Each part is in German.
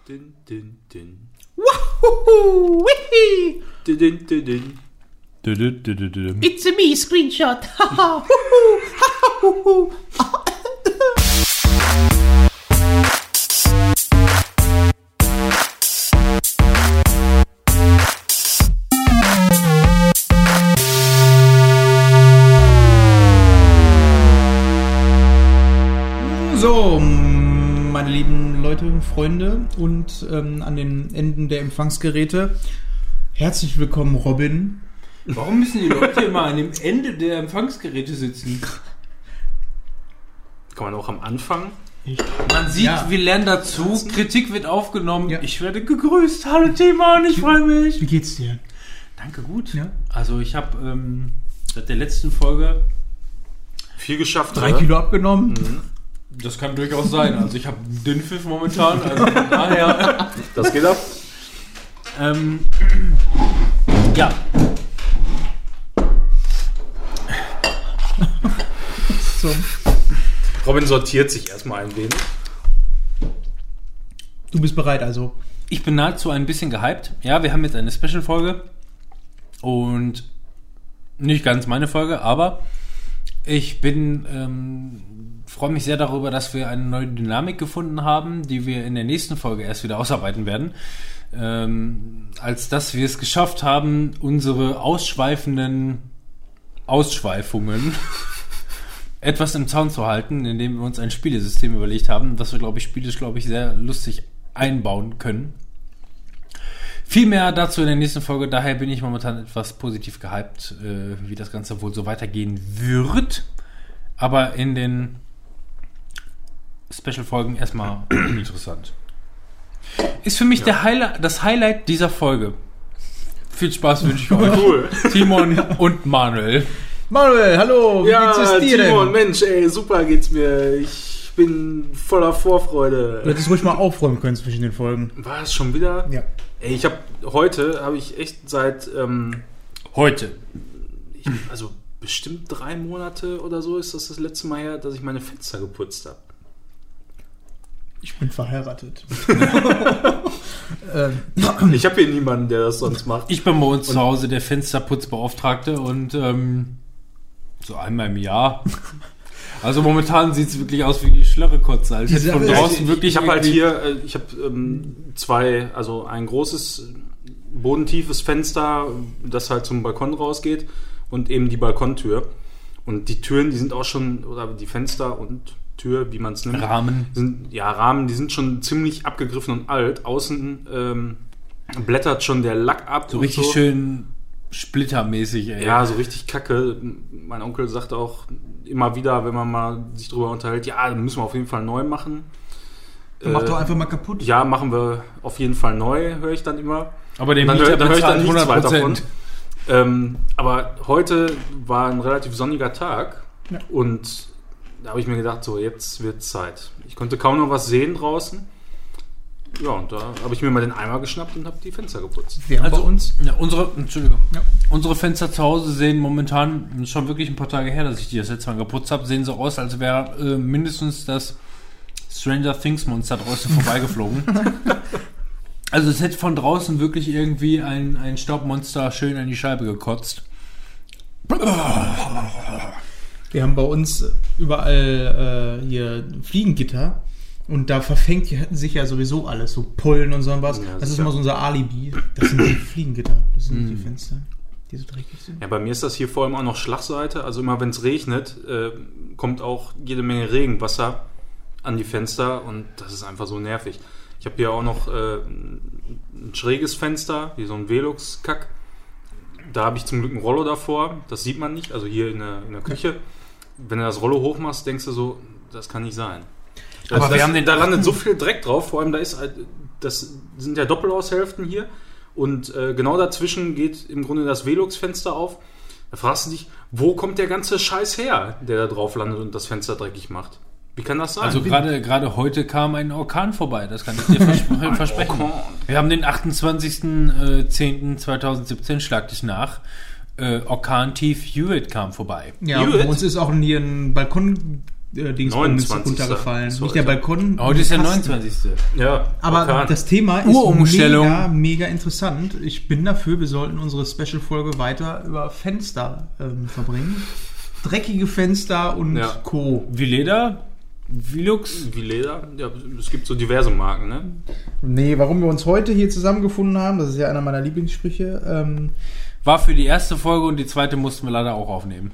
Din, din, din. Wahoo! Wihi! Din, din, din, din. It's a me screenshot. So, meine lieben Leute und Freunde und an den Enden der Empfangsgeräte, herzlich willkommen, Robin. Warum müssen die Leute immer an dem Ende der Empfangsgeräte sitzen? Kann man auch am Anfang? Man sieht, Ja. wir lernen dazu, Kritik wird aufgenommen, Ja. ich werde gegrüßt, hallo Timon, ich freue mich. Wie geht's dir? Danke, gut. Ja. Also ich habe seit der letzten Folge, Viel geschafft, 3 oder? Kilo abgenommen. das kann durchaus sein, also ich habe Dünnpfiff momentan, also von daher, Das geht ab. ja. So. Robin sortiert sich erstmal ein wenig. Du bist bereit, also. Ich bin nahezu ein bisschen gehypt. Ja, wir haben jetzt eine Special-Folge und nicht ganz meine Folge, aber ich freue mich sehr darüber, dass wir eine neue Dynamik gefunden haben, die wir in der nächsten Folge erst wieder ausarbeiten werden. Als dass wir es geschafft haben, unsere ausschweifenden Ausschweifungen etwas im Zaun zu halten, indem wir uns ein Spielesystem überlegt haben, das wir, spielisch, sehr lustig einbauen können. Viel mehr dazu in der nächsten Folge, daher bin ich momentan etwas positiv gehypt, wie das Ganze wohl so weitergehen wird. Aber in den Special-Folgen erstmal uninteressant. Ist für mich das Highlight dieser Folge. Viel Spaß wünsche ich euch. Cool. Timon und Manuel. Manuel, hallo, wie Ja, geht's es dir Timon, denn? Mensch, ey, super geht's mir. Ich bin voller Vorfreude. Du hättest ruhig mal aufräumen können zwischen den Folgen. War es schon wieder? Ja. Ey, heute habe ich echt seit, Heute. also bestimmt 3 Monate oder so ist das letzte Mal her, dass ich meine Fenster geputzt habe. Ich bin verheiratet. Ich habe hier niemanden, der das sonst macht. Ich bin bei uns zu Hause der Fensterputzbeauftragte und so einmal im Jahr. Also momentan sieht es wirklich aus wie Schlörrekotze. Also Die von Sache ist, draußen wirklich. Ich habe halt irgendwie- hier, zwei, also ein großes, bodentiefes Fenster, das halt zum Balkon rausgeht und eben die Balkontür. Und die Türen, die sind auch schon, oder die Fenster und Tür, wie man es nennt, Rahmen. Rahmen, die sind schon ziemlich abgegriffen und alt. Außen blättert schon der Lack ab. So und richtig schön splittermäßig, ey. Ja, so richtig kacke. Mein Onkel sagt auch immer wieder, wenn man mal sich drüber unterhält, ja, dann müssen wir auf jeden Fall neu machen. Mach doch einfach mal kaputt. Ja, machen wir auf jeden Fall neu, höre ich dann immer. Aber der Dann Mieter höre ich dann bezahlt nichts weiter davon. 100%. Aber heute war ein relativ sonniger Tag Ja. und da habe ich mir gedacht, so jetzt wird Zeit. Ich konnte kaum noch was sehen draußen. Ja, und da habe ich mir mal den Eimer geschnappt und habe die Fenster geputzt. Wir haben Also bei uns. Ja, Entschuldigung. Ja. Unsere Fenster zu Hause sehen momentan, das ist schon wirklich ein paar Tage her, dass ich die das letzte Mal geputzt habe, sehen so aus, als wäre mindestens das Stranger Things Monster draußen vorbeigeflogen. Also es hätte von draußen wirklich irgendwie ein Staubmonster schön an die Scheibe gekotzt. Wir haben bei uns überall hier Fliegengitter und da verfängt sich ja sowieso alles, so Pollen und so was. Ja, Das ist sicher. mal so unser Alibi. Das sind die Fliegengitter, das sind nicht die Fenster, die so dreckig sind. Ja, bei mir ist das hier vor allem auch noch Schlagseite. Also immer wenn es regnet, kommt auch jede Menge Regenwasser an die Fenster und das ist einfach so nervig. Ich habe hier auch noch ein schräges Fenster, wie so ein Velux-Kack. Da habe ich zum Glück ein Rollo davor. Das sieht man nicht, also hier in der Küche. Wenn du das Rollo hochmachst, denkst du so, das kann nicht sein. Aber Also wir haben da landet so viel Dreck drauf, vor allem das sind ja Doppelaushälften hier und genau dazwischen geht im Grunde das Velux-Fenster auf. Da fragst du dich, wo kommt der ganze Scheiß her, der da drauf landet und das Fenster dreckig macht? Wie kann das sein? Also gerade heute kam ein Orkan vorbei, das kann ich dir versprechen. Orkan. Wir haben den 28.10.2017, schlag dich nach. Orkan Tief Hewitt kam vorbei. Ja, Hewitt? bei uns ist auch hier ein Balkon Dingsbums 29. runtergefallen. Ist Nicht der heute. Balkon. Heute ist der Kasten. 29. Ja, Aber Orkan. das Thema ist Uhrumstellung. mega, mega interessant. Ich bin dafür, wir sollten unsere Special-Folge weiter über Fenster verbringen. Dreckige Fenster und Ja. Co. Wie Leder? Velux? Wie Leder? Ja, es gibt so diverse Marken, ne? Nee, warum wir uns heute hier zusammengefunden haben, das ist ja einer meiner Lieblingssprüche. War für die erste Folge und die zweite mussten wir leider auch aufnehmen.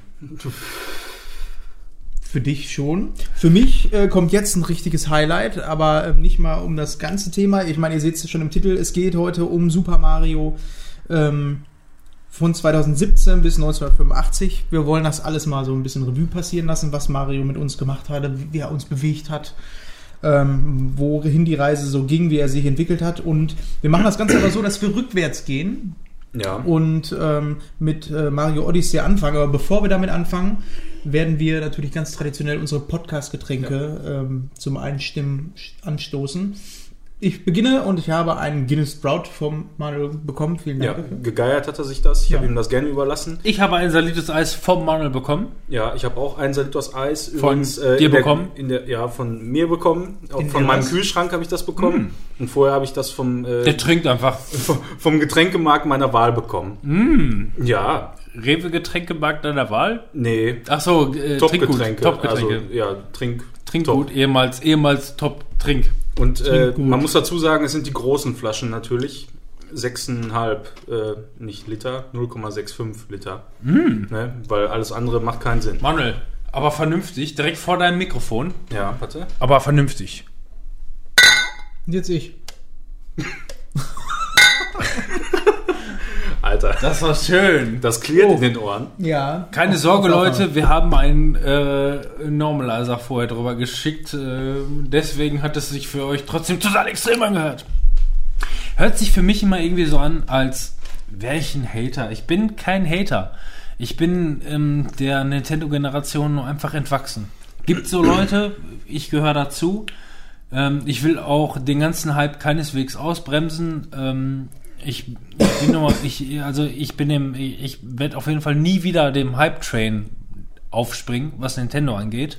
Für dich schon. Für mich kommt jetzt ein richtiges Highlight, aber nicht mal um das ganze Thema. Ich meine, ihr seht es schon im Titel, es geht heute um Super Mario von 2017 bis 1985. Wir wollen das alles mal so ein bisschen Revue passieren lassen, was Mario mit uns gemacht hat, wie er uns bewegt hat, wohin die Reise so ging, wie er sich entwickelt hat. Und wir machen das Ganze aber so, dass wir rückwärts gehen Ja. und mit Mario Odyssey anfangen. Aber bevor wir damit anfangen, werden wir natürlich ganz traditionell unsere Podcast-Getränke zum Einstimmen anstoßen. Ich beginne und ich habe einen Guinness Sprout vom Manuel bekommen. Vielen Ja, Dank. gegeiert hat er sich das. Ich Ja. habe ihm das gerne überlassen. Ich habe ein Salitos Eis vom Manuel bekommen. Ja, ich habe auch ein Salitos Eis Von dir bekommen? Ja, von mir bekommen. Auch In von der meinem was? Kühlschrank habe ich das bekommen. Und vorher habe ich das Der trinkt einfach. vom Getränkemarkt meiner Wahl bekommen. Ja, Rewe Getränkemarkt deiner Wahl? nee. Achso, Trinkgut. Top-Getränke. Top-Getränke. Also, ja, Trinkgut, ehemals Top-Trink. Und Trinkgut. man muss dazu sagen, es sind die großen Flaschen natürlich. 6,5, nicht Liter, 0,65 Liter. Ne? Weil alles andere macht keinen Sinn. Manuel, aber vernünftig, direkt vor deinem Mikrofon. Ja, warte. Aber vernünftig. Und jetzt ich. Alter, Das war schön. das klirrt in den Ohren. Ja. Keine Sorge, Leute, wir haben einen Normalizer vorher drüber geschickt. Deswegen hat es sich für euch trotzdem total extrem angehört. Hört sich für mich immer irgendwie so an, als wäre ich ein Hater. Ich bin kein Hater. Ich bin der Nintendo-Generation nur einfach entwachsen. Gibt so Leute, ich gehöre dazu. Ich will auch den ganzen Hype keineswegs ausbremsen. Ich werde auf jeden Fall nie wieder dem Hype-Train aufspringen, was Nintendo angeht.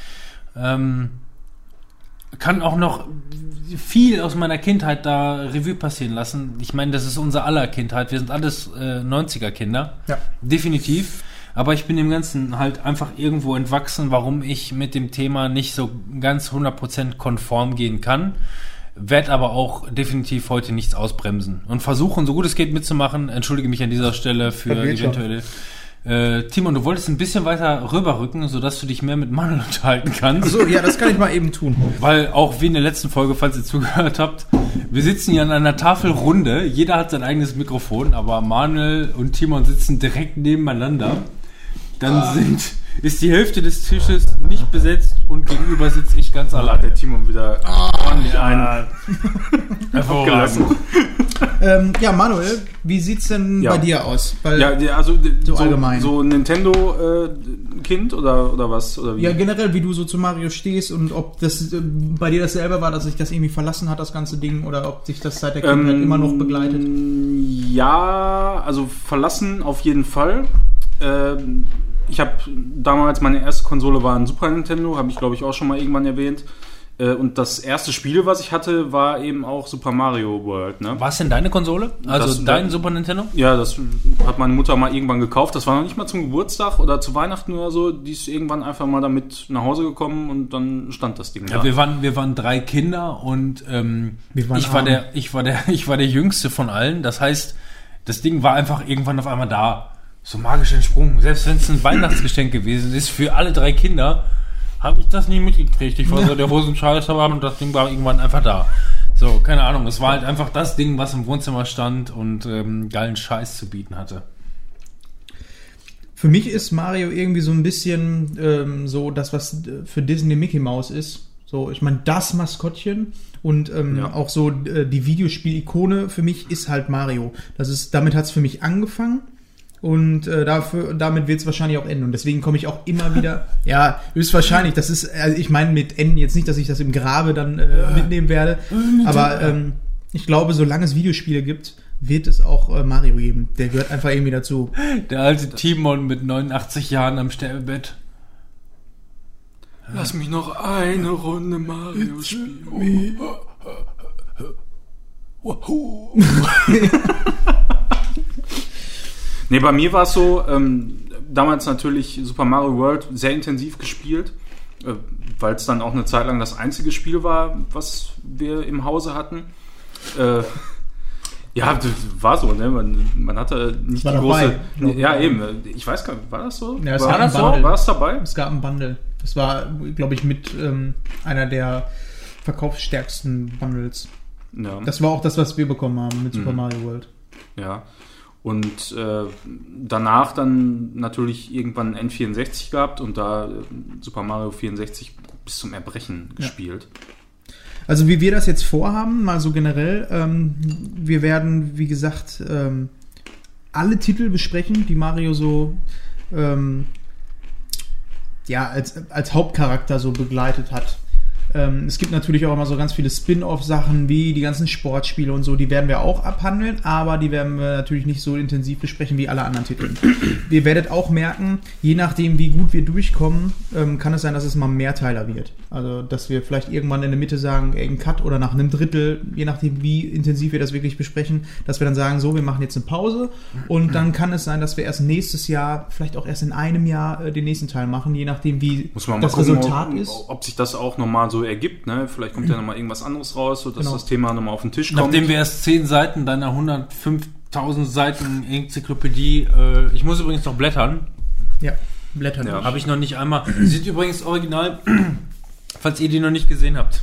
Kann auch noch viel aus meiner Kindheit da Revue passieren lassen. Ich meine, das ist unser aller Kindheit. Wir sind alles 90er-Kinder. Ja. Definitiv. Aber ich bin dem Ganzen halt einfach irgendwo entwachsen, warum ich mit dem Thema nicht so ganz 100% konform gehen kann. Werd aber auch definitiv heute nichts ausbremsen und versuchen, so gut es geht mitzumachen. Entschuldige mich an dieser Stelle für eventuelle... Timon, du wolltest ein bisschen weiter rüberrücken, sodass du dich mehr mit Manuel unterhalten kannst. So, ja, das kann ich mal eben tun. Weil auch wie in der letzten Folge, falls ihr zugehört habt, wir sitzen hier an einer Tafelrunde. Jeder hat sein eigenes Mikrofon, aber Manuel und Timon sitzen direkt nebeneinander. Dann ist die Hälfte des Tisches nicht besetzt und gegenüber sitze ich ganz Hat allein. der Timon wieder ordentlich einen Hervorragend. Ja, Manuel, wie sieht's denn Ja. bei dir aus? Weil, Ja, also So allgemein. So Nintendo-Kind oder was? Oder wie? ja, generell, wie du so zu Mario stehst und ob das bei dir dasselbe war, dass sich das irgendwie verlassen hat, das ganze Ding, oder ob sich das seit der Kindheit immer noch begleitet. Ja, also verlassen auf jeden Fall. Ich habe damals, meine erste Konsole war ein Super Nintendo, habe ich glaube ich auch schon mal irgendwann erwähnt. Und das erste Spiel, was ich hatte, war eben auch Super Mario World. Ne? War es denn deine Konsole? Also Das- dein Super Nintendo? Ja, das hat meine Mutter mal irgendwann gekauft. Das war noch nicht mal zum Geburtstag oder zu Weihnachten oder so. Die ist irgendwann einfach mal damit nach Hause gekommen und dann stand das Ding Ja, da. wir waren 3 Kinder und Wir waren ich war arm. der Jüngste von allen. Das heißt, das Ding war einfach irgendwann auf einmal da. So magisch entsprungen. Selbst wenn es ein Weihnachtsgeschenk gewesen ist für alle 3 Kinder, habe ich das nie mitgekriegt. Ich war so der Hosenscheißer und das Ding war irgendwann einfach da. So, keine Ahnung. Es war halt einfach das Ding, was im Wohnzimmer stand und geilen Scheiß zu bieten hatte. Für mich ist Mario irgendwie so ein bisschen so das, was für Disney Mickey Mouse ist. So, ich meine, das Maskottchen und Ja. auch so die Videospiel-Ikone für mich ist halt Mario. Damit hat es für mich angefangen. Und damit wird es wahrscheinlich auch enden. Und deswegen komme ich auch immer wieder, ja, höchstwahrscheinlich, das ist, also ich meine mit enden jetzt nicht, dass ich das im Grabe dann mitnehmen werde, aber ich glaube, solange es Videospiele gibt, wird es auch Mario geben. Der gehört einfach irgendwie dazu. Der alte Timon mit 89 Jahren am Sterbebett. Lass mich noch eine Runde Mario spielen. Nee, bei mir war es so, damals natürlich Super Mario World sehr intensiv gespielt, weil es dann auch eine Zeit lang das einzige Spiel war, was wir im Hause hatten. Ja, das war so, ne? Man hatte nicht die große... Ja, eben. Ich weiß gar nicht, war das so? Ja, war das dabei? Es gab ein Bundle. Das war, glaube ich, mit einer der verkaufsstärksten Bundles. Ja. Das war auch das, was wir bekommen haben mit Super Mario World. Ja. Und danach dann natürlich irgendwann N64 gehabt und da Super Mario 64 bis zum Erbrechen gespielt. Also wie wir das jetzt vorhaben, mal so generell, wir werden, wie gesagt, alle Titel besprechen, die Mario so als Hauptcharakter so begleitet hat. Es gibt natürlich auch immer so ganz viele Spin-off-Sachen wie die ganzen Sportspiele und so, die werden wir auch abhandeln, aber die werden wir natürlich nicht so intensiv besprechen wie alle anderen Titel. Ihr werdet auch merken, je nachdem wie gut wir durchkommen, kann es sein, dass es mal ein Mehrteiler wird. Also, dass wir vielleicht irgendwann in der Mitte sagen, ein Cut oder nach einem Drittel, je nachdem wie intensiv wir das wirklich besprechen, dass wir dann sagen, so, wir machen jetzt eine Pause und dann kann es sein, dass wir erst nächstes Jahr, vielleicht auch erst in einem Jahr den nächsten Teil machen, je nachdem wie das gucken, Resultat ist. Ob sich das auch nochmal so ergibt, ne? Vielleicht kommt ja nochmal irgendwas anderes raus, sodass das Thema nochmal auf den Tisch kommt. Nachdem wir erst 10 Seiten deiner 105.000 Seiten Enzyklopädie, ich muss übrigens noch blättern. Ja, blättern. Ja. Habe ich noch nicht einmal. Sieht übrigens original, falls ihr die noch nicht gesehen habt.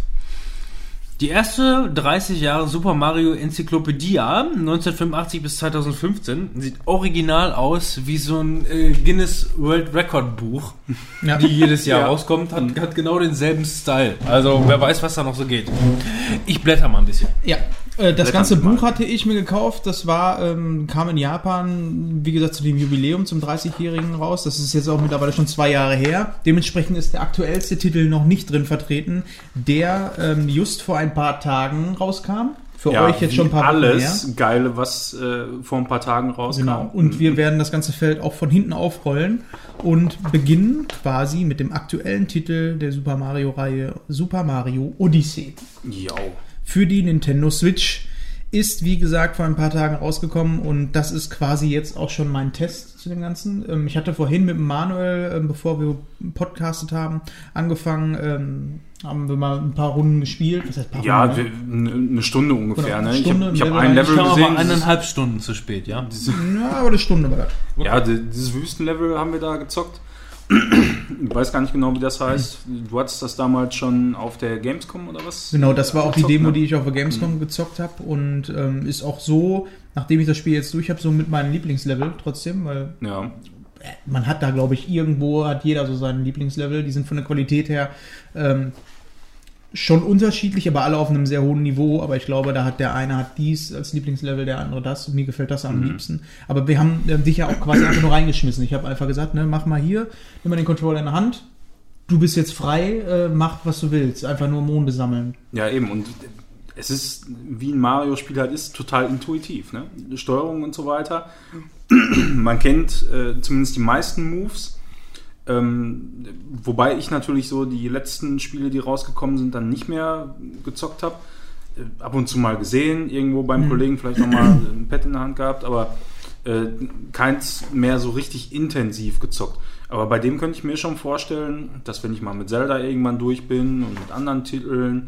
Die erste 30 Jahre Super Mario Enzyklopädie 1985 bis 2015 sieht original aus wie so ein Guinness World Record Buch, die jedes Jahr rauskommt, hat genau denselben Style. Also wer weiß, was da noch so geht. Ich blätter mal ein bisschen. Ja, das ganze Buch hatte ich mir gekauft. Das war kam in Japan, wie gesagt, zu dem Jubiläum zum 30-Jährigen raus. Das ist jetzt auch mittlerweile schon 2 Jahre her. Dementsprechend ist der aktuellste Titel noch nicht drin vertreten, der just vor ein paar Tagen rauskam. Für euch jetzt schon ein paar Wochen alles her. Geile, was vor ein paar Tagen rauskam. Genau. Und wir werden das ganze Feld auch von hinten aufrollen und beginnen quasi mit dem aktuellen Titel der Super Mario-Reihe, Super Mario Odyssey. Jo. Für die Nintendo Switch ist, wie gesagt, vor ein paar Tagen rausgekommen und das ist quasi jetzt auch schon mein Test zu dem Ganzen. Ich hatte vorhin mit Manuel, bevor wir podcastet haben, angefangen, haben wir mal ein paar Runden gespielt. Was heißt paar Runden? Eine Stunde ungefähr. Genau, ne? Stunde, ich habe ein Level gesehen. Aber 1,5 Stunden zu spät, ja? Ja, aber eine Stunde war das. Ja, dieses Wüstenlevel haben wir da gezockt. Ich weiß gar nicht genau, wie das heißt. Du hattest das damals schon auf der Gamescom oder was? Genau, das war auch die Demo, die ich auf der Gamescom gezockt habe und ist auch so, nachdem ich das Spiel jetzt durch habe, so mit meinem Lieblingslevel trotzdem, weil man hat da, glaube ich, irgendwo hat jeder so seinen Lieblingslevel. Die sind von der Qualität her schon unterschiedlich, aber alle auf einem sehr hohen Niveau. Aber ich glaube, da hat der eine hat dies als Lieblingslevel, der andere das. Und mir gefällt das am liebsten. Aber wir haben dich ja auch quasi einfach nur reingeschmissen. Ich habe einfach gesagt, ne, mach mal hier, nimm mal den Controller in der Hand. Du bist jetzt frei, mach, was du willst. Einfach nur Monde sammeln. Ja, eben. Und es ist, wie ein Mario-Spiel halt ist, total intuitiv. Ne? Steuerung und so weiter. Man kennt zumindest die meisten Moves. Wobei ich natürlich so die letzten Spiele, die rausgekommen sind, dann nicht mehr gezockt habe. Ab und zu mal gesehen, irgendwo beim Kollegen vielleicht nochmal ein Pad in der Hand gehabt, aber keins mehr so richtig intensiv gezockt. Aber bei dem könnte ich mir schon vorstellen, dass wenn ich mal mit Zelda irgendwann durch bin und mit anderen Titeln,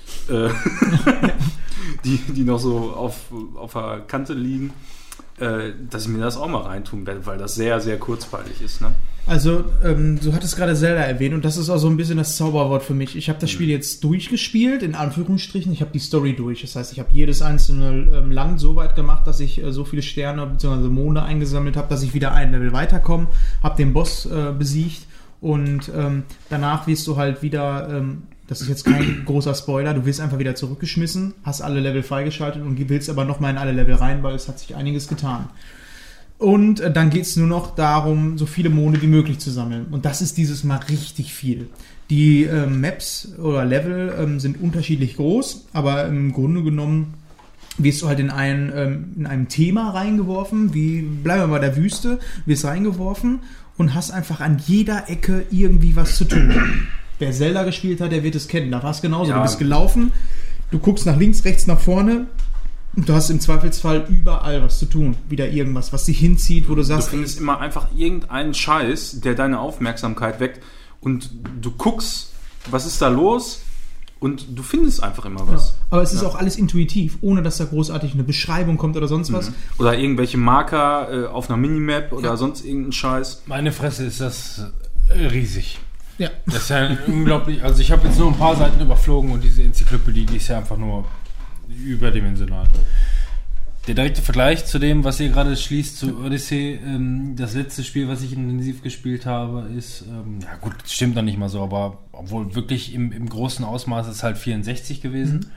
die noch so auf der Kante liegen, dass ich mir das auch mal reintun werde, weil das sehr, sehr kurzweilig ist. Ne? Also, du hattest gerade Zelda erwähnt und das ist auch so ein bisschen das Zauberwort für mich. Ich habe das Spiel jetzt durchgespielt, in Anführungsstrichen. Ich habe die Story durch. Das heißt, ich habe jedes einzelne Land so weit gemacht, dass ich so viele Sterne bzw. Monde eingesammelt habe, dass ich wieder ein Level weiterkomme. Habe den Boss besiegt und danach wirst du halt wieder... das ist jetzt kein großer Spoiler, du wirst einfach wieder zurückgeschmissen, hast alle Level freigeschaltet und willst aber nochmal in alle Level rein, weil es hat sich einiges getan. Und dann geht es nur noch darum, so viele Monde wie möglich zu sammeln. Und das ist dieses Mal richtig viel. Die Maps oder Level sind unterschiedlich groß, aber im Grunde genommen wirst du halt in einem Thema reingeworfen, wie, bleiben wir bei der Wüste, wirst reingeworfen und hast einfach an jeder Ecke irgendwie was zu tun. Wer Zelda gespielt hat, der wird es kennen. Da war es genauso. Ja. Du bist gelaufen, du guckst nach links, rechts, nach vorne und du hast im Zweifelsfall überall was zu tun. Wieder irgendwas, was dich hinzieht, wo du sagst... Du findest immer einfach irgendeinen Scheiß, der deine Aufmerksamkeit weckt und du guckst, was ist da los und du findest einfach immer was. Ja. Aber es ist auch alles intuitiv, ohne dass da großartig eine Beschreibung kommt oder sonst was. Oder irgendwelche Marker auf einer Minimap oder sonst irgendeinen Scheiß. Meine Fresse ist das riesig. Ja. Das ist ja unglaublich. Also ich habe jetzt nur ein paar Seiten überflogen und diese Enzyklopädie, die ist ja einfach nur überdimensional. Der direkte Vergleich zu dem, was ihr gerade schließt, zu Odyssey, das letzte Spiel, was ich intensiv gespielt habe, ist, ja gut, stimmt noch nicht mal so, aber obwohl wirklich im großen Ausmaß ist halt 64 gewesen.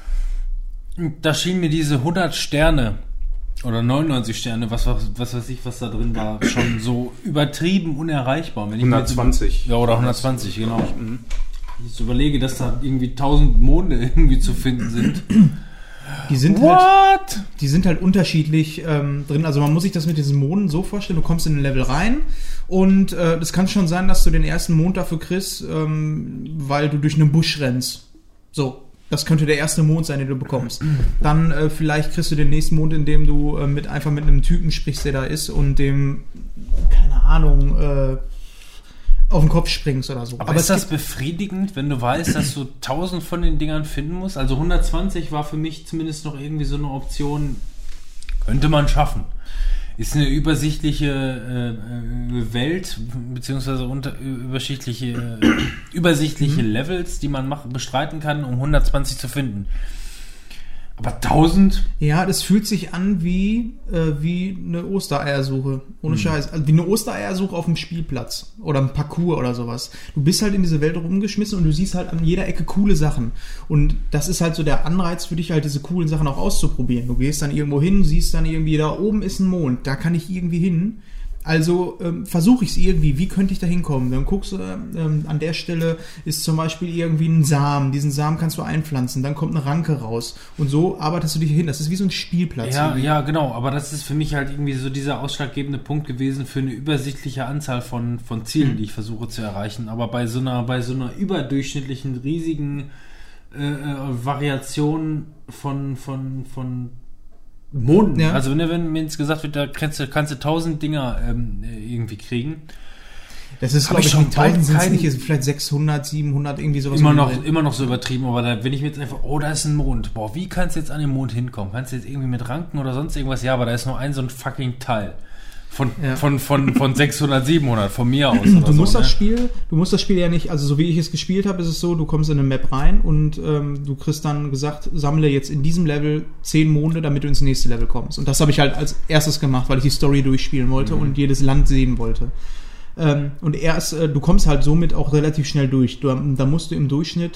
Da schien mir diese 100 Sterne oder 99 Sterne, was weiß ich, was da drin war, schon so übertrieben unerreichbar. Wenn ich 120. Ja, oder 120, genau. Wenn ich jetzt überlege, dass da irgendwie 1000 Monde irgendwie zu finden sind. Die sind halt unterschiedlich drin. Also man muss sich das mit diesen Monden so vorstellen, du kommst in ein Level rein und das kann schon sein, dass du den ersten Mond dafür kriegst, weil du durch einen Busch rennst. So. Das könnte der erste Mond sein, den du bekommst. Dann vielleicht kriegst du den nächsten Mond, indem du einfach mit einem Typen sprichst, der da ist und dem, keine Ahnung, auf den Kopf springst oder so. Aber ist das befriedigend, wenn du weißt, dass du 1000 von den Dingern finden musst? Also 120 war für mich zumindest noch irgendwie so eine Option, könnte man schaffen. Ist eine übersichtliche Welt, beziehungsweise übersichtliche Levels, die man bestreiten kann, um 120 zu finden. Aber 1000? Ja, das fühlt sich an wie eine Ostereiersuche. Ohne Scheiß. Also wie eine Ostereiersuche auf dem Spielplatz. Oder einem Parcours oder sowas. Du bist halt in diese Welt rumgeschmissen und du siehst halt an jeder Ecke coole Sachen. Und das ist halt so der Anreiz für dich, halt diese coolen Sachen auch auszuprobieren. Du gehst dann irgendwo hin, siehst dann irgendwie, da oben ist ein Mond, da kann ich irgendwie hin. Also versuche ich es irgendwie, wie könnte ich da hinkommen? Dann guckst du, an der Stelle ist zum Beispiel irgendwie ein Samen, diesen Samen kannst du einpflanzen, dann kommt eine Ranke raus und so arbeitest du dich hin. Das ist wie so ein Spielplatz. Ja, genau, aber das ist für mich halt irgendwie so dieser ausschlaggebende Punkt gewesen für eine übersichtliche Anzahl von Zielen, die ich versuche zu erreichen. Aber bei so einer überdurchschnittlichen, riesigen Variation von Monden. Ja. Also wenn mir jetzt gesagt wird, da kannst du 1000 Dinger irgendwie kriegen. Das ist, glaube ich, schon 1000 sind es nicht, ist vielleicht 600, 700, irgendwie sowas. Immer noch so übertrieben, aber wenn ich mir jetzt einfach, da ist ein Mond. Boah, wie kannst du jetzt an den Mond hinkommen? Kannst du jetzt irgendwie mit Ranken oder sonst irgendwas? Ja, aber da ist nur ein so ein fucking Teil. Von 600, 700, von mir aus. Du musst das Spiel ja nicht, also so wie ich es gespielt habe, ist es so, du kommst in eine Map rein und du kriegst dann gesagt, sammle jetzt in diesem Level 10 Monde, damit du ins nächste Level kommst. Und das habe ich halt als erstes gemacht, weil ich die Story durchspielen wollte und jedes Land sehen wollte. Und du kommst halt somit auch relativ schnell durch. Da musst du im Durchschnitt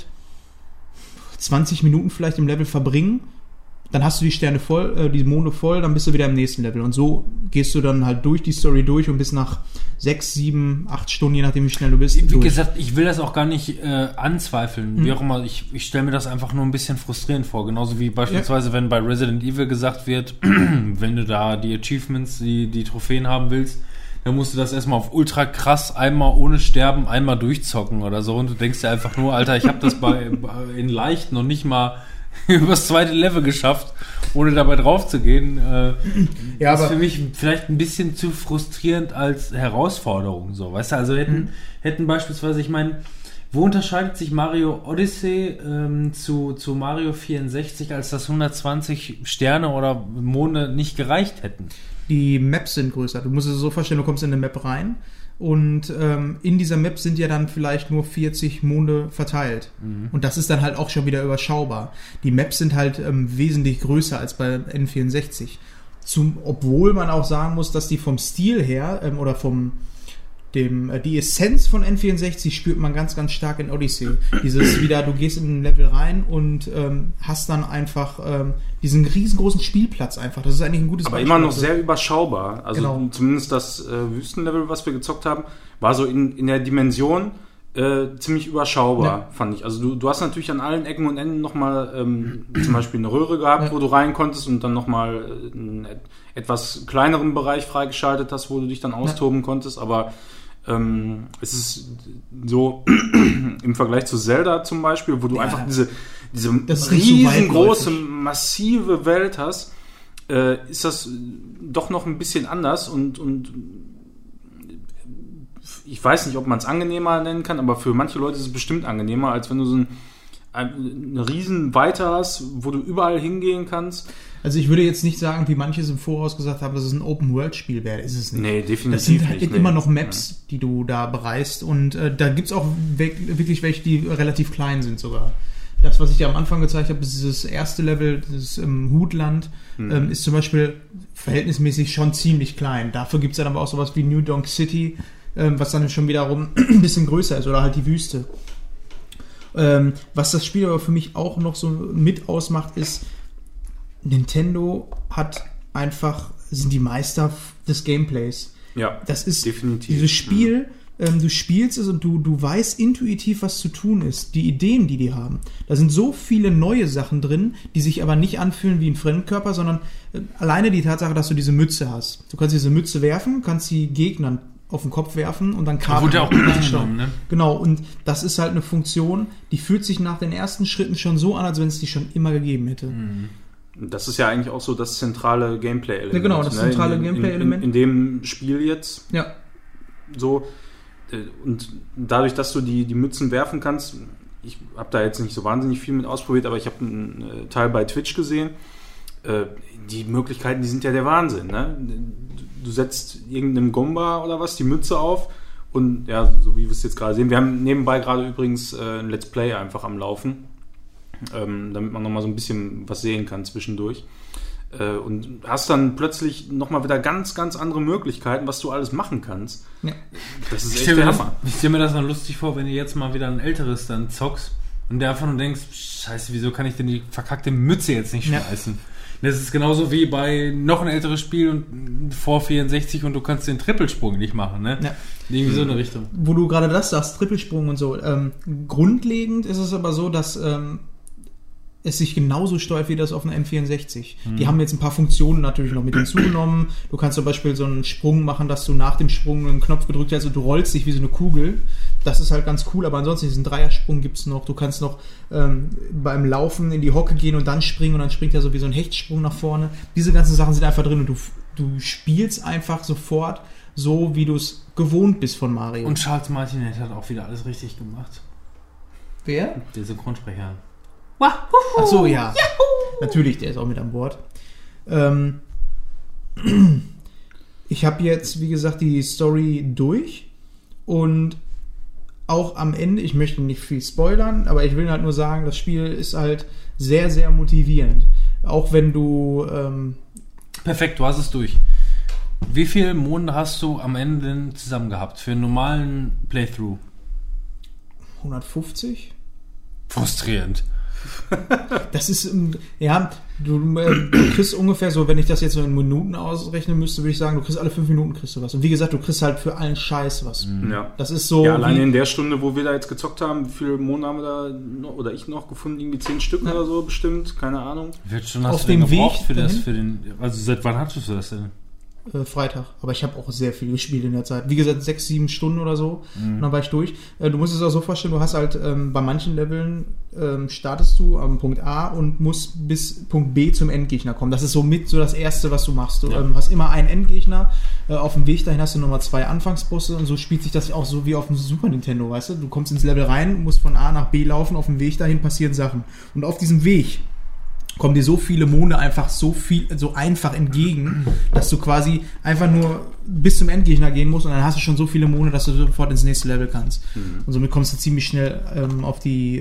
20 Minuten vielleicht im Level verbringen. Dann hast du die Sterne voll, die Monde voll, dann bist du wieder im nächsten Level. Und so gehst du dann halt durch die Story durch und bist nach 6, 7, 8 Stunden, je nachdem wie schnell du bist, Wie gesagt, ich will das auch gar nicht anzweifeln. Wie auch immer, ich stelle mir das einfach nur ein bisschen frustrierend vor. Genauso wie beispielsweise, wenn bei Resident Evil gesagt wird, wenn du da die Achievements, die Trophäen haben willst, dann musst du das erstmal auf ultra krass einmal ohne Sterben einmal durchzocken oder so. Und du denkst dir einfach nur, Alter, ich habe das in leicht noch nicht mal übers zweite Level geschafft, ohne dabei drauf zu gehen. Ist für mich vielleicht ein bisschen zu frustrierend als Herausforderung. So, weißt du, also hätten beispielsweise, ich meine, wo unterscheidet sich Mario Odyssey zu Mario 64, als das 120 Sterne oder Monde nicht gereicht hätten? Die Maps sind größer. Du musst es so vorstellen, du kommst in eine Map rein und in dieser Map sind ja dann vielleicht nur 40 Monde verteilt. Und das ist dann halt auch schon wieder überschaubar. Die Maps sind halt wesentlich größer als bei N64. Obwohl man auch sagen muss, dass die vom Stil her oder die Essenz von N64 spürt man ganz, ganz stark in Odyssey. Du gehst in ein Level rein und hast dann einfach diesen riesengroßen Spielplatz einfach. Das ist eigentlich ein gutes Beispiel. Aber immer noch sehr überschaubar. Also genau. Zumindest das Wüstenlevel, was wir gezockt haben, war so in der Dimension ziemlich überschaubar, fand ich. Also du hast natürlich an allen Ecken und Enden nochmal zum Beispiel eine Röhre gehabt, wo du rein konntest und dann nochmal einen etwas kleineren Bereich freigeschaltet hast, wo du dich dann austoben konntest, aber Es ist so im Vergleich zu Zelda zum Beispiel, wo du einfach diese riesengroße, massive Welt hast, ist das doch noch ein bisschen anders und ich weiß nicht, ob man es angenehmer nennen kann, aber für manche Leute ist es bestimmt angenehmer, als wenn du so eine riesen Weite hast, wo du überall hingehen kannst. Also ich würde jetzt nicht sagen, wie manche es im Voraus gesagt haben, dass es ein Open-World-Spiel wäre. Ist es nicht. Nee, definitiv das sind nicht. Immer noch Maps, die du da bereist und da gibt es auch wirklich welche, die relativ klein sind sogar. Das, was ich dir am Anfang gezeigt habe, ist dieses erste Level, das Hutland, ist zum Beispiel verhältnismäßig schon ziemlich klein. Dafür gibt es dann aber auch sowas wie New Donk City, was dann schon wiederum ein bisschen größer ist, oder halt die Wüste. Was das Spiel aber für mich auch noch so mit ausmacht, ist, Nintendo sind die Meister des Gameplays. Ja, das ist definitiv. Dieses Spiel, du spielst es und du weißt intuitiv, was zu tun ist. Die Ideen, die haben. Da sind so viele neue Sachen drin, die sich aber nicht anfühlen wie ein Fremdkörper, sondern alleine die Tatsache, dass du diese Mütze hast. Du kannst diese Mütze werfen, kannst die Gegnern auf den Kopf werfen und dann Karten. Wurde auch genommen, ne? Genau, und das ist halt eine Funktion, die fühlt sich nach den ersten Schritten schon so an, als wenn es die schon immer gegeben hätte. Das ist ja eigentlich auch so das zentrale Gameplay-Element. Ja, genau, das zentrale Gameplay-Element. In dem Spiel jetzt. Ja. So. Und dadurch, dass du die Mützen werfen kannst, ich habe da jetzt nicht so wahnsinnig viel mit ausprobiert, aber ich habe einen Teil bei Twitch gesehen. Die Möglichkeiten, die sind ja der Wahnsinn, ne? Du setzt irgendeinem Gomba oder was die Mütze auf und ja, so wie wir es jetzt gerade sehen. Wir haben nebenbei gerade übrigens ein Let's Play einfach am Laufen, damit man nochmal so ein bisschen was sehen kann zwischendurch. Und hast dann plötzlich nochmal wieder ganz, ganz andere Möglichkeiten, was du alles machen kannst. Ja. Das ist echt der Hammer. Ich stelle mir das dann lustig vor, wenn du jetzt mal wieder ein älteres dann zockst und der einfach nur denkst, scheiße, wieso kann ich denn die verkackte Mütze jetzt nicht schmeißen? Ja. Das ist genauso wie bei noch ein älteres Spiel und vor 64 und du kannst den Trippelsprung nicht machen, ne? Ja. Irgendwie so eine Richtung. Wo du gerade das sagst, Trippelsprung und so. Grundlegend ist es aber so, dass es sich genauso steuert wie das auf einer N64. Die haben jetzt ein paar Funktionen natürlich noch mit hinzugenommen. Du kannst zum Beispiel so einen Sprung machen, dass du nach dem Sprung einen Knopf gedrückt hast und du rollst dich wie so eine Kugel. Das ist halt ganz cool, aber ansonsten diesen Dreiersprung gibt es noch. Du kannst noch beim Laufen in die Hocke gehen und dann springen und dann springt ja so wie so ein Hechtsprung nach vorne. Diese ganzen Sachen sind einfach drin und du spielst einfach sofort so, wie du es gewohnt bist von Mario. Und Charles Martinet hat auch wieder alles richtig gemacht. Wer? Der Synchronsprecher. Ach so, ja. Juhu. Natürlich, der ist auch mit an Bord. Ich habe jetzt, wie gesagt, die Story durch und auch am Ende, ich möchte nicht viel spoilern, aber ich will halt nur sagen, das Spiel ist halt sehr, sehr motivierend. Auch wenn du... Perfekt, du hast es durch. Wie viele Monde hast du am Ende denn zusammen gehabt für einen normalen Playthrough? 150? Frustrierend. Das ist, ja, du kriegst ungefähr so, wenn ich das jetzt so in Minuten ausrechnen müsste, würde ich sagen, du kriegst alle 5 Minuten kriegst du was. Und wie gesagt, du kriegst halt für allen Scheiß was. Ja. Das ist so. Ja, alleine in der Stunde, wo wir da jetzt gezockt haben, wie viele Monde haben wir da noch, oder ich noch gefunden? Irgendwie 10 Stück oder so bestimmt, keine Ahnung. Wie viel Stunden hast auf du denn dem gebraucht Weg also seit wann hattest du das denn? Freitag. Aber ich habe auch sehr viel gespielt in der Zeit. Wie gesagt, 6-7 Stunden oder so. Und dann war ich durch. Du musst es auch so vorstellen, du hast halt bei manchen Leveln startest du am Punkt A und musst bis Punkt B zum Endgegner kommen. Das ist so das Erste, was du machst. Du hast immer einen Endgegner. Auf dem Weg dahin hast du nochmal 2 Anfangsbosse und so spielt sich das auch so wie auf dem Super Nintendo, weißt du? Du kommst ins Level rein, musst von A nach B laufen, auf dem Weg dahin passieren Sachen. Und auf diesem Weg kommen dir so viele Monde einfach so einfach entgegen, dass du quasi einfach nur bis zum Endgegner gehen musst und dann hast du schon so viele Monde, dass du sofort ins nächste Level kannst. Und somit kommst du ziemlich schnell auf die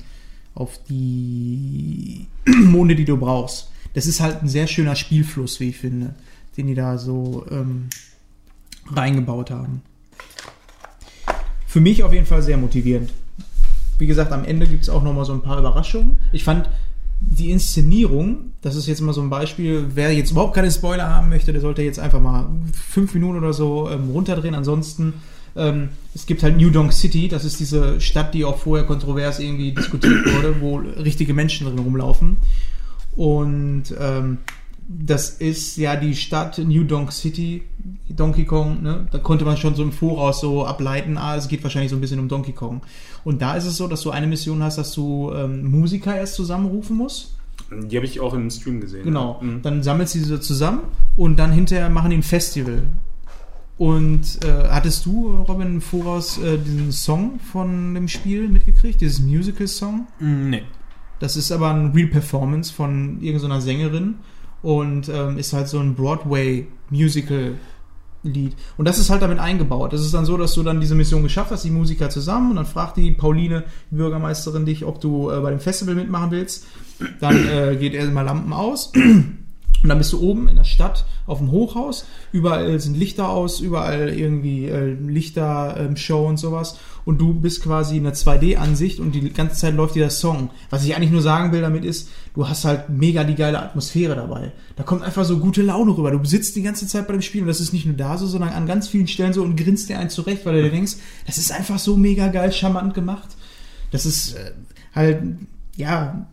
Monde, die du brauchst. Das ist halt ein sehr schöner Spielfluss, wie ich finde, den die da so reingebaut haben. Für mich auf jeden Fall sehr motivierend. Wie gesagt, am Ende gibt es auch nochmal so ein paar Überraschungen. Ich fand die Inszenierung, das ist jetzt mal so ein Beispiel, wer jetzt überhaupt keine Spoiler haben möchte, der sollte jetzt einfach mal 5 Minuten oder so runterdrehen. Ansonsten, es gibt halt New Donk City, das ist diese Stadt, die auch vorher kontrovers irgendwie diskutiert wurde, wo richtige Menschen drin rumlaufen. Und Das ist ja die Stadt New Donk City, Donkey Kong, ne? Da konnte man schon so im Voraus so ableiten, es geht wahrscheinlich so ein bisschen um Donkey Kong. Und da ist es so, dass du eine Mission hast, dass du Musiker erst zusammenrufen musst. Die habe ich auch im Stream gesehen. Genau, Ja. dann sammelst du diese zusammen und dann hinterher machen die ein Festival. Und hattest du, Robin, im Voraus diesen Song von dem Spiel mitgekriegt, dieses Musical-Song? Nee. Das ist aber ein Real Performance von irgendeiner Sängerin und ist halt so ein Broadway-Musical-Lied. Und das ist halt damit eingebaut. Das ist dann so, dass du dann diese Mission geschafft hast, die Musiker zusammen, und dann fragt die Pauline, die Bürgermeisterin, dich, ob du bei dem Festival mitmachen willst. Dann geht erstmal Lampen aus. Und dann bist du oben in der Stadt auf dem Hochhaus. Überall sind Lichter aus, überall irgendwie Lichtershow und sowas. Und du bist quasi in einer 2D-Ansicht und die ganze Zeit läuft dieser Song. Was ich eigentlich nur sagen will damit ist, du hast halt mega die geile Atmosphäre dabei. Da kommt einfach so gute Laune rüber. Du sitzt die ganze Zeit bei dem Spiel und das ist nicht nur da so, sondern an ganz vielen Stellen so und grinst dir einen zurecht, weil du dir denkst, das ist einfach so mega geil, charmant gemacht. Das ist halt, ja,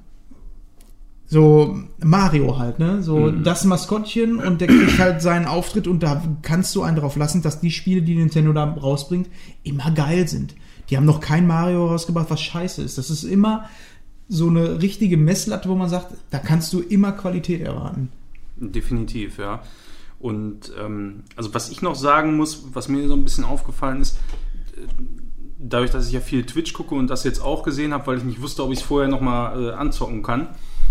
so Mario halt, ne? So das Maskottchen, und der kriegt halt seinen Auftritt, und da kannst du einen drauf lassen, dass die Spiele, die Nintendo da rausbringt, immer geil sind. Die haben noch kein Mario rausgebracht, was scheiße ist. Das ist immer so eine richtige Messlatte, wo man sagt, da kannst du immer Qualität erwarten. Definitiv, ja. Und also was ich noch sagen muss, was mir so ein bisschen aufgefallen ist, dadurch, dass ich ja viel Twitch gucke und das jetzt auch gesehen habe, weil ich nicht wusste, ob ich es vorher nochmal anzocken kann,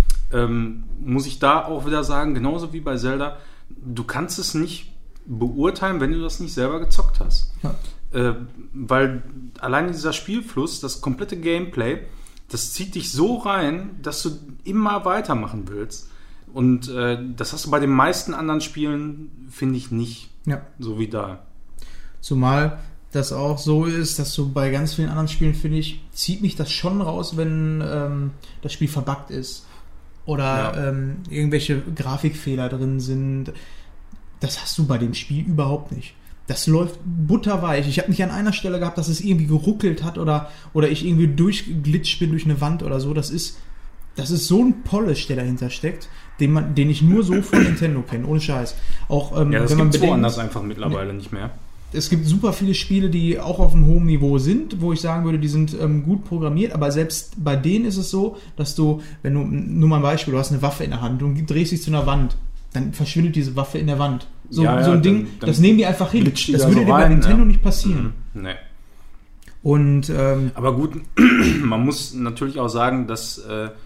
muss ich da auch wieder sagen, genauso wie bei Zelda, du kannst es nicht beurteilen, wenn du das nicht selber gezockt hast. Ja. Weil allein dieser Spielfluss, das komplette Gameplay, das zieht dich so rein, dass du immer weitermachen willst. Und das hast du bei den meisten anderen Spielen, finde ich, nicht. Ja. So wie da. Zumal das auch so ist, dass du bei ganz vielen anderen Spielen, finde ich, zieht mich das schon raus, wenn das Spiel verbuggt ist. Oder irgendwelche Grafikfehler drin sind. Das hast du bei dem Spiel überhaupt nicht. Das läuft butterweich. Ich habe nicht an einer Stelle gehabt, dass es irgendwie geruckelt hat oder ich irgendwie durchglitscht bin durch eine Wand oder so. Das ist so ein Polish, der dahinter steckt, den ich nur so von Nintendo kenne, ohne Scheiß. Auch Das wenn man gibt bedenkt, woanders einfach mittlerweile nicht mehr. es gibt super viele Spiele, die auch auf einem hohen Niveau sind, wo ich sagen würde, die sind gut programmiert, aber selbst bei denen ist es so, dass du, wenn du, nur mal ein Beispiel, du hast eine Waffe in der Hand und drehst dich zu einer Wand, dann verschwindet diese Waffe in der Wand. So ein Ding, dann das nehmen die einfach hin. Das würde dir bei Nintendo nicht passieren. Nee. Und, aber gut, man muss natürlich auch sagen, dass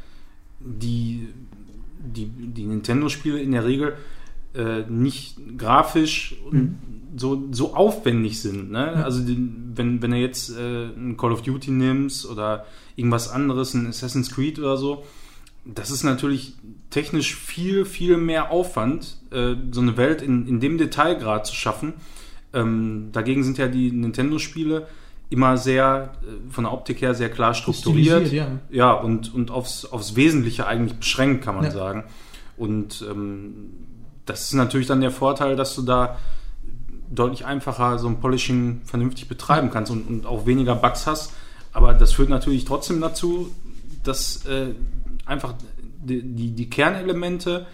die Nintendo-Spiele in der Regel nicht grafisch so aufwendig sind. Ne? Ja. Also wenn du jetzt ein Call of Duty nimmst oder irgendwas anderes, ein Assassin's Creed oder so, das ist natürlich technisch viel, viel mehr Aufwand, so eine Welt in dem Detailgrad zu schaffen. Dagegen sind ja die Nintendo-Spiele immer sehr, von der Optik her, sehr klar strukturiert. Ja, und aufs Wesentliche eigentlich beschränkt, kann man sagen. Und das ist natürlich dann der Vorteil, dass du da deutlich einfacher so ein Polishing vernünftig betreiben kannst und auch weniger Bugs hast. Aber das führt natürlich trotzdem dazu, dass einfach die Kernelemente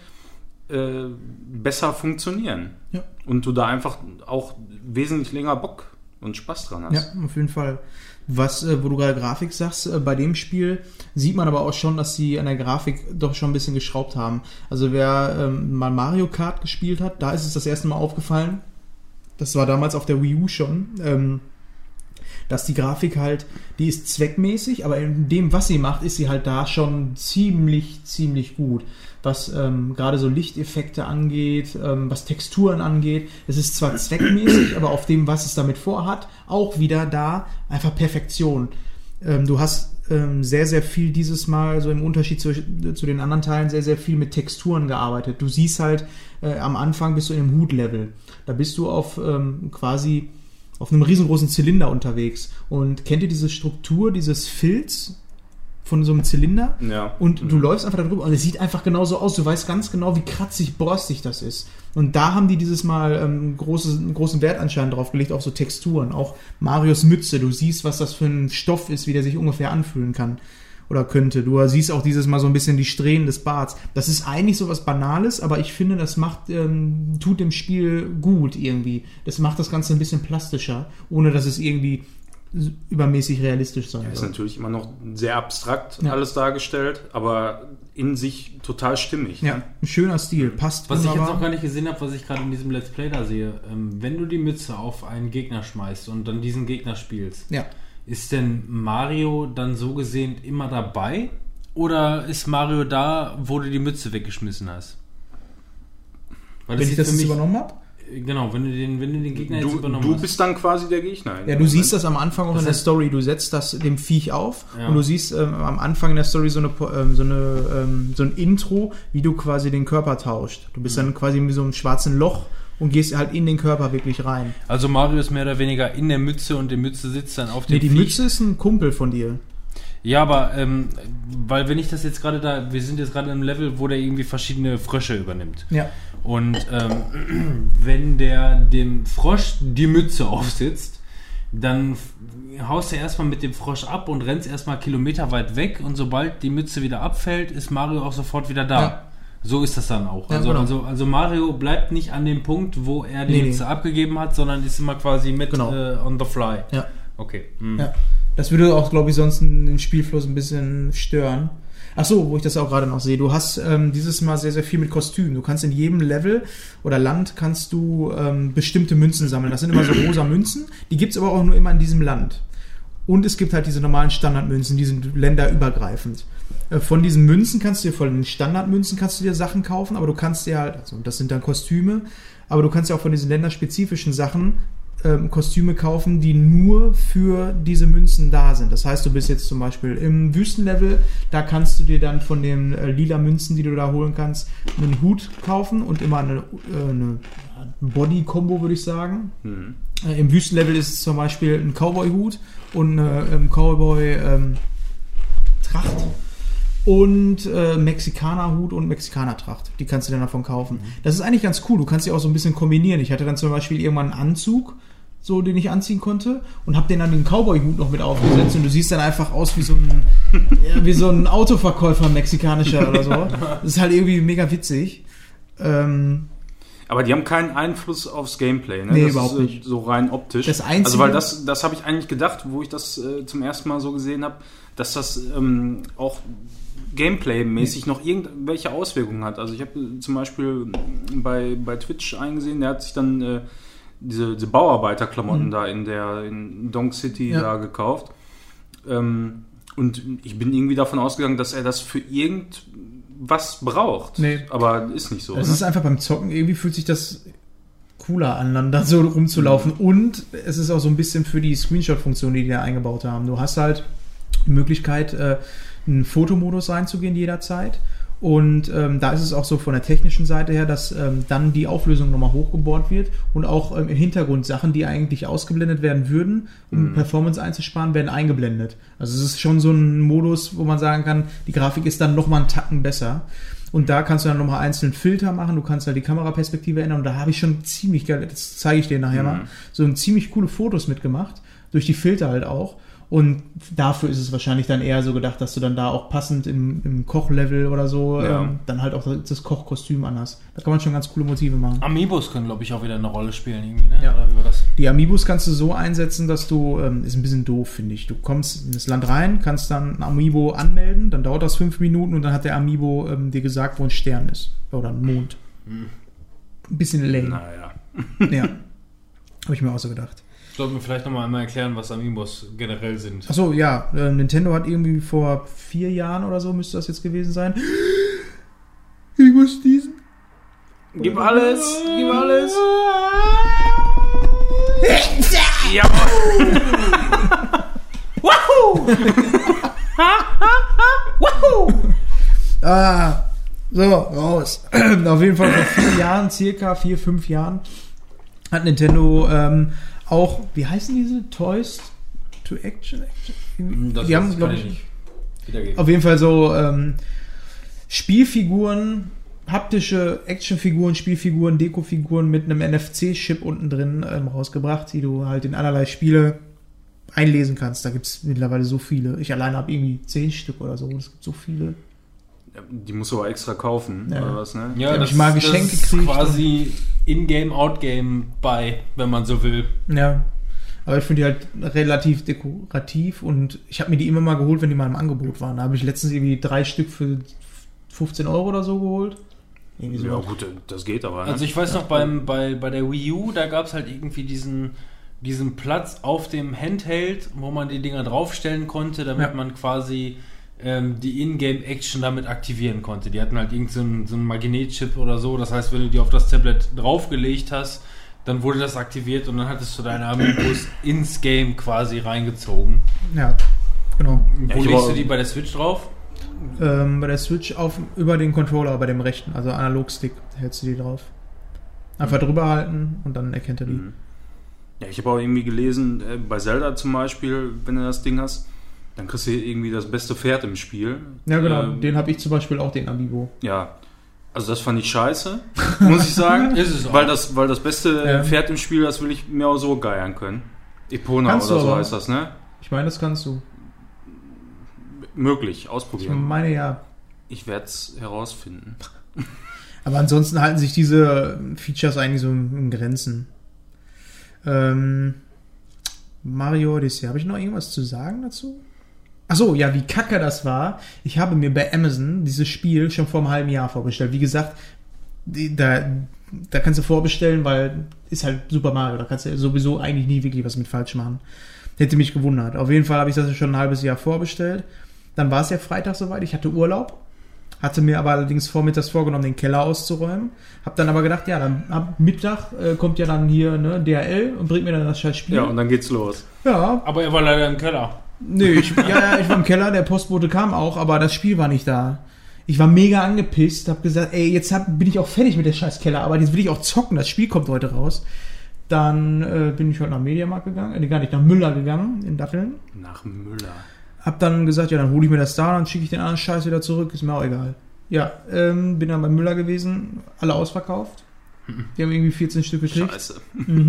besser funktionieren. Ja. Und du da einfach auch wesentlich länger Bock und Spaß dran hast. Ja, auf jeden Fall. Wo du gerade Grafik sagst, bei dem Spiel sieht man aber auch schon, dass sie an der Grafik doch schon ein bisschen geschraubt haben. Also wer mal Mario Kart gespielt hat, da ist es das erste Mal aufgefallen, das war damals auf der Wii U schon, dass die Grafik halt, die ist zweckmäßig, aber in dem, was sie macht, ist sie halt da schon ziemlich, ziemlich gut. Was gerade so Lichteffekte angeht, was Texturen angeht. Es ist zwar zweckmäßig, aber auf dem, was es damit vorhat, auch wieder da einfach Perfektion. Du hast sehr, sehr viel dieses Mal, so im Unterschied zu den anderen Teilen, sehr, sehr viel mit Texturen gearbeitet. Du siehst halt, am Anfang bist du in einem Hut-Level. Da bist du quasi auf einem riesengroßen Zylinder unterwegs. Und kennt ihr diese Struktur, dieses Filz von so einem Zylinder? Ja. Und du läufst einfach darüber und es sieht einfach genauso aus. Du weißt ganz genau, wie kratzig, borstig das ist. Und da haben die dieses Mal großen Wert anscheinend drauf gelegt, auf so Texturen. Auch Marios Mütze, du siehst, was das für ein Stoff ist, wie der sich ungefähr anfühlen kann. oder könnte. Du siehst auch dieses Mal so ein bisschen die Strähnen des Barts. Das ist eigentlich so was Banales, aber ich finde, das tut dem Spiel gut irgendwie. Das macht das Ganze ein bisschen plastischer, ohne dass es irgendwie übermäßig realistisch sein soll. Ist natürlich immer noch sehr abstrakt alles dargestellt, aber in sich total stimmig. Ja, ein schöner Stil, passt Was wunderbar. ich jetzt noch gar nicht gesehen habe, was ich gerade in diesem Let's Play da sehe, wenn du die Mütze auf einen Gegner schmeißt und dann diesen Gegner spielst, ist denn Mario dann so gesehen immer dabei? Oder ist Mario da, wo du die Mütze weggeschmissen hast? Weil wenn ich das jetzt übernommen habe? Genau, wenn du den Gegner jetzt übernommen hast. Du bist dann quasi der Gegner. Ja, du siehst das am Anfang auch in der Story. Du setzt das dem Viech auf und du siehst am Anfang in der Story so ein Intro, wie du quasi den Körper tauscht. Du bist dann quasi mit so einem schwarzen Loch und gehst halt in den Körper wirklich rein. Also Mario ist mehr oder weniger in der Mütze und die Mütze sitzt dann auf dem Viech. Die Mütze ist ein Kumpel von dir. Ja, aber weil wenn ich das jetzt gerade wir sind jetzt gerade im Level, wo der irgendwie verschiedene Frösche übernimmt. Ja. Und wenn der dem Frosch die Mütze aufsetzt, dann haust du erstmal mit dem Frosch ab und rennst erstmal kilometerweit weg und sobald die Mütze wieder abfällt, ist Mario auch sofort wieder da. Ja. So ist das dann auch. Ja, also Mario bleibt nicht an dem Punkt, wo er die Mütze abgegeben hat, sondern ist immer quasi mit on the fly. Ja. Okay. Ja. Das würde auch, glaube ich, sonst den Spielfluss ein bisschen stören. Achso, wo ich das auch gerade noch sehe. Du hast dieses Mal sehr, sehr viel mit Kostümen. Du kannst in jedem Level oder Land kannst du bestimmte Münzen sammeln. Das sind immer so rosa Münzen. Die gibt es aber auch nur immer in diesem Land. Und es gibt halt diese normalen Standardmünzen, die sind länderübergreifend. Von diesen Münzen von den Standardmünzen kannst du dir Sachen kaufen, aber du kannst dir halt, also das sind dann Kostüme, aber du kannst ja auch von diesen länderspezifischen Sachen Kostüme kaufen, die nur für diese Münzen da sind. Das heißt, du bist jetzt zum Beispiel im Wüstenlevel, da kannst du dir dann von den lila Münzen, die du da holen kannst, einen Hut kaufen und immer eine Body-Kombo, würde ich sagen. Mhm. Im Wüstenlevel ist es zum Beispiel ein Cowboy-Hut und eine Cowboy-Tracht und Mexikaner-Hut und Mexikaner-Tracht. Die kannst du dann davon kaufen. Das ist eigentlich ganz cool. Du kannst die auch so ein bisschen kombinieren. Ich hatte dann zum Beispiel irgendwann einen Anzug, so, den ich anziehen konnte und habe den dann den Cowboy-Hut noch mit aufgesetzt und du siehst dann einfach aus wie so ein Autoverkäufer, mexikanischer oder so. Das ist halt irgendwie mega witzig. Aber die haben keinen Einfluss aufs Gameplay, ne? Nee, das überhaupt ist, nicht. So rein optisch. Das Einzige, also weil das habe ich eigentlich gedacht, wo ich das zum ersten Mal so gesehen habe, dass das auch Gameplay-mäßig noch irgendwelche Auswirkungen hat. Also ich habe zum Beispiel bei Twitch eingesehen, der hat sich dann diese Bauarbeiterklamotten da in Donk City da gekauft. Und ich bin irgendwie davon ausgegangen, dass er das für irgendwas braucht. Nee. Aber ist nicht so. Es ist einfach beim Zocken, irgendwie fühlt sich das cooler an, dann da so rumzulaufen. Und es ist auch so ein bisschen für die Screenshot-Funktion, die da eingebaut haben. Du hast halt die Möglichkeit, einen Fotomodus reinzugehen jederzeit. Und da ist es auch so von der technischen Seite her, dass dann die Auflösung nochmal hochgebohrt wird und auch im Hintergrund Sachen, die eigentlich ausgeblendet werden würden, um Performance einzusparen, werden eingeblendet. Also es ist schon so ein Modus, wo man sagen kann, die Grafik ist dann nochmal einen Tacken besser. Und da kannst du dann nochmal einzelnen Filter machen, du kannst halt die Kameraperspektive ändern und da habe ich schon ziemlich geil, das zeige ich dir nachher mal, so ziemlich coole Fotos mitgemacht, durch die Filter halt auch. Und dafür ist es wahrscheinlich dann eher so gedacht, dass du dann da auch passend im Kochlevel oder so dann halt auch das Kochkostüm anhast. Da kann man schon ganz coole Motive machen. Amiibos können, glaube ich, auch wieder eine Rolle spielen irgendwie, ne? Ja. Oder wie war das? Die Amiibos kannst du so einsetzen, dass du, ist ein bisschen doof, finde ich. Du kommst in das Land rein, kannst dann ein Amiibo anmelden, dann dauert das 5 Minuten und dann hat der Amiibo dir gesagt, wo ein Stern ist. Oder ein Mond. Ein bisschen lame. Naja. Ja. Habe ich mir auch so gedacht. Sollten wir vielleicht nochmal einmal erklären, was Amiibos generell sind. Achso, ja. Nintendo hat irgendwie vor 4 Jahren oder so, müsste das jetzt gewesen sein. Ich muss diesen. Gib alles! Gib alles! Ja! Wahoo! Wahoo! So, raus. Auf jeden Fall vor 4 Jahren, circa 4-5 Jahren, hat Nintendo auch, wie heißen diese? Toys to Action? Die haben, glaube ich, nicht wiedergeben. Auf jeden Fall so Spielfiguren, haptische Actionfiguren, Spielfiguren, Dekofiguren mit einem NFC-Chip unten drin rausgebracht, die du halt in allerlei Spiele einlesen kannst. Da gibt es mittlerweile so viele. Ich alleine habe irgendwie 10 Stück oder so. Es gibt so viele. Ja, die musst du aber extra kaufen, oder was, ne? Ja, hab ich mal Geschenke ist gekriegt. quasi In-Game, Out-Game bei, wenn man so will. Ja. Aber ich finde die halt relativ dekorativ und ich habe mir die immer mal geholt, wenn die mal im Angebot waren. Da habe ich letztens irgendwie 3 Stück für 15 € oder so geholt. Irgendwie so. Ja gut, das geht aber. Ne? Also ich weiß noch, bei der Wii U, da gab es halt irgendwie diesen Platz auf dem Handheld, wo man die Dinger draufstellen konnte, damit man quasi die Ingame-Action damit aktivieren konnte. Die hatten halt irgend so einen Magnetchip oder so. Das heißt, wenn du die auf das Tablet draufgelegt hast, dann wurde das aktiviert und dann hattest du deine Amiibos ins Game quasi reingezogen. Ja, genau. Wo legst du die bei der Switch drauf? Bei der Switch über den Controller, bei dem rechten, also Analogstick, hältst du die drauf. Einfach drüber halten und dann erkennt er die. Ja, ich habe auch irgendwie gelesen, bei Zelda zum Beispiel, wenn du das Ding hast, dann kriegst du irgendwie das beste Pferd im Spiel. Ja, genau. Den habe ich zum Beispiel auch, den Amiibo. Ja, also das fand ich scheiße, muss ich sagen. Ist es auch. Weil das beste Pferd im Spiel, das will ich mir auch so geiern können. Epona Kannst oder du so aber. heißt das, ne? Ich meine, das kannst du. Möglich, Ich ausprobieren. meine ja. Ich werde es herausfinden. Aber ansonsten halten sich diese Features eigentlich so in Grenzen. Mario Odyssey. Habe ich noch irgendwas zu sagen dazu? Achso, ja, wie kacke das war. Ich habe mir bei Amazon dieses Spiel schon vor einem halben Jahr vorbestellt. Wie gesagt, da kannst du vorbestellen, weil ist halt Super Mario. Da kannst du sowieso eigentlich nie wirklich was mit falsch machen. Hätte mich gewundert. Auf jeden Fall habe ich das schon ein halbes Jahr vorbestellt. Dann war es ja Freitag soweit. Ich hatte Urlaub. Hatte mir aber allerdings vormittags vorgenommen, den Keller auszuräumen. Hab dann aber gedacht, ja, dann ab Mittag kommt ja dann hier DHL und bringt mir dann das scheiß Spiel. Ja, und dann geht's los. Ja. Aber er war leider im Keller. Nee, ich war im Keller, der Postbote kam auch, aber das Spiel war nicht da. Ich war mega angepisst, hab gesagt, ey, jetzt bin ich auch fertig mit der scheiß Kellerarbeit, jetzt will ich auch zocken, das Spiel kommt heute raus. Dann bin ich heute nach Mediamarkt gegangen, gar nicht, nach Müller gegangen, in Datteln. Nach Müller. Hab dann gesagt, ja, dann hole ich mir das da, dann schicke ich den anderen Scheiß wieder zurück, ist mir auch egal. Ja, bin dann bei Müller gewesen, alle ausverkauft. Die haben irgendwie 14 Stück gekriegt. Scheiße.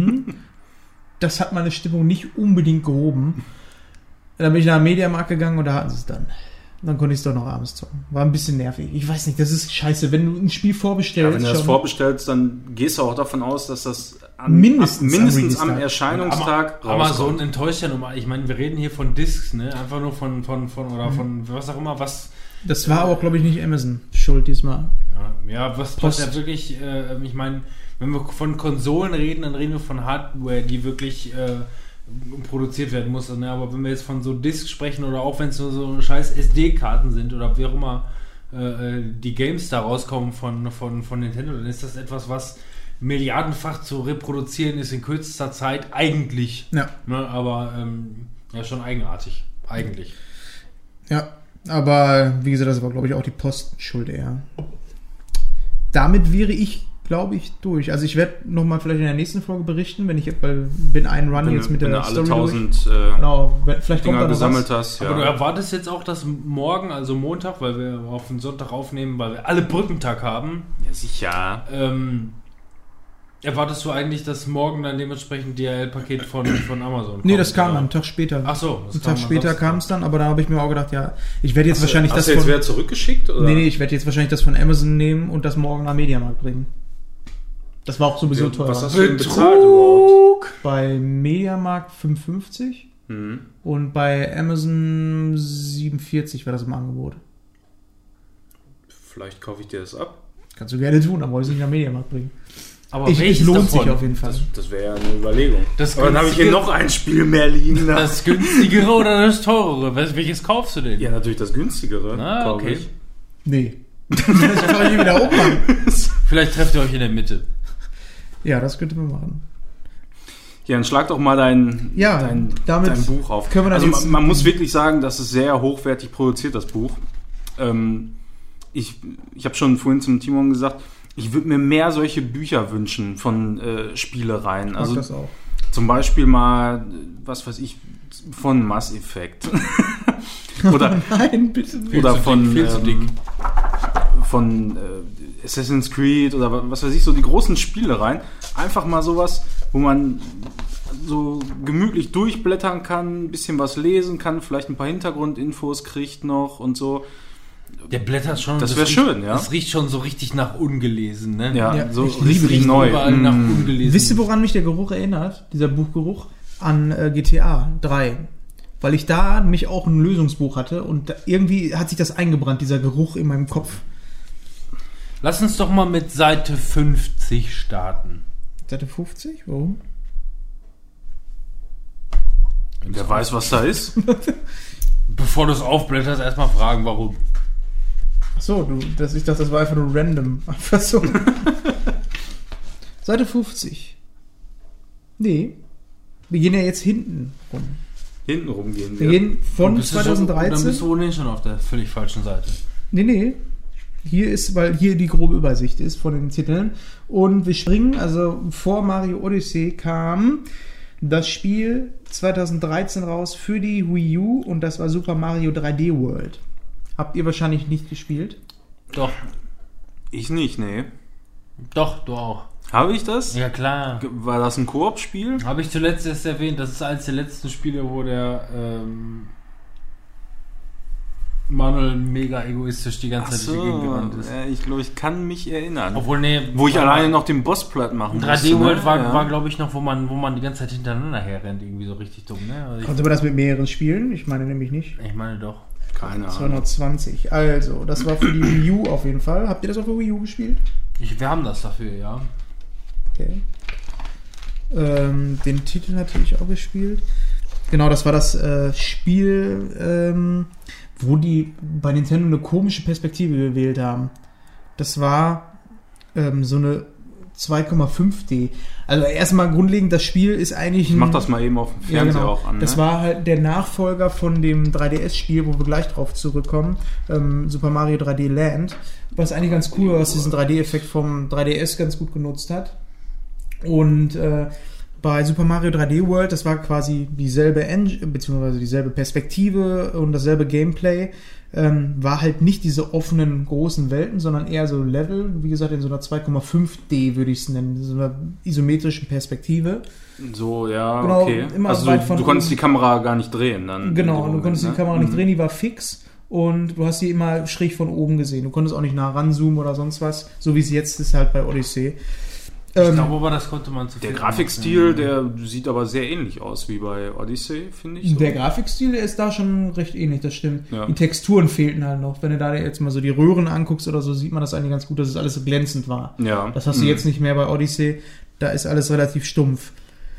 Das hat meine Stimmung nicht unbedingt gehoben. Dann bin ich nach dem Mediamarkt gegangen und da hatten sie es dann. Dann konnte ich es doch noch abends zocken. War ein bisschen nervig. Ich weiß nicht, das ist scheiße. Wenn du ein Spiel vorbestellst... Ja, wenn du das vorbestellst, dann gehst du auch davon aus, dass das mindestens am Erscheinungstag Amazon rauskommt. enttäuscht ja nochmal. Ich meine, wir reden hier von Discs, ne? Einfach nur von was auch immer, was... Das war aber auch, glaube ich, nicht Amazon schuld diesmal. Ja, was ja wirklich... ich meine, wenn wir von Konsolen reden, dann reden wir von Hardware, die wirklich... produziert werden muss. Ne? Aber wenn wir jetzt von so Discs sprechen oder auch wenn es so scheiß SD-Karten sind oder wie auch immer die Games da rauskommen von Nintendo, dann ist das etwas, was milliardenfach zu reproduzieren ist in kürzester Zeit eigentlich. Ja. Ne? Aber ja, schon eigenartig. Eigentlich. Ja, aber wie gesagt, das war, glaube ich, auch die Postschuld eher. Damit wäre ich, glaube ich, durch. Also ich werde nochmal vielleicht in der nächsten Folge berichten, weil bin einen Run jetzt mit der Story alle 1000 genau, vielleicht Dinger kommt da noch gesammelt was. hast. Aber du erwartest jetzt auch, dass morgen, also Montag, weil wir auf den Sonntag aufnehmen, weil wir alle Brückentag haben. Ja, sicher. Erwartest du eigentlich, dass morgen dann dementsprechend DHL-Paket von Amazon kommt? Nee, das kam dann einen Tag später. Ach so. Einen Tag später kam es dann, aber da habe ich mir auch gedacht, ja, ich werde jetzt wahrscheinlich hast das du jetzt von... wieder zurückgeschickt? Oder? Nee, ich werde jetzt wahrscheinlich das von Amazon nehmen und das morgen am Mediamarkt bringen. Das war auch sowieso teuer. Was hast du denn bezahlt überhaupt? Bei Mediamarkt 5,50 und bei Amazon 47 war das im Angebot. Vielleicht kaufe ich dir das ab. Kannst du gerne tun, aber wollte ich es nicht nach Mediamarkt bringen. Aber Es lohnt sich auf jeden Fall. Das wäre ja eine Überlegung. Das Aber dann habe ich hier noch ein Spiel mehr liegen. Das günstigere oder das teurere? Welches kaufst du denn? Ja, natürlich das günstigere. Ah, okay. Ich. Nee. Das kann ich hier wieder hochmachen. Vielleicht trefft ihr euch in der Mitte. Ja, das könnte man machen. Ja, dann schlag doch mal dein Buch auf. Können wir dann also jetzt man muss wirklich sagen, das ist sehr hochwertig produziert, das Buch. Ich habe schon vorhin zum Timon gesagt, ich würde mir mehr solche Bücher wünschen von Spielereien. Also das auch. zum Beispiel mal, was weiß ich, von Mass Effect. Oder, Nein, bitte nicht. oder von Viel zu dick. Von Assassin's Creed oder was weiß ich, so die großen Spielereien. Einfach mal sowas, wo man so gemütlich durchblättern kann, ein bisschen was lesen kann, vielleicht ein paar Hintergrundinfos kriegt noch und so. Der blättert schon. Das wäre schön, ja. Das riecht schon so richtig nach ungelesen, ne? Ja, so ich liebe richtig das. neu. Überall nach ungelesen. Wisst ihr, woran mich der Geruch erinnert? Dieser Buchgeruch an GTA 3. Weil ich da mich auch ein Lösungsbuch hatte und irgendwie hat sich das eingebrannt, dieser Geruch in meinem Kopf. Lass uns doch mal mit Seite 50 starten. Seite 50? Warum? Wer weiß, was da ist. Bevor du es aufblätterst, erstmal fragen, warum. Achso, ich dachte, das war einfach nur random. Einfach so. Seite 50. Nee. Wir gehen ja jetzt hinten rum. Hinten rum gehen Wir gehen von Dann 2013. bist du ohnehin schon auf der völlig falschen Seite. Nee. Hier ist, weil hier die grobe Übersicht ist von den Titeln. Und wir springen, also vor Mario Odyssey kam das Spiel 2013 raus für die Wii U und das war Super Mario 3D World. Habt ihr wahrscheinlich nicht gespielt? Doch. Ich nicht, nee. Doch, du auch. Habe ich das? Ja, klar. War das ein Koop-Spiel? Habe ich zuletzt erst erwähnt, das ist eines der letzten Spiele, wo der Manuel mega egoistisch die ganze Zeit durch die Gegend gerannt ist. Ich glaube, ich kann mich erinnern. Obwohl, nee. Wo ich alleine noch den Boss platt machen musste. 3D World ne? war glaube ich, noch, wo man die ganze Zeit hintereinander herrennt, irgendwie so richtig dumm, ne? Also Konnte man das mit mehreren spielen? Ich meine nämlich nicht. ich meine doch. Keine Ahnung. 220. Also, das war für die Wii U auf jeden Fall. Habt ihr das auf der Wii U gespielt? Wir haben das dafür, ja. Okay. Den Titel hatte ich auch gespielt. Genau, das war das Spiel, wo die bei Nintendo eine komische Perspektive gewählt haben. Das war so eine 2,5D. Also erstmal grundlegend, das Spiel ist eigentlich Ich mach das mal eben auf dem Fernseher auch an. Das ne? war halt der Nachfolger von dem 3DS-Spiel, wo wir gleich drauf zurückkommen. Super Mario 3D Land. Was eigentlich ganz cool war, was diesen 3D-Effekt vom 3DS ganz gut genutzt hat. Und bei Super Mario 3D World, das war quasi dieselbe Engine, beziehungsweise dieselbe Perspektive und dasselbe Gameplay. War halt nicht diese offenen, großen Welten, sondern eher so Level, wie gesagt, in so einer 2,5D würde ich es nennen, in so einer isometrischen Perspektive. So, ja, Genau, okay. immer Also weit von du konntest oben. die Kamera gar nicht drehen dann. Genau, in dem du konntest Moment, die Kamera nicht Mhm. drehen, die war fix und du hast die immer schräg von oben gesehen. Du konntest auch nicht nah ranzoomen oder sonst was, so wie es jetzt ist halt bei Odyssey. Ich glaube aber, das konnte man zu Der viel Grafikstil, machen. der sieht aber sehr ähnlich aus wie bei Odyssey, finde ich. So. Der Grafikstil, der ist da schon recht ähnlich, das stimmt. Ja. Die Texturen fehlten halt noch. Wenn du da jetzt mal so die Röhren anguckst oder so, sieht man das eigentlich ganz gut, dass es alles so glänzend war. Ja. Das hast du jetzt nicht mehr bei Odyssey. Da ist alles relativ stumpf.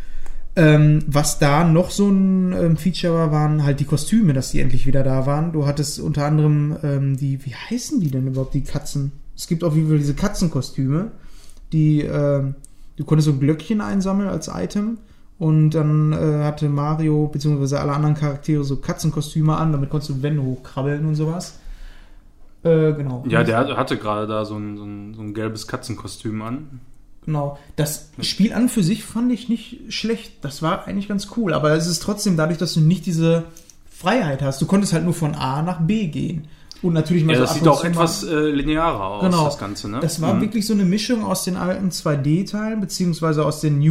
Was da noch so ein Feature war, waren halt die Kostüme, dass die endlich wieder da waren. Du hattest unter anderem wie heißen die denn überhaupt, die Katzen? Es gibt auf jeden Fall diese Katzenkostüme, die, du konntest so ein Glöckchen einsammeln als Item und dann hatte Mario bzw. alle anderen Charaktere so Katzenkostüme an, damit konntest du Wände hochkrabbeln und sowas. Genau. Ja, der hatte gerade da so ein gelbes Katzenkostüm an. Genau. Das Spiel an für sich fand ich nicht schlecht. Das war eigentlich ganz cool. Aber es ist trotzdem dadurch, dass du nicht diese Freiheit hast. Du konntest halt nur von A nach B gehen. Und natürlich mal Ja, so das ab sieht und auch zu etwas linearer aus, Genau. das Ganze, ne? Das war wirklich so eine Mischung aus den alten 2D-Teilen, beziehungsweise aus den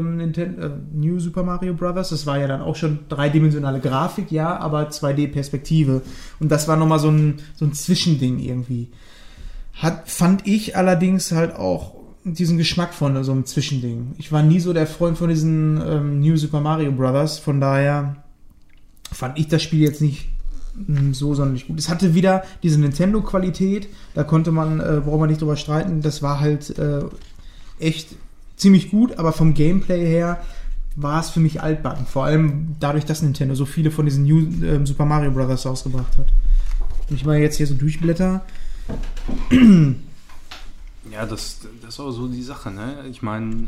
New Super Mario Bros. Das war ja dann auch schon dreidimensionale Grafik, ja, aber 2D-Perspektive. Und das war nochmal so ein Zwischending irgendwie. Fand ich allerdings halt auch diesen Geschmack von so einem Zwischending. Ich war nie so der Freund von diesen New Super Mario Bros. Von daher fand ich das Spiel jetzt nicht so sonderlich gut. Es hatte wieder diese Nintendo-Qualität, da konnte man, braucht man nicht drüber streiten, das war halt echt ziemlich gut, aber vom Gameplay her war es für mich altbacken. Vor allem dadurch, dass Nintendo so viele von diesen New Super Mario Bros. Rausgebracht hat. Wenn ich mal jetzt hier so durchblätter. Ja, das ist auch so die Sache, ne? Ich meine,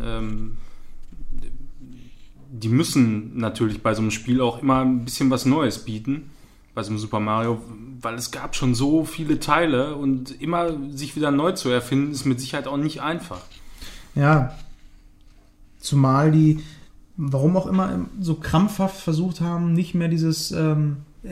die müssen natürlich bei so einem Spiel auch immer ein bisschen was Neues bieten, bei so einem Super Mario, weil es gab schon so viele Teile und immer sich wieder neu zu erfinden, ist mit Sicherheit auch nicht einfach. Ja. Zumal die, warum auch immer, so krampfhaft versucht haben, nicht mehr dieses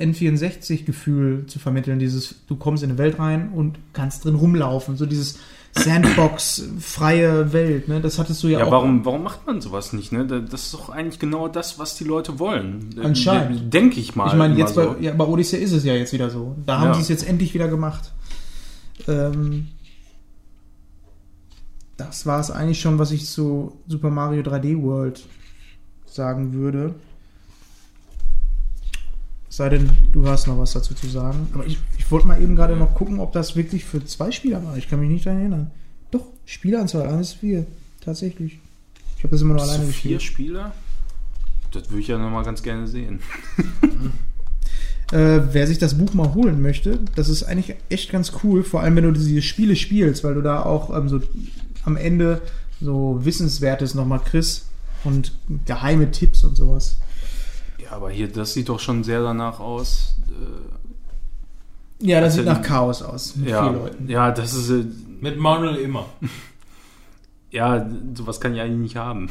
N64-Gefühl zu vermitteln, dieses, du kommst in eine Welt rein und kannst drin rumlaufen, so dieses Sandbox, freie Welt, ne? Das hattest du ja auch. Warum macht man sowas nicht, ne? Das ist doch eigentlich genau das, was die Leute wollen. Anscheinend. Denke ich mal. Ich meine, jetzt so. bei Odyssey ist es ja jetzt wieder so. Da haben sie es jetzt endlich wieder gemacht. Das war es eigentlich schon, was ich zu Super Mario 3D World sagen würde. Sei denn, du hast noch was dazu zu sagen. Aber ich wollte mal eben gerade noch gucken, ob das wirklich für 2 Spieler war. Ich kann mich nicht daran erinnern. Doch, Spieleranzahl 1-4. Tatsächlich. Ich habe das immer nur alleine gespielt. 4 Spieler? Das würde ich ja nochmal ganz gerne sehen. Wer sich das Buch mal holen möchte, das ist eigentlich echt ganz cool. Vor allem, wenn du diese Spiele spielst, weil du da auch so am Ende so Wissenswertes nochmal kriegst und geheime Tipps und sowas. Ja, aber hier, das sieht doch schon sehr danach aus. Ja, das sieht nach Chaos aus mit 4 Leuten. Ja, das ist... Mit Manuel immer. Ja, sowas kann ich eigentlich nicht haben.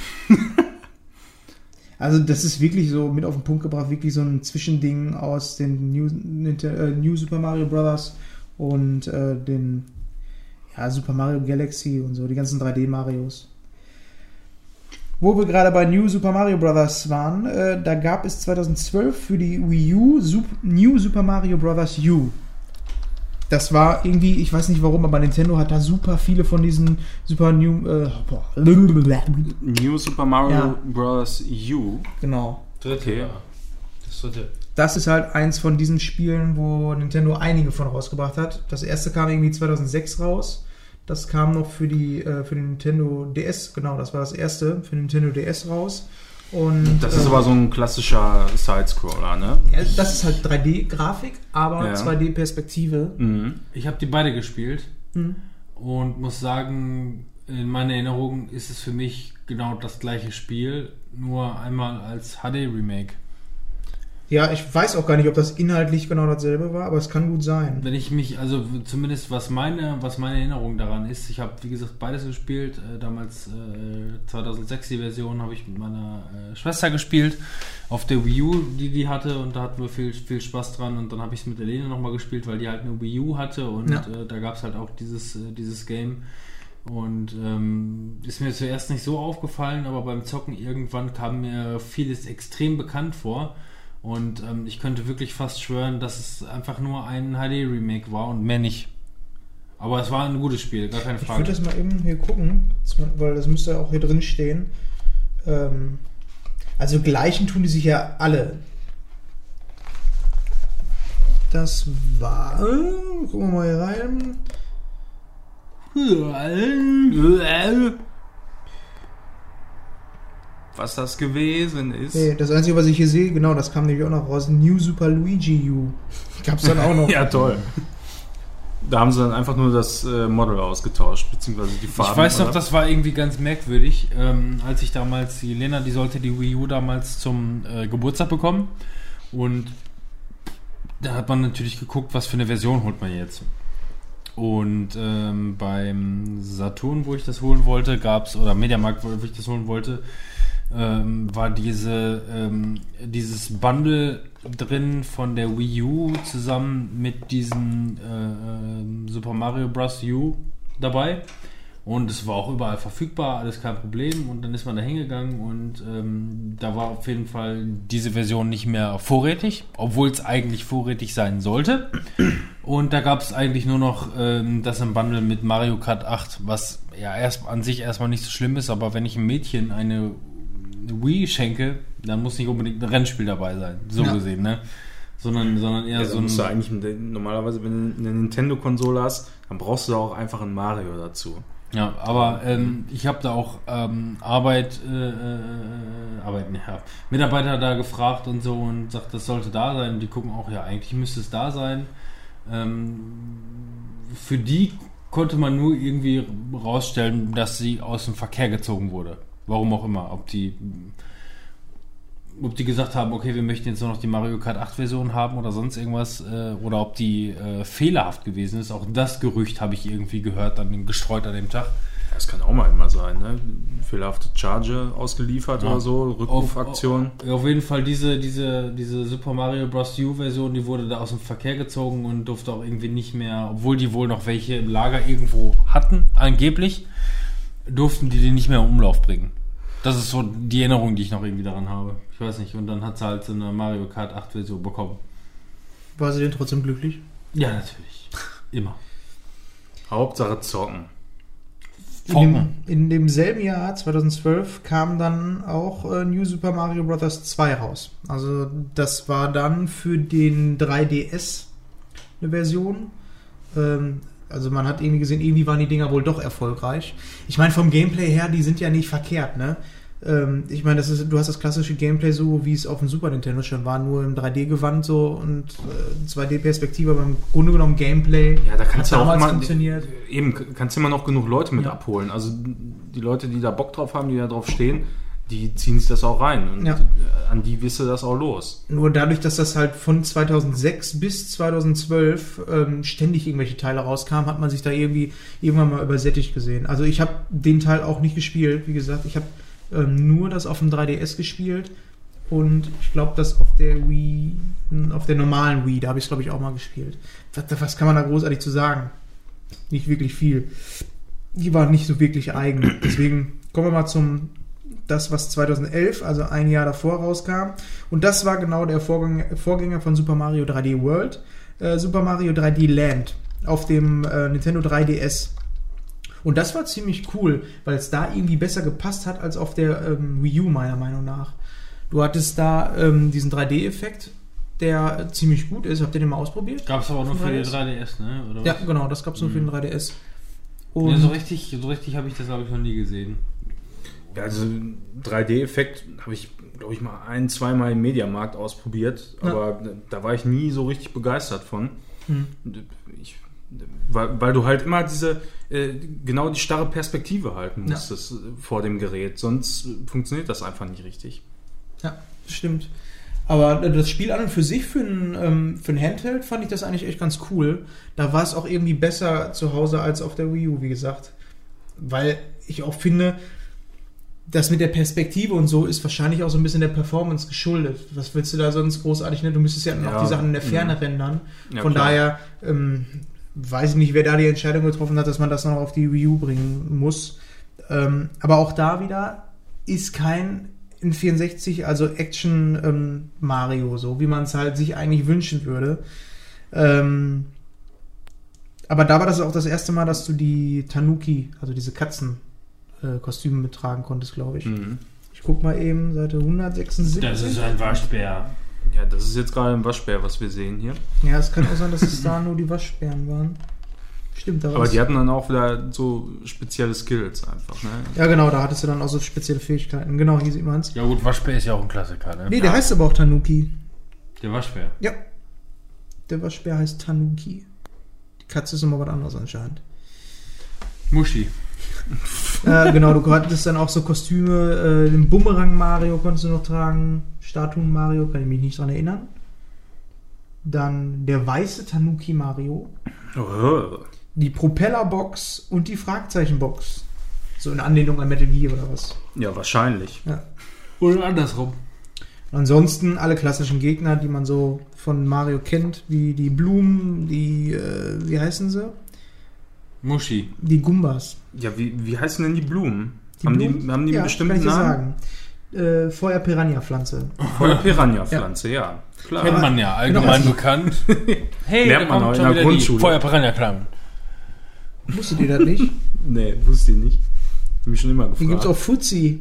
Also das ist wirklich so mit auf den Punkt gebracht, wirklich so ein Zwischending aus den New Super Mario Bros. Und den Super Mario Galaxy und so, die ganzen 3D-Marios. Wo wir gerade bei New Super Mario Bros. Waren, da gab es 2012 für die Wii U New Super Mario Bros. U. Das war irgendwie, ich weiß nicht warum, aber Nintendo hat da super viele von diesen New Super Mario Bros. U. Genau. Okay. Das dritte. Das ist halt eins von diesen Spielen, wo Nintendo einige von rausgebracht hat. Das erste kam irgendwie 2006 raus. Das kam noch für den Nintendo DS, genau, das war das erste, für den Nintendo DS raus. Und, das ist aber so ein klassischer Sidescroller, ne? Ja, das ist halt 3D-Grafik, aber 2D-Perspektive. Mhm. Ich habe die beide gespielt und muss sagen, in meiner Erinnerung ist es für mich genau das gleiche Spiel, nur einmal als HD-Remake. Ja, ich weiß auch gar nicht, ob das inhaltlich genau dasselbe war, aber es kann gut sein. Wenn ich mich, also zumindest was meine Erinnerung daran ist, ich habe, wie gesagt, beides gespielt. Damals 2006 die Version habe ich mit meiner Schwester gespielt auf der Wii U, die hatte, und da hatten wir viel Spaß dran, und dann habe ich es mit der Lene nochmal gespielt, weil die halt eine Wii U hatte, und da gab es halt auch dieses Game. Und ist mir zuerst nicht so aufgefallen, aber beim Zocken irgendwann kam mir vieles extrem bekannt vor. Und ich könnte wirklich fast schwören, dass es einfach nur ein HD-Remake war und mehr nicht. Aber es war ein gutes Spiel, gar keine Frage. Ich würde das mal eben hier gucken, weil das müsste ja auch hier drin stehen. Also gleichen tun die sich ja alle. Das war... Gucken wir mal hier rein. Was das gewesen ist. Nee, das Einzige, was ich hier sehe, genau, das kam nämlich auch noch raus. New Super Luigi U. Gab's dann auch noch. Ja, toll. Da haben sie dann einfach nur das Model ausgetauscht, beziehungsweise die Farben. Ich weiß noch, das war irgendwie ganz merkwürdig, als ich damals, die Lena, die sollte die Wii U damals zum Geburtstag bekommen, und da hat man natürlich geguckt, was für eine Version holt man jetzt. Und beim Saturn, wo ich das holen wollte, gab's, oder Mediamarkt, wo ich das holen wollte, war dieses Bundle drin von der Wii U zusammen mit diesem Super Mario Bros. U dabei, und es war auch überall verfügbar, alles kein Problem, und dann ist man da hingegangen, und da war auf jeden Fall diese Version nicht mehr vorrätig, obwohl es eigentlich vorrätig sein sollte, und da gab es eigentlich nur noch das im Bundle mit Mario Kart 8, was ja an sich erstmal nicht so schlimm ist, aber wenn ich einem Mädchen eine Wii schenke, dann muss nicht unbedingt ein Rennspiel dabei sein, so gesehen, ne? Sondern eher so ein... Musst du eigentlich, normalerweise, wenn du eine Nintendo-Konsole hast, dann brauchst du auch einfach ein Mario dazu. Ja, aber ich habe da auch Mitarbeiter da gefragt und so, und sagt, das sollte da sein, und die gucken auch, ja, eigentlich müsste es da sein. Für die konnte man nur irgendwie rausstellen, dass sie aus dem Verkehr gezogen wurde. Warum auch immer. Ob die gesagt haben, okay, wir möchten jetzt nur noch die Mario Kart 8 Version haben oder sonst irgendwas, oder ob die fehlerhaft gewesen ist. Auch das Gerücht habe ich irgendwie gehört, gestreut an dem Tag. Das kann auch mal immer sein, ne? Fehlerhafte Charge ausgeliefert oder so, Rückrufaktion. Auf jeden Fall diese Super Mario Bros. U-Version, die wurde da aus dem Verkehr gezogen und durfte auch irgendwie nicht mehr, obwohl die wohl noch welche im Lager irgendwo hatten, angeblich, durften die nicht mehr im Umlauf bringen. Das ist so die Erinnerung, die ich noch irgendwie daran habe. Ich weiß nicht. Und dann hat sie halt so eine Mario Kart 8 Version bekommen. War sie denn trotzdem glücklich? Ja, natürlich. Immer. Hauptsache zocken. In demselben Jahr, 2012, kam dann auch New Super Mario Bros. 2 raus. Also das war dann für den 3DS eine Version. Also man hat irgendwie gesehen, irgendwie waren die Dinger wohl doch erfolgreich. Ich meine, vom Gameplay her, die sind ja nicht verkehrt, ne? Ich meine, du hast das klassische Gameplay so, wie es auf dem Super Nintendo schon war, nur im 3D-Gewand so und 2D-Perspektive, aber im Grunde genommen Gameplay ja, da kannst du auch mal funktioniert. Eben, kannst du immer noch genug Leute mit abholen. Also die Leute, die da Bock drauf haben, die da drauf stehen, die ziehen sich das auch rein und an die wirst du das auch los. Nur dadurch, dass das halt von 2006 bis 2012 ständig irgendwelche Teile rauskamen, hat man sich da irgendwann mal übersättigt gesehen. Also ich habe den Teil auch nicht gespielt, wie gesagt, ich habe nur das auf dem 3DS gespielt und ich glaube, das auf der Wii, auf der normalen Wii, da habe ich es glaube ich auch mal gespielt. Was kann man da großartig zu sagen? Nicht wirklich viel. Die waren nicht so wirklich eigen. Deswegen kommen wir mal das, was 2011, also ein Jahr davor rauskam. Und das war genau der Vorgänger von Super Mario 3D World, Super Mario 3D Land auf dem Nintendo 3DS. Und das war ziemlich cool, weil es da irgendwie besser gepasst hat als auf der Wii U, meiner Meinung nach. Du hattest da diesen 3D-Effekt, der ziemlich gut ist. Habt ihr den mal ausprobiert? Gab es aber nur für den 3DS, ne? Oder was? Ja, genau, das gab es nur für den 3DS. Und ja, so richtig habe ich das, glaube ich, noch nie gesehen. Ja, also 3D-Effekt habe ich, glaube ich, mal 1-2 Mal im Mediamarkt ausprobiert, aber da war ich nie so richtig begeistert von. Weil du halt immer genau die starre Perspektive halten musstest vor dem Gerät, sonst funktioniert das einfach nicht richtig. Ja, stimmt. Aber das Spiel an und für sich für ein Handheld fand ich das eigentlich echt ganz cool. Da war es auch irgendwie besser zu Hause als auf der Wii U, wie gesagt. Weil ich auch finde, das mit der Perspektive und so ist wahrscheinlich auch so ein bisschen der Performance geschuldet. Was willst du da sonst großartig, ne? Du müsstest ja noch die Sachen in der Ferne rendern. Ja, von klar. daher weiß ich nicht, wer da die Entscheidung getroffen hat, dass man das noch auf die Wii U bringen muss. Aber auch da wieder ist kein N64, also Action Mario, so wie man es halt sich eigentlich wünschen würde. Aber da war das auch das erste Mal, dass du die Tanuki, also diese Katzenkostüme mittragen konntest, glaube ich. Mhm. Ich guck mal eben, Seite 176. Das ist ein Waschbär. Ja, das ist jetzt gerade ein Waschbär, was wir sehen hier. Ja, es kann auch sein, dass es da nur die Waschbären waren. Stimmt, Aber die hatten dann auch wieder so spezielle Skills einfach, ne? Ja, genau, da hattest du dann auch so spezielle Fähigkeiten. Genau, hier sieht man es. Ja gut, Waschbär ist ja auch ein Klassiker, ne? Nee, der heißt aber auch Tanuki. Der Waschbär. Ja. Der Waschbär heißt Tanuki. Die Katze ist immer was anderes anscheinend. Muschi. Genau, du hattest dann auch so Kostüme. Den Bumerang Mario konntest du noch tragen. Statuen Mario, kann ich mich nicht dran erinnern. Dann der weiße Tanuki Mario. Oh. Die Propellerbox und die Fragzeichenbox. So in Anlehnung an Metal Gear oder was. Ja, wahrscheinlich. Ja. Oder andersrum. Ansonsten alle klassischen Gegner, die man so von Mario kennt, wie die Blumen, die, wie heißen sie? Muschi. Die Gumbas. Ja, wie heißen denn die Blumen? Die Haben Blumen? die einen Ja, bestimmten kann ich dir Namen? sagen. Feuer-Piranha-Pflanze. Feuer-Piranha-Pflanze, ja. Klar. Kennt man ja, allgemein bekannt. Hey, Lernt man auch in schon der wieder Grundschule. die Feuer-Piranha-Klang. Wusstet ihr das nicht? Nee, wusste ich nicht. Hab mich schon immer gefragt. Hier gibt es auch Fuzzi.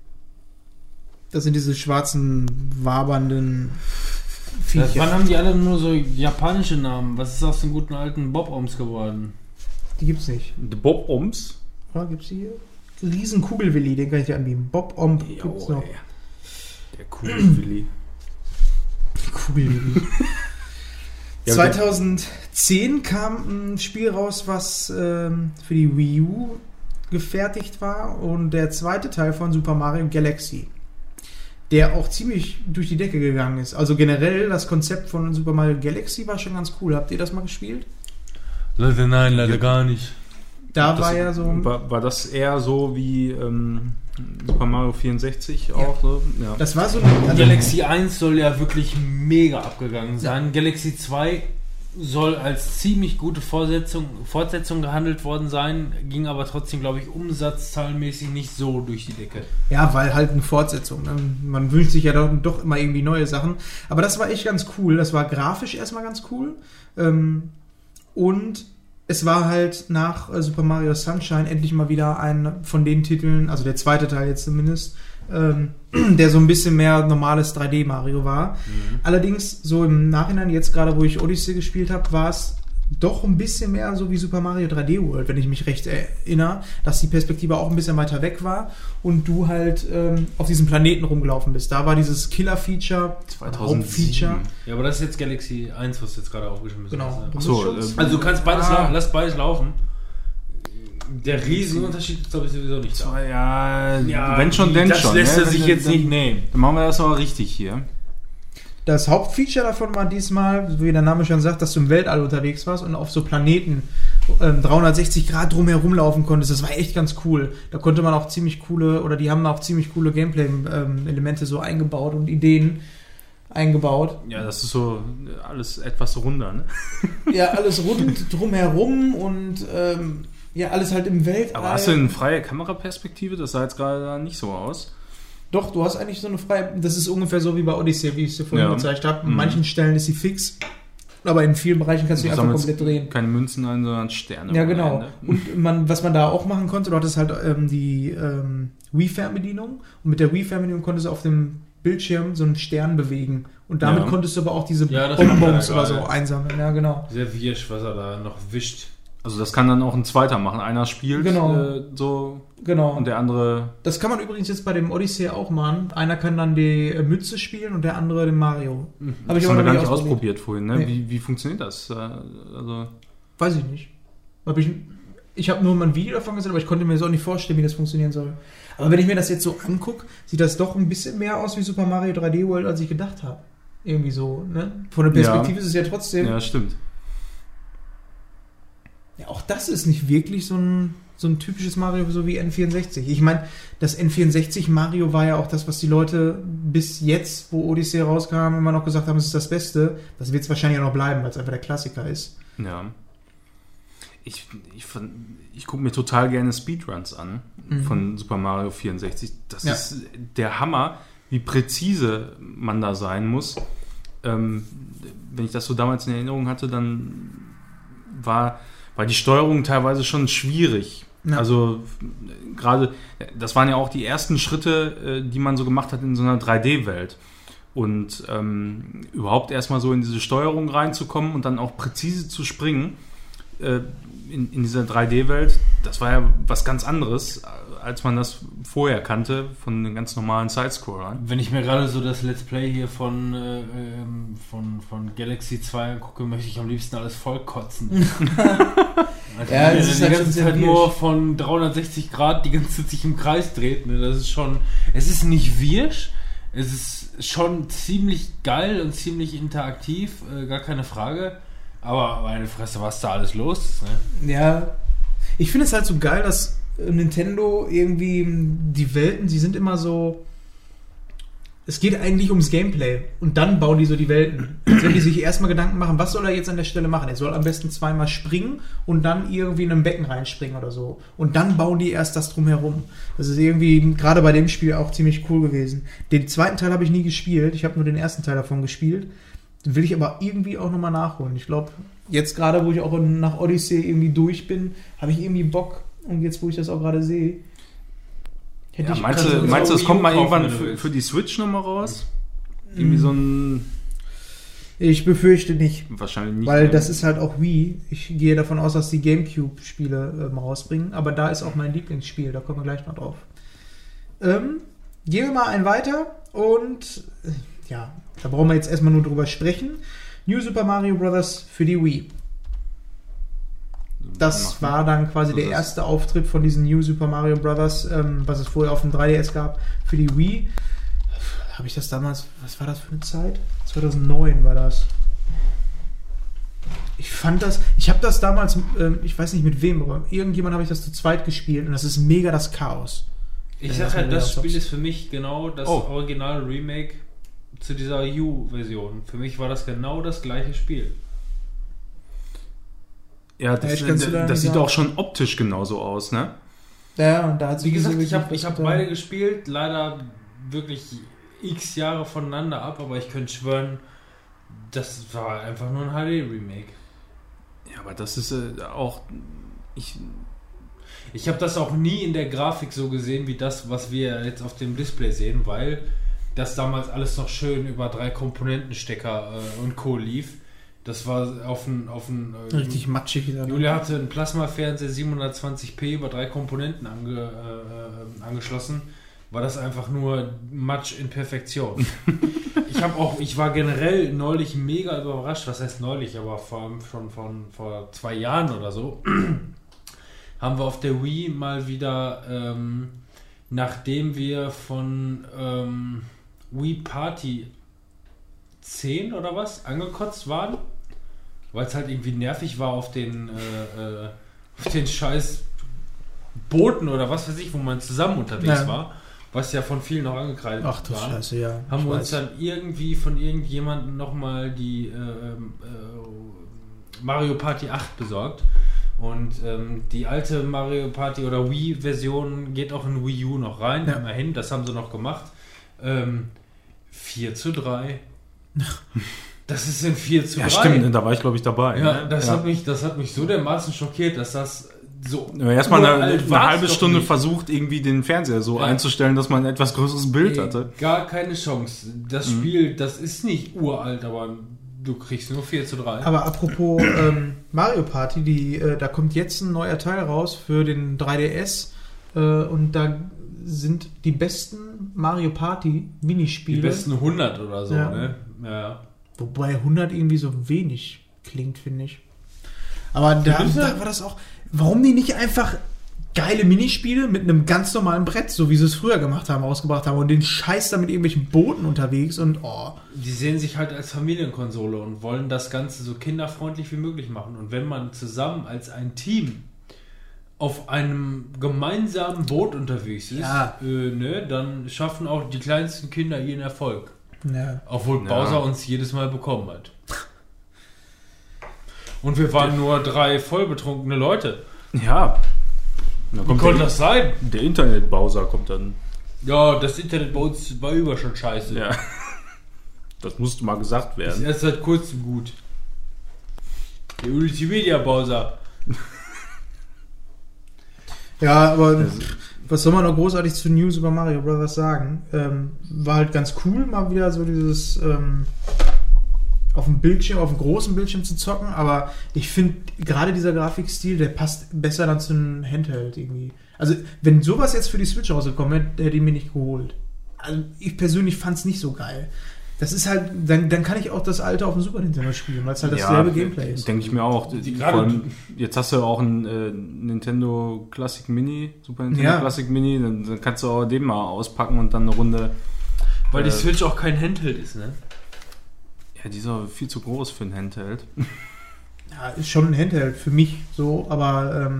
Das sind diese schwarzen, wabernden Viecher. Wann haben die alle nur so japanische Namen? Was ist aus den guten alten Bob-Oms geworden? Die gibt's nicht. The Bob-Oms? Ja, gibt's die hier? Riesen Kugelwilli, den kann ich dir anbieten. Bob-Omb gibt's noch. ey. Der Kugelwilli. Kugelwilli. Ja, 2010 kam ein Spiel raus, was für die Wii U gefertigt war und der zweite Teil von Super Mario Galaxy, der auch ziemlich durch die Decke gegangen ist. Also generell das Konzept von Super Mario Galaxy war schon ganz cool. Habt ihr das mal gespielt? Leute, nein, leider gar nicht. Da war ja so... War das eher so wie Super Mario 64 auch? So? Ja. Das war so Galaxy 1 soll ja wirklich mega abgegangen sein. Ja. Galaxy 2 soll als ziemlich gute Fortsetzung gehandelt worden sein, ging aber trotzdem, glaube ich, umsatzzahlenmäßig nicht so durch die Decke. Ja, weil halt eine Fortsetzung. Ne? Man wünscht sich ja doch immer irgendwie neue Sachen. Aber das war echt ganz cool. Das war grafisch erstmal ganz cool. Und es war halt nach Super Mario Sunshine endlich mal wieder ein von den Titeln, also der zweite Teil jetzt zumindest, der so ein bisschen mehr normales 3D-Mario war. Allerdings, so im Nachhinein, jetzt gerade, wo ich Odyssey gespielt habe, war es doch ein bisschen mehr so wie Super Mario 3D World, wenn ich mich recht erinnere, dass die Perspektive auch ein bisschen weiter weg war und du halt auf diesem Planeten rumgelaufen bist. Da war dieses Killer-Feature, Hauptfeature. Ja, aber das ist jetzt Galaxy 1, was du jetzt gerade aufgeschmissen hast. Genau. Also du kannst beides lass beides laufen. Der Riesenunterschied ist, glaube ich, sowieso nicht da. Ja, wenn schon, denn schon. Das lässt er sich jetzt nicht nehmen. Dann machen wir das aber richtig hier. Das Hauptfeature davon war diesmal, wie der Name schon sagt, dass du im Weltall unterwegs warst und auf so Planeten 360 Grad drumherum laufen konntest. Das war echt ganz cool. Da konnte man auch ziemlich coole, oder die haben auch ziemlich coole Gameplay-Elemente so eingebaut und Ideen eingebaut. Ja, das ist so alles etwas runder, ne? Ja, alles rund drumherum und alles halt im Weltall. Aber hast du eine freie Kameraperspektive? Das sah jetzt gerade da nicht so aus. Doch, du hast eigentlich so eine freie... Das ist ungefähr so wie bei Odyssey, wie ich es dir vorhin gezeigt habe. An manchen Stellen ist sie fix, aber in vielen Bereichen kannst du die einfach komplett drehen. Keine Münzen ein, sondern Sterne. Ja, genau. Und was man da auch machen konnte, du hattest halt die Wii-Fernbedienung und mit der Wii-Fernbedienung konntest du auf dem Bildschirm so einen Stern bewegen. Und damit konntest du aber auch diese Bonbons oder so einsammeln. Ja, genau. Sehr wirsch, was er da noch wischt. Also das kann dann auch ein zweiter machen. Einer spielt Genau. Und der andere... Das kann man übrigens jetzt bei dem Odyssey auch machen. Einer kann dann die Mütze spielen und der andere den Mario. Habe ich aber noch gar nicht ausprobiert vorhin. Ne? Nee. Wie funktioniert das? Also weiß ich nicht. Ich habe nur mal ein Video davon gesehen, aber ich konnte mir so auch nicht vorstellen, wie das funktionieren soll. Aber wenn ich mir das jetzt so angucke, sieht das doch ein bisschen mehr aus wie Super Mario 3D World, als ich gedacht habe. Irgendwie so. Ne? Von der Perspektive ist es ja trotzdem... Ja, stimmt. Ja, auch das ist nicht wirklich so ein typisches Mario so wie N64. Ich meine, das N64 Mario war ja auch das, was die Leute bis jetzt, wo Odyssey rauskam, immer noch gesagt haben, es ist das Beste. Das wird es wahrscheinlich auch noch bleiben, weil es einfach der Klassiker ist. Ja. Ich gucke mir total gerne Speedruns an von Super Mario 64. Das ist der Hammer, wie präzise man da sein muss. Wenn ich das so damals in Erinnerung hatte, dann war die Steuerung teilweise schon schwierig. Ja. Also gerade, das waren ja auch die ersten Schritte, die man so gemacht hat in so einer 3D-Welt. Und überhaupt erstmal so in diese Steuerung reinzukommen und dann auch präzise zu springen in dieser 3D-Welt, das war ja was ganz anderes, als man das vorher kannte von den ganz normalen Sidescrollern. Wenn ich mir gerade so das Let's Play hier von Galaxy 2 angucke, möchte ich am liebsten alles vollkotzen. Also ja, das ist die ganze Zeit nur von 360 Grad die ganze Zeit sich im Kreis dreht. Ne? Das ist schon, es ist nicht wirsch, es ist schon ziemlich geil und ziemlich interaktiv, gar keine Frage. Aber meine Fresse, was da alles los ist, ne? Ja, ich finde es halt so geil, dass Nintendo irgendwie die Welten, sie sind immer so... Es geht eigentlich ums Gameplay und dann bauen die so die Welten. Als wenn die sich erstmal Gedanken machen, was soll er jetzt an der Stelle machen? Er soll am besten zweimal springen und dann irgendwie in ein Becken reinspringen oder so. Und dann bauen die erst das drumherum. Das ist irgendwie gerade bei dem Spiel auch ziemlich cool gewesen. Den zweiten Teil habe ich nie gespielt. Ich habe nur den ersten Teil davon gespielt. Den will ich aber irgendwie auch nochmal nachholen. Ich glaube, jetzt gerade, wo ich auch nach Odyssey irgendwie durch bin, habe ich irgendwie Bock. Und jetzt, wo ich das auch gerade sehe, meinst du, es kommt mal irgendwann für die Switch nochmal raus? Irgendwie so ein... Ich befürchte nicht. Wahrscheinlich nicht. Weil das ist halt auch Wii. Ich gehe davon aus, dass die Gamecube-Spiele rausbringen. Aber da ist auch mein Lieblingsspiel. Da kommen wir gleich noch drauf. Gehen wir mal einen weiter. Und ja, da brauchen wir jetzt erstmal nur drüber sprechen. New Super Mario Bros. Für die Wii. Das war dann quasi der erste Auftritt von diesen New Super Mario Bros., was es vorher auf dem 3DS gab, für die Wii. Habe ich das damals, was war das für eine Zeit? 2009 war das. Ich fand das, ich habe das damals, ich weiß nicht mit wem, aber irgendjemand habe ich das zu zweit gespielt und das ist mega das Chaos. Ich sag halt, das Spiel ist für mich genau das Original-Remake zu dieser U-Version. Für mich war das genau das gleiche Spiel. Ja, das sieht auch schon optisch genauso aus, ne? Ja, und da hat wie gesagt, ich hab beide gespielt, leider wirklich x Jahre voneinander ab, aber ich könnte schwören, das war einfach nur ein HD-Remake. Ja, aber das ist auch... Ich habe das auch nie in der Grafik so gesehen, wie das, was wir jetzt auf dem Display sehen, weil das damals alles noch schön über 3 Komponentenstecker und Co. lief. Das war auf ein richtig matschig. Julia hatte einen Plasma-Fernseher 720p über 3 Komponenten angeschlossen. War das einfach nur Matsch in Perfektion. Ich war generell neulich mega überrascht, was heißt neulich, aber schon vor 2 Jahren oder so, haben wir auf der Wii mal wieder, nachdem wir von Wii Party 10 oder was angekotzt waren, weil es halt irgendwie nervig war auf den scheiß Booten oder was weiß ich, wo man zusammen unterwegs war, was ja von vielen noch angekreidet war. Ach du Scheiße, ja. Haben wir uns dann irgendwie von irgendjemandem nochmal die Mario Party 8 besorgt. Und die alte Mario Party oder Wii-Version geht auch in Wii U noch rein. Ja. Immerhin, das haben sie noch gemacht. 4:3. Das ist ein 4:3. Ja, stimmt, da war ich, glaube ich, dabei. Ja, das hat mich so dermaßen schockiert, dass das so... Erstmal eine halbe Stunde versucht, irgendwie den Fernseher so einzustellen, dass man ein etwas größeres Bild hatte. Gar keine Chance. Das Spiel, das ist nicht uralt, aber du kriegst nur 4:3. Aber apropos Mario Party, da kommt jetzt ein neuer Teil raus für den 3DS und da sind die besten Mario Party Minispiele. Die besten 100 oder so, ne? Ja. Wobei 100 irgendwie so wenig klingt, finde ich. Aber da war das auch... Warum die nicht einfach geile Minispiele mit einem ganz normalen Brett, so wie sie es früher gemacht haben, ausgebracht haben und den Scheiß da mit irgendwelchen Booten unterwegs und Die sehen sich halt als Familienkonsole und wollen das Ganze so kinderfreundlich wie möglich machen. Und wenn man zusammen als ein Team auf einem gemeinsamen Boot unterwegs ist, dann schaffen auch die kleinsten Kinder ihren Erfolg. Ja. Obwohl Bowser uns jedes Mal bekommen hat. Und wir waren nur 3 vollbetrunkene Leute. Ja. Wie konnte das sein? Der Internet-Bowser kommt dann. Ja, das Internet bei uns war über schon scheiße. Ja. Das musste mal gesagt werden. Das ist erst seit kurzem gut. Der Multimedia-Bowser. Ja, aber was soll man noch großartig zu News über Mario Bros. Sagen? War halt ganz cool, mal wieder so dieses auf dem Bildschirm, auf dem großen Bildschirm zu zocken, aber ich finde gerade dieser Grafikstil, der passt besser dann zu einem Handheld irgendwie. Also wenn sowas jetzt für die Switch rausgekommen hätte, hätte ich mir nicht geholt. Also ich persönlich fand es nicht so geil. Das ist halt, dann kann ich auch das alte auf dem Super Nintendo spielen, weil es halt dasselbe Gameplay ist. Denke ich mir auch. Jetzt hast du auch ein Nintendo Classic Mini, Super Nintendo Classic Mini, dann kannst du auch den mal auspacken und dann eine Runde... Weil die Switch auch kein Handheld ist, ne? Ja, die ist aber viel zu groß für ein Handheld. Ja, ist schon ein Handheld für mich so, aber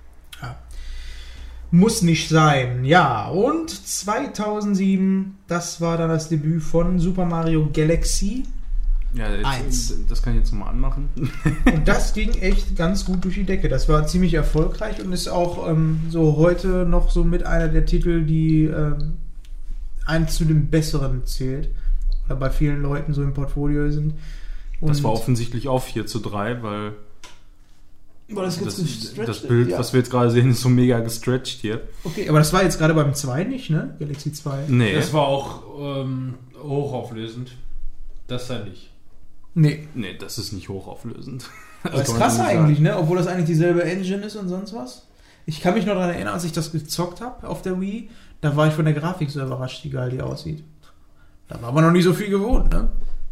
muss nicht sein. Ja, und 2007, das war dann das Debüt von Super Mario Galaxy 1. Das kann ich jetzt nochmal anmachen. Und das ging echt ganz gut durch die Decke. Das war ziemlich erfolgreich und ist auch so heute noch so mit einer der Titel, die einen zu den besseren zählt. Oder bei vielen Leuten so im Portfolio sind. Und das war offensichtlich auch 4:3, weil das Bild, was wir jetzt gerade sehen, ist so mega gestretched hier. Okay, aber das war jetzt gerade beim 2 nicht, ne? Galaxy 2. Nee. Das war auch hochauflösend. Das sei nicht. Nee, das ist nicht hochauflösend. Das ist krass eigentlich, ne? Obwohl das eigentlich dieselbe Engine ist und sonst was. Ich kann mich noch daran erinnern, als ich das gezockt habe auf der Wii, da war ich von der Grafik so überrascht, wie geil die aussieht. Da war man noch nicht so viel gewohnt, ne?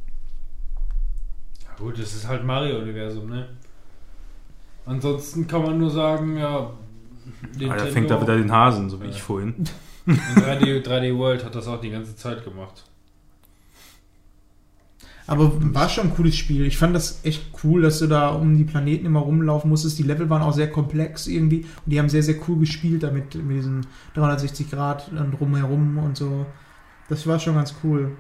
Ja gut, das ist halt Mario-Universum, ne? Ansonsten kann man nur sagen, ja... Da fängt er wieder den Hasen, so wie ich vorhin. In 3D World hat das auch die ganze Zeit gemacht. Aber war schon ein cooles Spiel. Ich fand das echt cool, dass du da um die Planeten immer rumlaufen musstest. Die Level waren auch sehr komplex irgendwie. Und die haben sehr, sehr cool gespielt damit, mit diesen 360 Grad und drumherum und so. Das war schon ganz cool.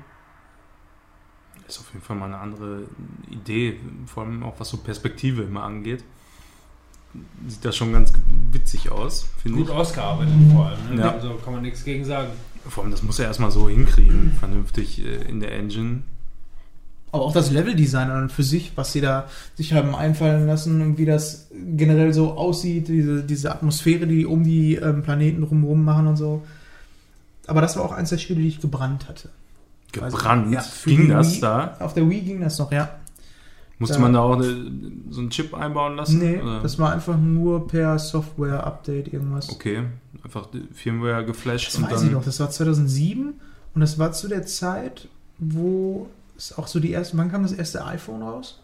Ist auf jeden Fall mal eine andere Idee, vor allem auch was so Perspektive immer angeht. Sieht das schon ganz witzig aus, finde ich. Gut ausgearbeitet vor allem. Ne? Ja. Also kann man nichts gegen sagen. Vor allem, das muss er erstmal so hinkriegen, vernünftig in der Engine. Aber auch das Leveldesign an und für sich, was sie da sich haben einfallen lassen und wie das generell so aussieht, diese Atmosphäre, die um die Planeten drumherum machen und so. Aber das war auch eins der Spiele, die ich gebrannt hatte. Gebrannt? Also, ja, ging die das Wii, da? Auf der Wii ging das noch, ja. Musste man da auch so einen Chip einbauen lassen? Nee, oder? das war einfach nur per Software-Update irgendwas. Okay, einfach die Firmware geflasht. Das weiß ich noch, das war 2007 und das war zu der Zeit, wo es auch so wann kam das erste iPhone raus?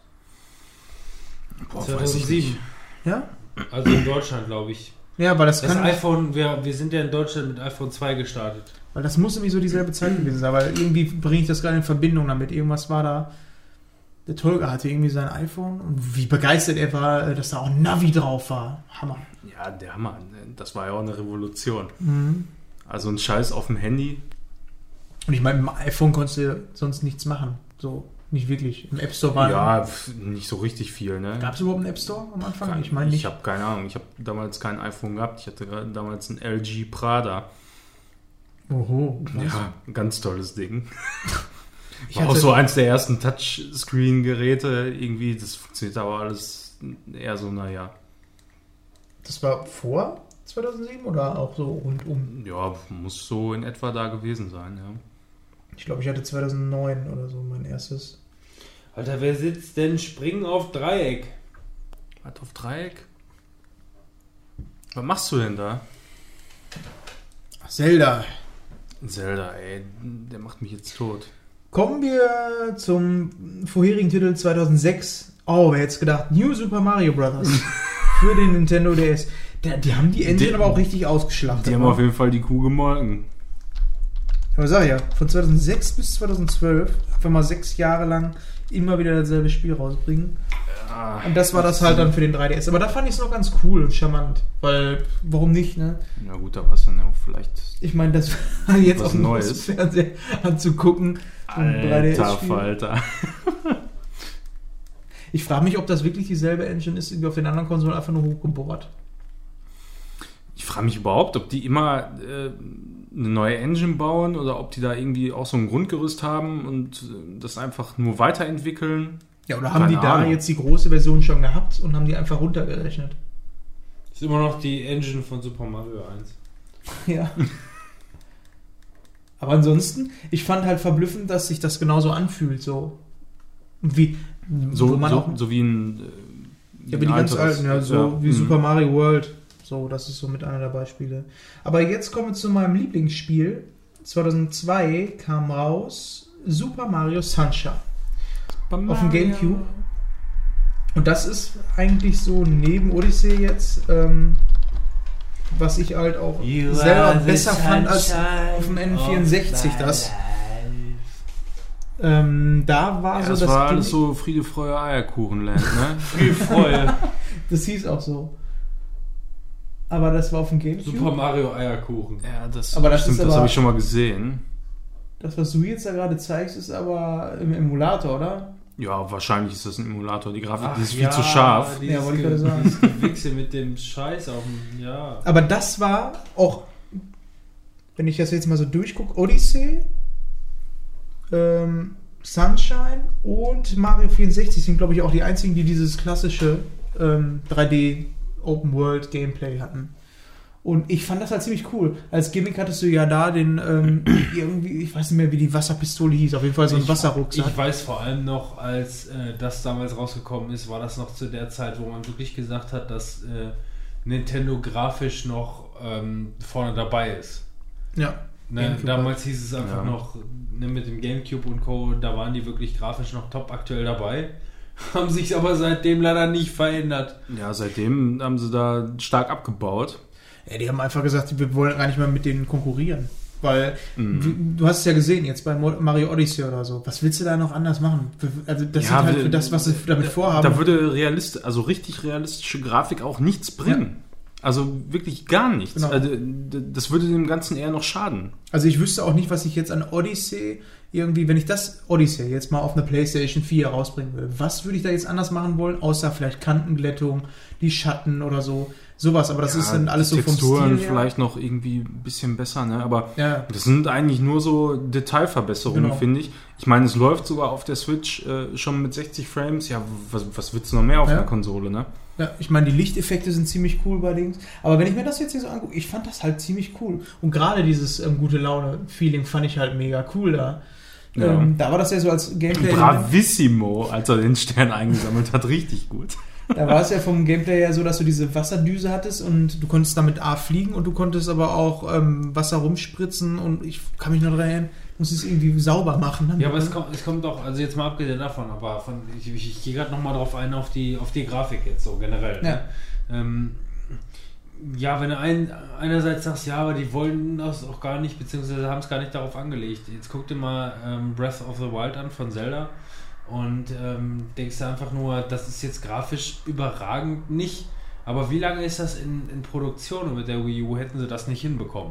Boah, weiß ich nicht. Ja? Also in Deutschland, glaube ich. Ja, weil das Das kann... iPhone, wir sind ja in Deutschland mit iPhone 2 gestartet. Weil das muss nämlich so dieselbe Zeit gewesen sein, weil irgendwie bringe ich das gerade in Verbindung damit. Irgendwas war da. Der Tolga hatte irgendwie sein iPhone und wie begeistert er war, dass da auch ein Navi drauf war. Hammer. Ja, der Hammer. Das war ja auch eine Revolution. Mhm. Also ein Scheiß auf dem Handy. Und ich meine, mit dem iPhone konntest du sonst nichts machen. So, nicht wirklich. Im App Store war... Ja, nicht so richtig viel, ne? Gab es überhaupt einen App Store am Anfang? Ich meine nicht. Ich habe keine Ahnung. Ich habe damals kein iPhone gehabt. Ich hatte damals ein LG Prada. Oho. Ja, ein ganz tolles Ding. Ich War auch hatte- so eins der ersten Touchscreen-Geräte. Irgendwie, das funktioniert aber alles eher so, naja. Das war vor 2007 oder auch so rundum? Ja, muss so in etwa da gewesen sein, ja. Ich glaube, ich hatte 2009 oder so mein erstes. Alter, wer sitzt denn Springen auf Dreieck? Was auf Dreieck? Was machst du denn da? Zelda. Zelda, ey, der macht mich jetzt tot. Kommen wir zum vorherigen Titel 2006. Oh, wer hätte gedacht? New Super Mario Bros. Für den Nintendo DS. Die haben die Engine aber auch richtig ausgeschlachtet. Die haben ne? auf jeden Fall die Kuh gemolken. Aber sag ja, von 2006 bis 2012 einfach mal 6 Jahre lang immer wieder dasselbe Spiel rausbringen. Ja, Und das war das halt dann für den 3DS. Aber da fand ich es noch ganz cool und charmant. Weil, warum nicht, ne? na gut, da war es dann auch vielleicht Ich meine, das war jetzt Was auf dem Neues. Fernseher anzugucken. So ein 3DS-Spiel. alter Falter. Ich frage mich, ob das wirklich dieselbe Engine ist, wie auf den anderen Konsolen einfach nur hochgebohrt. Ich frage mich überhaupt, ob die immer eine neue Engine bauen oder ob die da irgendwie auch so ein Grundgerüst haben und das einfach nur weiterentwickeln. Ja, oder haben Keine die da Ahnung. jetzt die große Version schon gehabt und haben die einfach runtergerechnet? Das ist immer noch die Engine von Super Mario 1. Ja. Aber ansonsten, ich fand halt verblüffend, dass sich das genauso anfühlt, so. Wie, So, wo man so, auch, so wie ein ja, wie die ganz alteres- alten, ja, so ja, wie mhm. Super Mario World. So, das ist so mit einer der Beispiele. Aber jetzt kommen wir zu meinem Lieblingsspiel. 2002 kam raus Super Mario Sunshine auf dem Gamecube. Und das ist eigentlich so neben Odyssey jetzt, was ich halt auch selber besser fand als auf dem N64 das. Da war Ja, so das das war alles Gimmick- so Friede, Freude, Eierkuchenland, ne? Viel Freude. Das hieß auch so. Aber das war auf dem Gamecube. Super Mario Eierkuchen. Ja, das, Aber das stimmt, ist das aber- habe ich schon mal gesehen. Das, was du jetzt da gerade zeigst, ist aber im Emulator, oder? Ja, wahrscheinlich ist das ein Emulator. Die Grafik die ist viel ja, zu scharf. Ja, wollte ich gerade sagen. Dieses Gewichse mit dem Scheiß auf dem... Ja. Aber das war auch, wenn ich das jetzt mal so durchgucke, Odyssey, Sunshine und Mario 64 sind, glaube ich, auch die einzigen, die dieses klassische 3D Open World Gameplay hatten. Und ich fand das halt ziemlich cool. Als Gimmick hattest du ja da den irgendwie, ich weiß nicht mehr, wie die Wasserpistole hieß, auf jeden Fall so ein Wasserrucksack. Ich weiß vor allem noch, als das damals rausgekommen ist, war das noch zu der Zeit, wo man wirklich gesagt hat, dass Nintendo grafisch noch vorne dabei ist. Ja. Ne, GameCube damals hieß es einfach Ja. noch, ne, mit dem Gamecube und Co., da waren die wirklich grafisch noch top aktuell dabei. Haben sich aber seitdem leider nicht verändert. Ja, seitdem haben sie da stark abgebaut. Ja, die haben einfach gesagt, wir wollen gar nicht mehr mit denen konkurrieren. Weil du hast es ja gesehen, jetzt bei Mario Odyssey oder so. Was willst du da noch anders machen? Also das ist halt für das, was sie damit vorhaben. Da würde richtig realistische Grafik auch nichts bringen. Ja. Also wirklich gar nichts. Genau. Also, das würde dem Ganzen eher noch schaden. Also ich wüsste auch nicht, was ich jetzt an Odyssey irgendwie, wenn ich das Odyssey jetzt mal auf eine PlayStation 4 rausbringen will, was würde ich da jetzt anders machen wollen, außer vielleicht Kantenglättung, die Schatten oder so. Sowas, aber das ist dann alles so vom Texturen Stil her. Vielleicht noch irgendwie ein bisschen besser, ne? Aber das sind eigentlich nur so Detailverbesserungen, finde ich. Ich meine, es läuft sogar auf der Switch schon mit 60 Frames. Ja, was willst du noch mehr auf einer Konsole, ne? Ja, ich meine, die Lichteffekte sind ziemlich cool bei Dings. Aber wenn ich mir das jetzt hier so angucke, ich fand das halt ziemlich cool. Und gerade dieses gute Laune-Feeling fand ich halt mega cool da. Ja. Da war das ja so als Gameplay. Bravissimo, als er den Stern eingesammelt hat, richtig gut. Da war es ja vom Gameplay her so, dass du diese Wasserdüse hattest und du konntest damit fliegen und du konntest aber auch Wasser rumspritzen und ich kann mich noch daran erinnern, muss es irgendwie sauber machen. Ja, aber es kommt doch, also jetzt mal abgesehen davon, aber ich gehe gerade nochmal drauf ein, auf die Grafik jetzt so generell. Ja. Ja, wenn du einerseits sagst, ja, aber die wollen das auch gar nicht, beziehungsweise haben es gar nicht darauf angelegt. Jetzt guck dir mal Breath of the Wild an von Zelda. Und denkst du einfach nur, das ist jetzt grafisch überragend nicht. Aber wie lange ist das in Produktion? Und mit der Wii U hätten sie das nicht hinbekommen.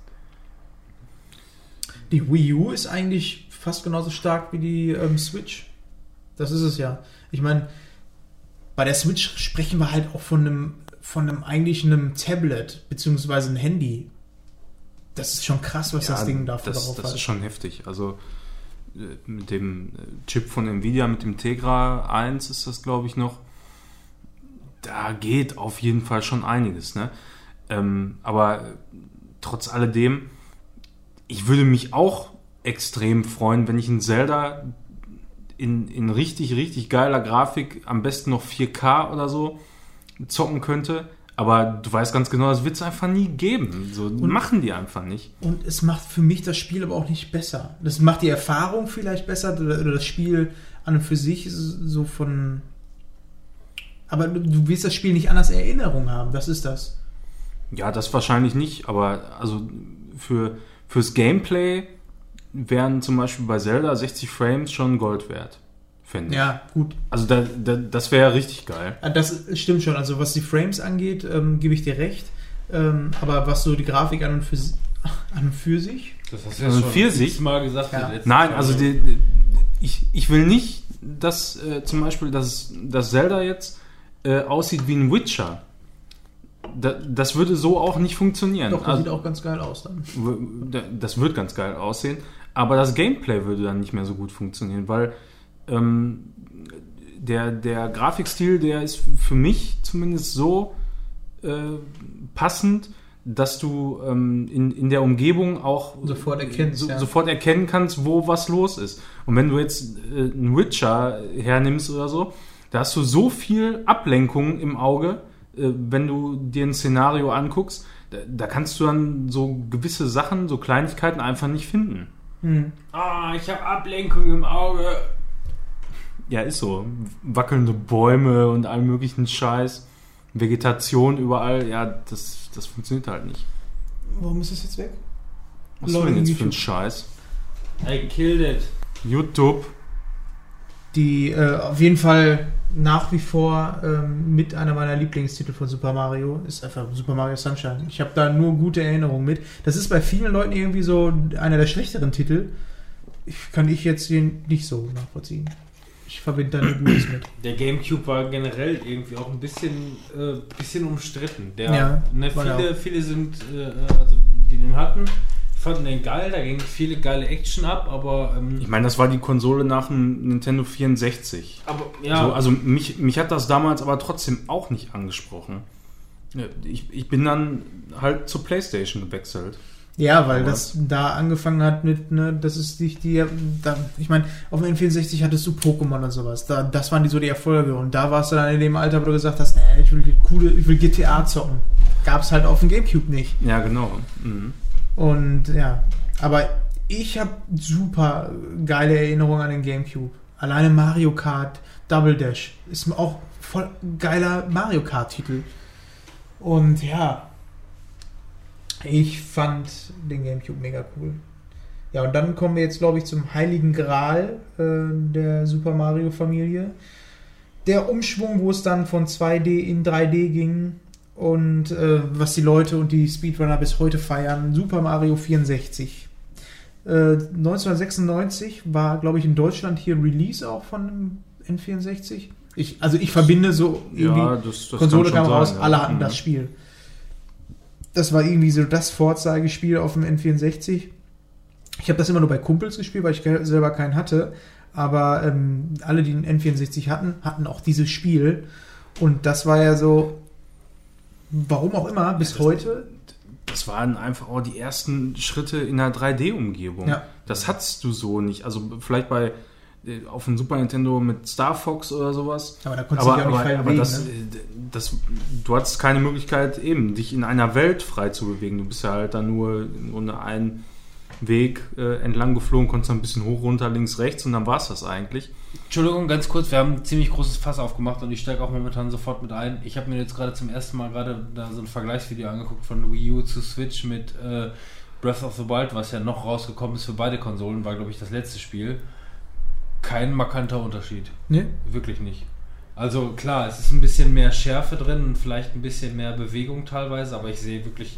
Die Wii U ist eigentlich fast genauso stark wie die Switch. Das ist es ja. Ich meine, bei der Switch sprechen wir halt auch von einem Tablet beziehungsweise ein Handy. Das ist schon krass, was das Ding darauf hat. Das ist schon heftig. Also mit dem Chip von Nvidia, mit dem Tegra 1 ist das, glaube ich, noch. Da geht auf jeden Fall schon einiges, ne? Aber trotz alledem, ich würde mich auch extrem freuen, wenn ich ein Zelda in richtig, richtig geiler Grafik, am besten noch 4K oder so, zocken könnte. Aber du weißt ganz genau, das wird es einfach nie geben. So machen die einfach nicht. Und es macht für mich das Spiel aber auch nicht besser. Das macht die Erfahrung vielleicht besser oder das Spiel an und für sich so von... Aber du wirst das Spiel nicht anders Erinnerung haben. Das ist das. Ja, das wahrscheinlich nicht. Aber also fürs Gameplay wären zum Beispiel bei Zelda 60 Frames schon Gold wert. Finde ich. Ja, gut. Also das wäre richtig geil. Das stimmt schon. Also was die Frames angeht, gebe ich dir recht. Aber was so die Grafik an und für sich... Das hast du ja schon mal gesagt. Ja. Nein, also ich will nicht, dass zum Beispiel das Zelda jetzt aussieht wie ein Witcher. Das würde so auch nicht funktionieren. Doch, das sieht auch ganz geil aus dann. Das wird ganz geil aussehen. Aber das Gameplay würde dann nicht mehr so gut funktionieren, weil der Grafikstil, der ist für mich zumindest so passend, dass du in der Umgebung auch sofort erkennen kannst, wo was los ist. Und wenn du jetzt einen Witcher hernimmst oder so, da hast du so viel Ablenkung im Auge, wenn du dir ein Szenario anguckst, da kannst du dann so gewisse Sachen, so Kleinigkeiten einfach nicht finden. Ich habe Ablenkung im Auge. Ja, ist so. Wackelnde Bäume und all möglichen Scheiß. Vegetation überall. Ja, das funktioniert halt nicht. Warum ist das jetzt weg? Was ist denn jetzt für ein Scheiß? I killed it. YouTube. Die auf jeden Fall nach wie vor mit einer meiner Lieblingstitel von Super Mario ist einfach Super Mario Sunshine. Ich habe da nur gute Erinnerungen mit. Das ist bei vielen Leuten irgendwie so einer der schlechteren Titel. Kann ich jetzt den nicht so nachvollziehen. Ich verbinde da nur Gutes mit. Der Gamecube war generell irgendwie auch ein bisschen umstritten. Viele sind, also die den hatten, fanden den geil, da ging viele geile Action ab, aber... ich meine, das war die Konsole nach dem Nintendo 64. Aber, ja. So, also mich hat das damals aber trotzdem auch nicht angesprochen. Ich bin dann halt zur PlayStation gewechselt. Ja, weil das da angefangen hat mit, ne, das ist nicht ich meine, auf dem N64 hattest du Pokémon und sowas. Das waren so die Erfolge. Und da warst du dann in dem Alter, wo du gesagt hast, ich will GTA zocken. Gab's halt auf dem Gamecube nicht. Ja, genau. Mhm. Und ja, aber ich habe super geile Erinnerungen an den Gamecube. Alleine Mario Kart, Double Dash ist auch voll geiler Mario Kart Titel. Und ja, Ich fand den Gamecube mega cool. Ja, und dann kommen wir jetzt, glaube ich, zum heiligen Gral der Super Mario-Familie. Der Umschwung, wo es dann von 2D in 3D ging und was die Leute und die Speedrunner bis heute feiern, Super Mario 64. 1996 war, glaube ich, in Deutschland hier Release auch von dem N64. Ich verbinde so irgendwie, das Konsole kam raus, ja. alle hatten das Spiel. Das war irgendwie so das Vorzeigespiel auf dem N64. Ich habe das immer nur bei Kumpels gespielt, weil ich selber keinen hatte. Aber alle, die einen N64 hatten auch dieses Spiel. Und das war ja so, warum auch immer, bis heute. Das waren einfach auch die ersten Schritte in einer 3D-Umgebung. Ja. Das hattest du so nicht. Also vielleicht auf dem Super Nintendo mit Star Fox oder sowas. Aber da konntest du dich auch nicht frei bewegen. Du hattest keine Möglichkeit, eben dich in einer Welt frei zu bewegen. Du bist ja halt dann nur einen Weg entlang geflogen, konntest ein bisschen hoch, runter, links, rechts und dann war es das eigentlich. Entschuldigung, ganz kurz, wir haben ein ziemlich großes Fass aufgemacht und ich steige auch momentan sofort mit ein. Ich habe mir jetzt gerade zum ersten Mal da so ein Vergleichsvideo angeguckt von Wii U zu Switch mit Breath of the Wild, was ja noch rausgekommen ist für beide Konsolen, war, glaube ich, das letzte Spiel. Kein markanter Unterschied. Nee? Wirklich nicht. Also klar, es ist ein bisschen mehr Schärfe drin und vielleicht ein bisschen mehr Bewegung teilweise, aber ich sehe wirklich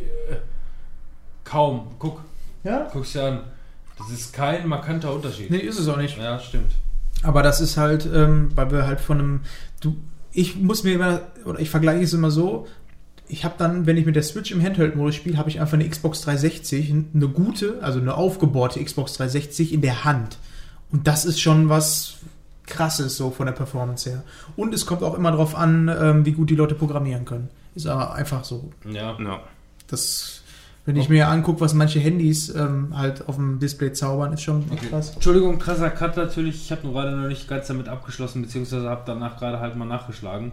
kaum. Guck's dir an. Das ist kein markanter Unterschied. Nee, ist es auch nicht. Ja, stimmt. Aber das ist halt, weil wir halt von einem... ich vergleiche es immer so, ich habe dann, wenn ich mit der Switch im Handheld-Modus spiele, habe ich einfach eine Xbox 360, eine gute, also eine aufgebohrte Xbox 360 in der Hand. Und das ist schon was Krasses so von der Performance her. Und es kommt auch immer darauf an, wie gut die Leute programmieren können. Ist aber einfach so. Ja. Das, wenn ich mir angucke, was manche Handys halt auf dem Display zaubern, ist schon echt krass. Entschuldigung, krasser Cut natürlich. Ich habe nur gerade noch nicht ganz damit abgeschlossen, beziehungsweise habe danach gerade halt mal nachgeschlagen.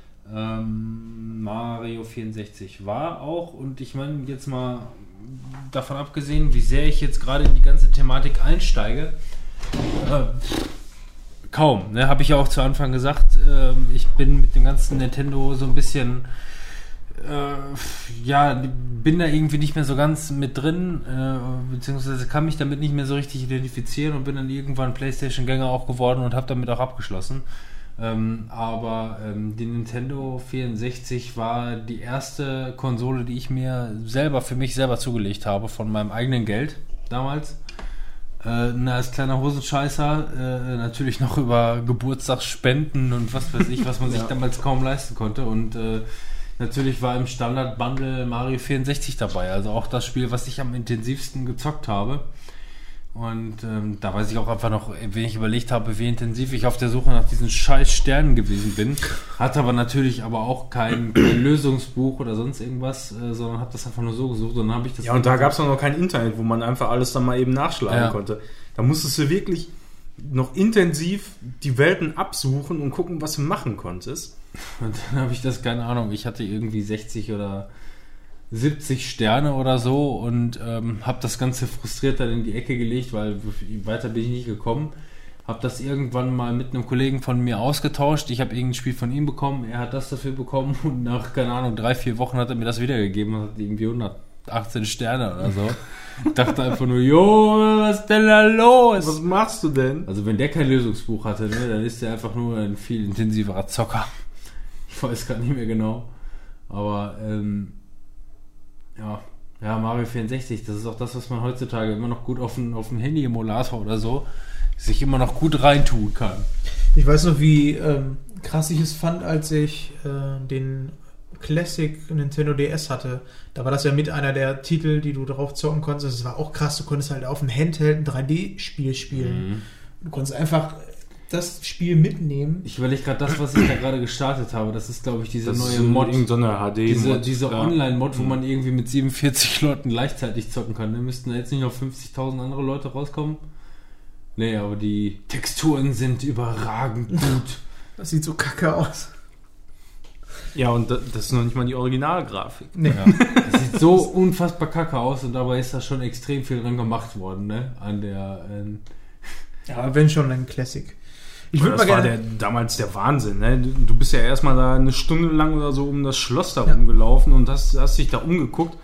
Mario 64 war auch, und ich meine jetzt mal davon abgesehen, wie sehr ich jetzt gerade in die ganze Thematik einsteige, kaum, ne? Habe ich ja auch zu Anfang gesagt, ich bin mit dem ganzen Nintendo so ein bisschen bin da irgendwie nicht mehr so ganz mit drin, beziehungsweise kann mich damit nicht mehr so richtig identifizieren und bin dann irgendwann PlayStation-Gänger auch geworden und habe damit auch abgeschlossen. Aber die Nintendo 64 war die erste Konsole, die ich mir für mich selber zugelegt habe, von meinem eigenen Geld damals. Als kleiner Hosenscheißer, natürlich noch über Geburtstagsspenden und was weiß ich, was man sich damals kaum leisten konnte. Und natürlich war im Standard-Bundle Mario 64 dabei, also auch das Spiel, was ich am intensivsten gezockt habe. Und da weiß ich auch einfach noch, wenn ich überlegt habe, wie intensiv ich auf der Suche nach diesen scheiß Sternen gewesen bin. Hatte aber natürlich auch kein Lösungsbuch oder sonst irgendwas, sondern habe das einfach nur so gesucht. Und dann habe ich das. Ja, und da gab es noch kein Internet, wo man einfach alles dann mal eben nachschlagen konnte. Da musstest du wirklich noch intensiv die Welten absuchen und gucken, was du machen konntest. Und dann habe ich das, keine Ahnung, ich hatte irgendwie 60 oder 70 Sterne oder so und habe das Ganze frustriert dann in die Ecke gelegt, weil weiter bin ich nicht gekommen. Habe das irgendwann mal mit einem Kollegen von mir ausgetauscht. Ich habe irgendein Spiel von ihm bekommen, er hat das dafür bekommen und nach, keine Ahnung, 3-4 Wochen hat er mir das wiedergegeben und hat irgendwie 118 Sterne oder so. Ich dachte einfach nur, was ist denn da los? Was machst du denn? Also wenn der kein Lösungsbuch hatte, ne, dann ist der einfach nur ein viel intensiverer Zocker. Ich weiß gar nicht mehr genau. Aber Mario 64, das ist auch das, was man heutzutage immer noch gut auf dem Handy-Emulator oder so sich immer noch gut reintun kann. Ich weiß noch, wie krass ich es fand, als ich den Classic Nintendo DS hatte. Da war das ja mit einer der Titel, die du drauf zocken konntest. Das war auch krass, du konntest halt auf dem Handheld ein 3D-Spiel spielen. Mhm. Du konntest einfach das Spiel mitnehmen. Ich überlege gerade, das, was ich da gerade gestartet habe, das ist, glaube ich, diese neue Mod. Irgendeine HD-Mod. Diese Online-Mod, wo man irgendwie mit 47 Leuten gleichzeitig zocken kann. Da müssten jetzt nicht noch 50.000 andere Leute rauskommen. Nee, aber die Texturen sind überragend gut. Das sieht so kacke aus. Ja, und das ist noch nicht mal die Originalgrafik. Nee. Ja, das sieht so unfassbar kacke aus und dabei ist da schon extrem viel dran gemacht worden, ne? An der... ja, wenn schon ein Classic. Das war damals der Wahnsinn, ne? Du bist ja erstmal da eine Stunde lang oder so um das Schloss da rumgelaufen und hast dich da umgeguckt.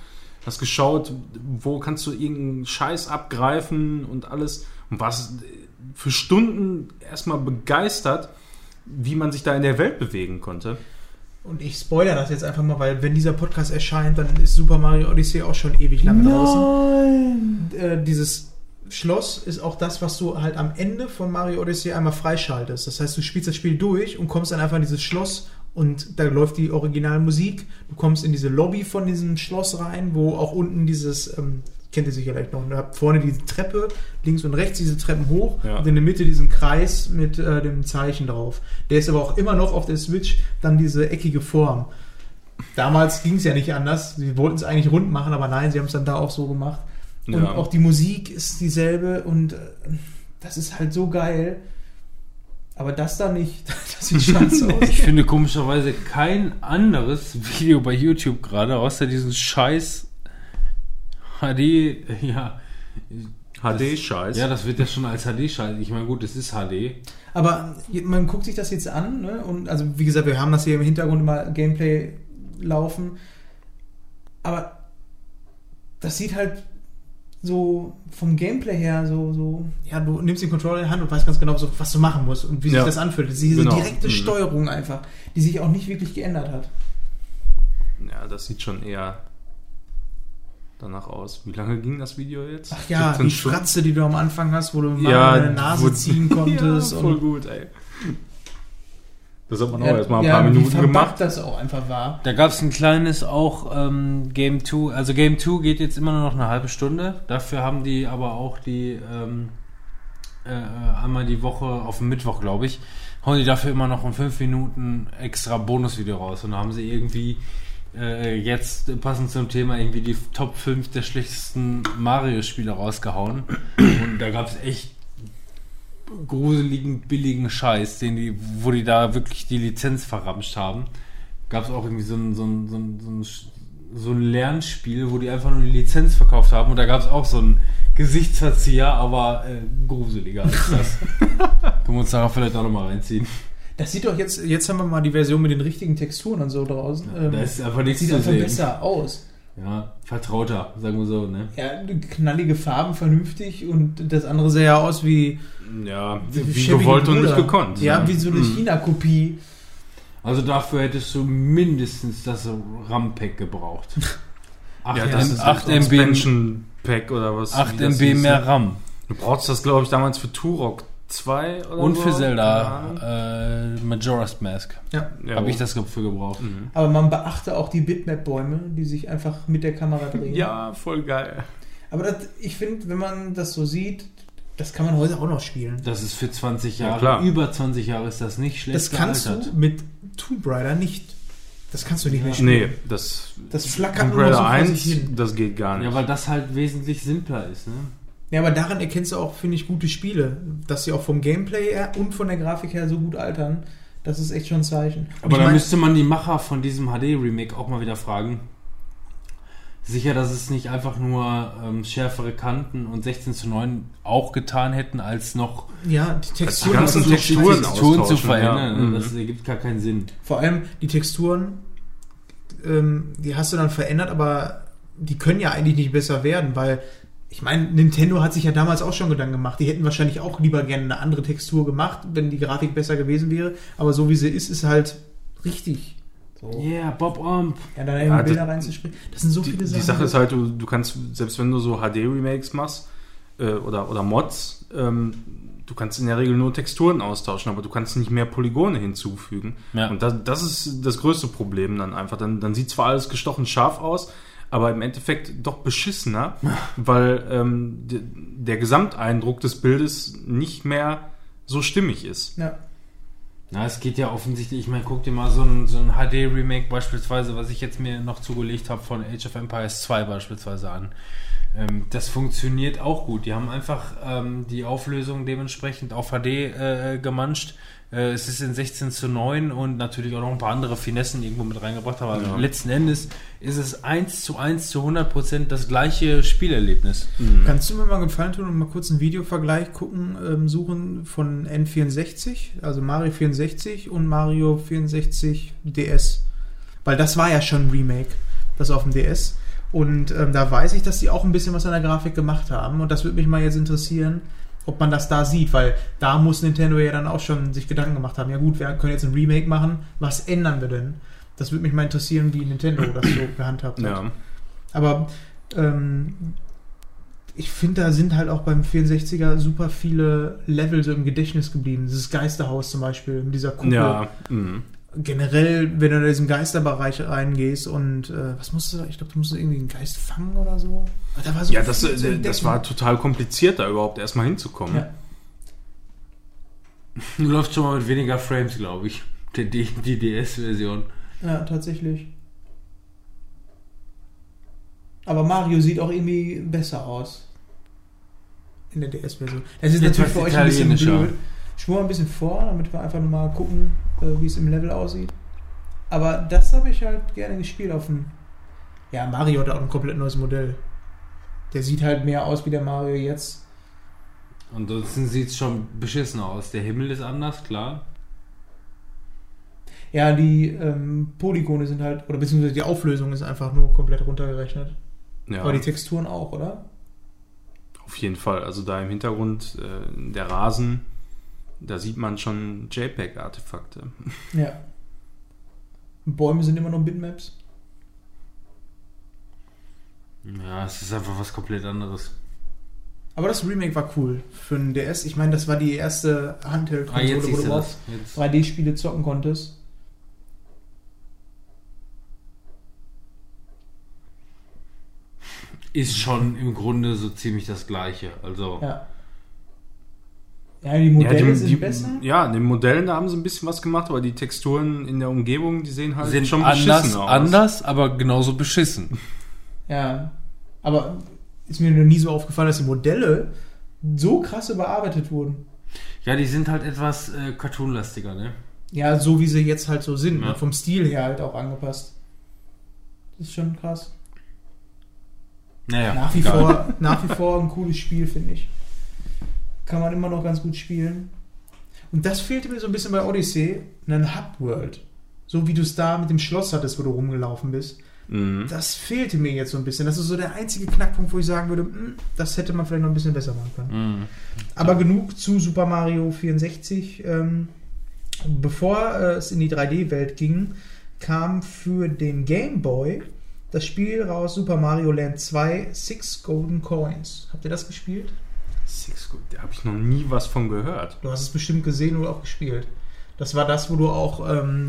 hast geschaut, wo kannst du irgendeinen Scheiß abgreifen und alles und warst für Stunden erstmal begeistert, wie man sich da in der Welt bewegen konnte. Und ich spoilere das jetzt einfach mal, weil wenn dieser Podcast erscheint, dann ist Super Mario Odyssey auch schon ewig lange draußen. Dieses Schloss ist auch das, was du halt am Ende von Mario Odyssey einmal freischaltest. Das heißt, du spielst das Spiel durch und kommst dann einfach in dieses Schloss und da läuft die Originalmusik. Du kommst in diese Lobby von diesem Schloss rein, wo auch unten dieses, kennt ihr sicher vielleicht noch, ihr habt vorne diese Treppe, links und rechts diese Treppen hoch und in der Mitte diesen Kreis mit dem Zeichen drauf. Der ist aber auch immer noch auf der Switch dann diese eckige Form. Damals ging es ja nicht anders. Sie wollten es eigentlich rund machen, aber nein, sie haben es dann da auch so gemacht. Und auch die Musik ist dieselbe und das ist halt so geil. Aber das da nicht, das sieht scheiße aus. Ich finde komischerweise kein anderes Video bei YouTube gerade, außer diesen scheiß HD, HD-Scheiß. Ja, das wird ja schon als HD-Scheiß. Ich meine, gut, es ist HD. Aber man guckt sich das jetzt an, ne? Und also wie gesagt, wir haben das hier im Hintergrund immer Gameplay laufen. Aber das sieht halt so vom Gameplay her so, ja, du nimmst den Controller in die Hand und weißt ganz genau, so, was du machen musst und wie sich das anfühlt. Das ist diese direkte Steuerung einfach, die sich auch nicht wirklich geändert hat. Ja, das sieht schon eher danach aus. Wie lange ging das Video jetzt? Ach ja, die Fratze, die du am Anfang hast, wo du mal deine Nase ziehen konntest. Ja, voll gut, ey. Das hat man auch erst mal ein paar Minuten gemacht. Das auch einfach war. Da gab es ein kleines auch Game 2. Also Game 2 geht jetzt immer nur noch eine halbe Stunde. Dafür haben die aber auch die einmal die Woche auf dem Mittwoch, glaube ich, hauen die dafür immer noch in 5 Minuten extra Bonusvideo raus. Und da haben sie irgendwie jetzt passend zum Thema irgendwie die Top 5 der schlechtesten Mario-Spiele rausgehauen. Und da gab es echt gruseligen, billigen Scheiß, wo die da wirklich die Lizenz verramscht haben. Gab es auch irgendwie so ein Lernspiel, wo die einfach nur die Lizenz verkauft haben und da gab es auch so einen Gesichtsverzieher, aber gruseliger als das. Können wir uns darauf vielleicht auch nochmal reinziehen. Das sieht doch jetzt haben wir mal die Version mit den richtigen Texturen und so draußen. Da ist einfach nichts sieht zu einfach sehen. Besser aus. Ja, vertrauter, sagen wir so, ne? Ja, knallige Farben, vernünftig und das andere sah ja aus wie wie gewollt und nicht gekonnt. Ja, wie so eine China-Kopie. Also dafür hättest du mindestens das RAM-Pack gebraucht. 8 MB Pack oder was? 8 MB mehr RAM. Du brauchst das, glaube ich, damals für Turok 2 oder und so. für Zelda Majora's Mask. Ja. Habe ich das für gebraucht. Mhm. Aber man beachte auch die Bitmap-Bäume, die sich einfach mit der Kamera drehen. Ja, voll geil. Aber ich finde, wenn man das so sieht, das kann man heute auch noch spielen. Das ist für 20 Jahre, über 20 Jahre ist das nicht schlecht Das kannst gealtert. du mit Tomb Raider nicht. Das kannst du nicht mehr spielen. Nee, das flackert Tomb nur noch so Raider vor 1, sich hin. das geht gar nicht. Ja, weil das halt wesentlich simpler ist, ne? Ja, aber daran erkennst du auch, finde ich, gute Spiele. Dass sie auch vom Gameplay her und von der Grafik her so gut altern. Das ist echt schon ein Zeichen. Aber da müsste man die Macher von diesem HD-Remake auch mal wieder fragen. Sicher, dass es nicht einfach nur schärfere Kanten und 16:9 auch getan hätten, als noch die Texturen, Texturen zu Ja. verändern. Das ergibt gar keinen Sinn. Vor allem die Texturen, die hast du dann verändert, aber die können ja eigentlich nicht besser werden, weil ich meine, Nintendo hat sich ja damals auch schon Gedanken gemacht. Die hätten wahrscheinlich auch lieber gerne eine andere Textur gemacht, wenn die Grafik besser gewesen wäre. Aber so wie sie ist halt richtig. So. Yeah, Bob Omb. Ja, da eben Bilder reinzuspringen. Das sind so viele Sachen. Die Sache ist halt, du kannst, selbst wenn du so HD-Remakes machst oder Mods, du kannst in der Regel nur Texturen austauschen, aber du kannst nicht mehr Polygone hinzufügen. Ja. Und das ist das größte Problem dann einfach. Dann sieht zwar alles gestochen scharf aus, aber im Endeffekt doch beschissener, weil der Gesamteindruck des Bildes nicht mehr so stimmig ist. Ja. Na, es geht ja offensichtlich, ich meine, guck dir mal so ein HD-Remake beispielsweise, was ich jetzt mir noch zugelegt habe von Age of Empires 2 beispielsweise an. Das funktioniert auch gut. Die haben einfach die Auflösung dementsprechend auf HD gemanscht. Es ist in 16:9 und natürlich auch noch ein paar andere Finessen irgendwo mit reingebracht, aber letzten Endes ist es 1:1 zu 100% das gleiche Spielerlebnis. Mhm. Kannst du mir mal einen Gefallen tun und mal kurz einen Videovergleich suchen von N64, also Mario 64 und Mario 64 DS? Weil das war ja schon ein Remake, das auf dem DS. Und da weiß ich, dass die auch ein bisschen was an der Grafik gemacht haben. Und das würde mich mal jetzt interessieren, ob man das da sieht, weil da muss Nintendo ja dann auch schon sich Gedanken gemacht haben. Ja gut, wir können jetzt ein Remake machen, was ändern wir denn? Das würde mich mal interessieren, wie Nintendo das so gehandhabt hat. Ja. Aber ich finde, da sind halt auch beim 64er super viele Level so im Gedächtnis geblieben. Dieses Geisterhaus zum Beispiel, mit dieser Kuppel. Ja. Generell, wenn du in diesen Geisterbereich reingehst und was musst du da? Ich glaube, du musst irgendwie einen Geist fangen oder so. Da war so Ja, viel zu entdecken. das war total kompliziert, da überhaupt erstmal hinzukommen. Ja. Läuft schon mal mit weniger Frames, glaube ich. Die DS-Version. Ja, tatsächlich. Aber Mario sieht auch irgendwie besser aus. In der DS-Version. Das ist natürlich für euch ein bisschen blöd. Schwur ein bisschen vor, damit wir einfach nur mal gucken, wie es im Level aussieht. Aber das habe ich halt gerne gespielt auf dem... Ja, Mario hat auch ein komplett neues Modell. Der sieht halt mehr aus wie der Mario jetzt. Ansonsten sieht es schon beschissen aus. Der Himmel ist anders, klar. Ja, die Polygone sind halt, oder beziehungsweise die Auflösung ist einfach nur komplett runtergerechnet. Ja, Aber die Texturen auch, oder? auf jeden Fall. Also da im Hintergrund der Rasen, da sieht man schon JPEG-Artefakte. Ja. Bäume sind immer noch Bitmaps. Ja, es ist einfach was komplett anderes. Aber das Remake war cool für einen DS. Ich meine, das war die erste Handheld-Konsole, jetzt wo siehst du du überhaupt das. Jetzt. 3D-Spiele zocken konntest. Ist schon im Grunde so ziemlich das Gleiche. Also, Ja. Ja, die Modelle sind besser. Ja, in den Modellen, da haben sie ein bisschen was gemacht, aber die Texturen in der Umgebung, die sehen halt sind schon anders, beschissen aus. anders, aber genauso beschissen. Ja. Aber ist mir noch nie so aufgefallen, dass die Modelle so krass überarbeitet wurden. Ja, die sind halt etwas cartoonlastiger, ne? Ja, so wie sie jetzt halt so sind. Ja. Ne? Vom Stil her halt auch angepasst. Das ist schon krass. Naja, Nach wie egal. vor ein cooles Spiel, finde ich. Kann man immer noch ganz gut spielen. Und das fehlte mir so ein bisschen bei Odyssey, einen Hub-World. So wie du es da mit dem Schloss hattest, wo du rumgelaufen bist. Mhm. Das fehlte mir jetzt so ein bisschen. Das ist so der einzige Knackpunkt, wo ich sagen würde, das hätte man vielleicht noch ein bisschen besser machen können. Mhm. Aber genug zu Super Mario 64. Bevor es in die 3D-Welt ging, kam für den Game Boy das Spiel raus, Super Mario Land 2, 6 Golden Coins. Habt ihr das gespielt? Da habe ich noch nie was von gehört. Du hast es bestimmt gesehen oder auch gespielt. Das war das, wo du auch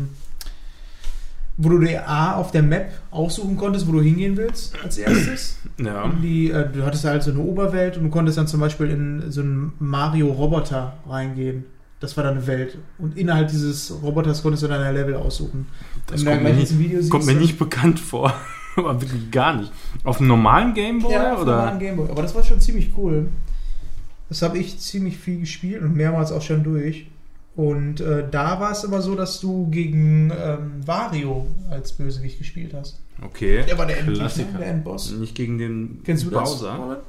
wo du dir A auf der Map aussuchen konntest, wo du hingehen willst als erstes. Ja. Du hattest halt so eine Oberwelt und du konntest dann zum Beispiel in so einen Mario-Roboter reingehen. Das war dann eine Welt. Und innerhalb dieses Roboters konntest du dann ein Level aussuchen. Das Wenn du kommt, jetzt ein Video siehst, kommt mir nicht bekannt vor. Aber wirklich gar nicht. Auf einem normalen Gameboy? Ja, auf einem normalen Gameboy. Aber das war schon ziemlich cool. Das habe ich ziemlich viel gespielt und mehrmals auch schon durch. Und da war es aber so, dass du gegen Wario als Bösewicht gespielt hast. Okay. Der war der Endgegner, Klassiker. der Endboss. Nicht gegen den Kennst du das? Bowser.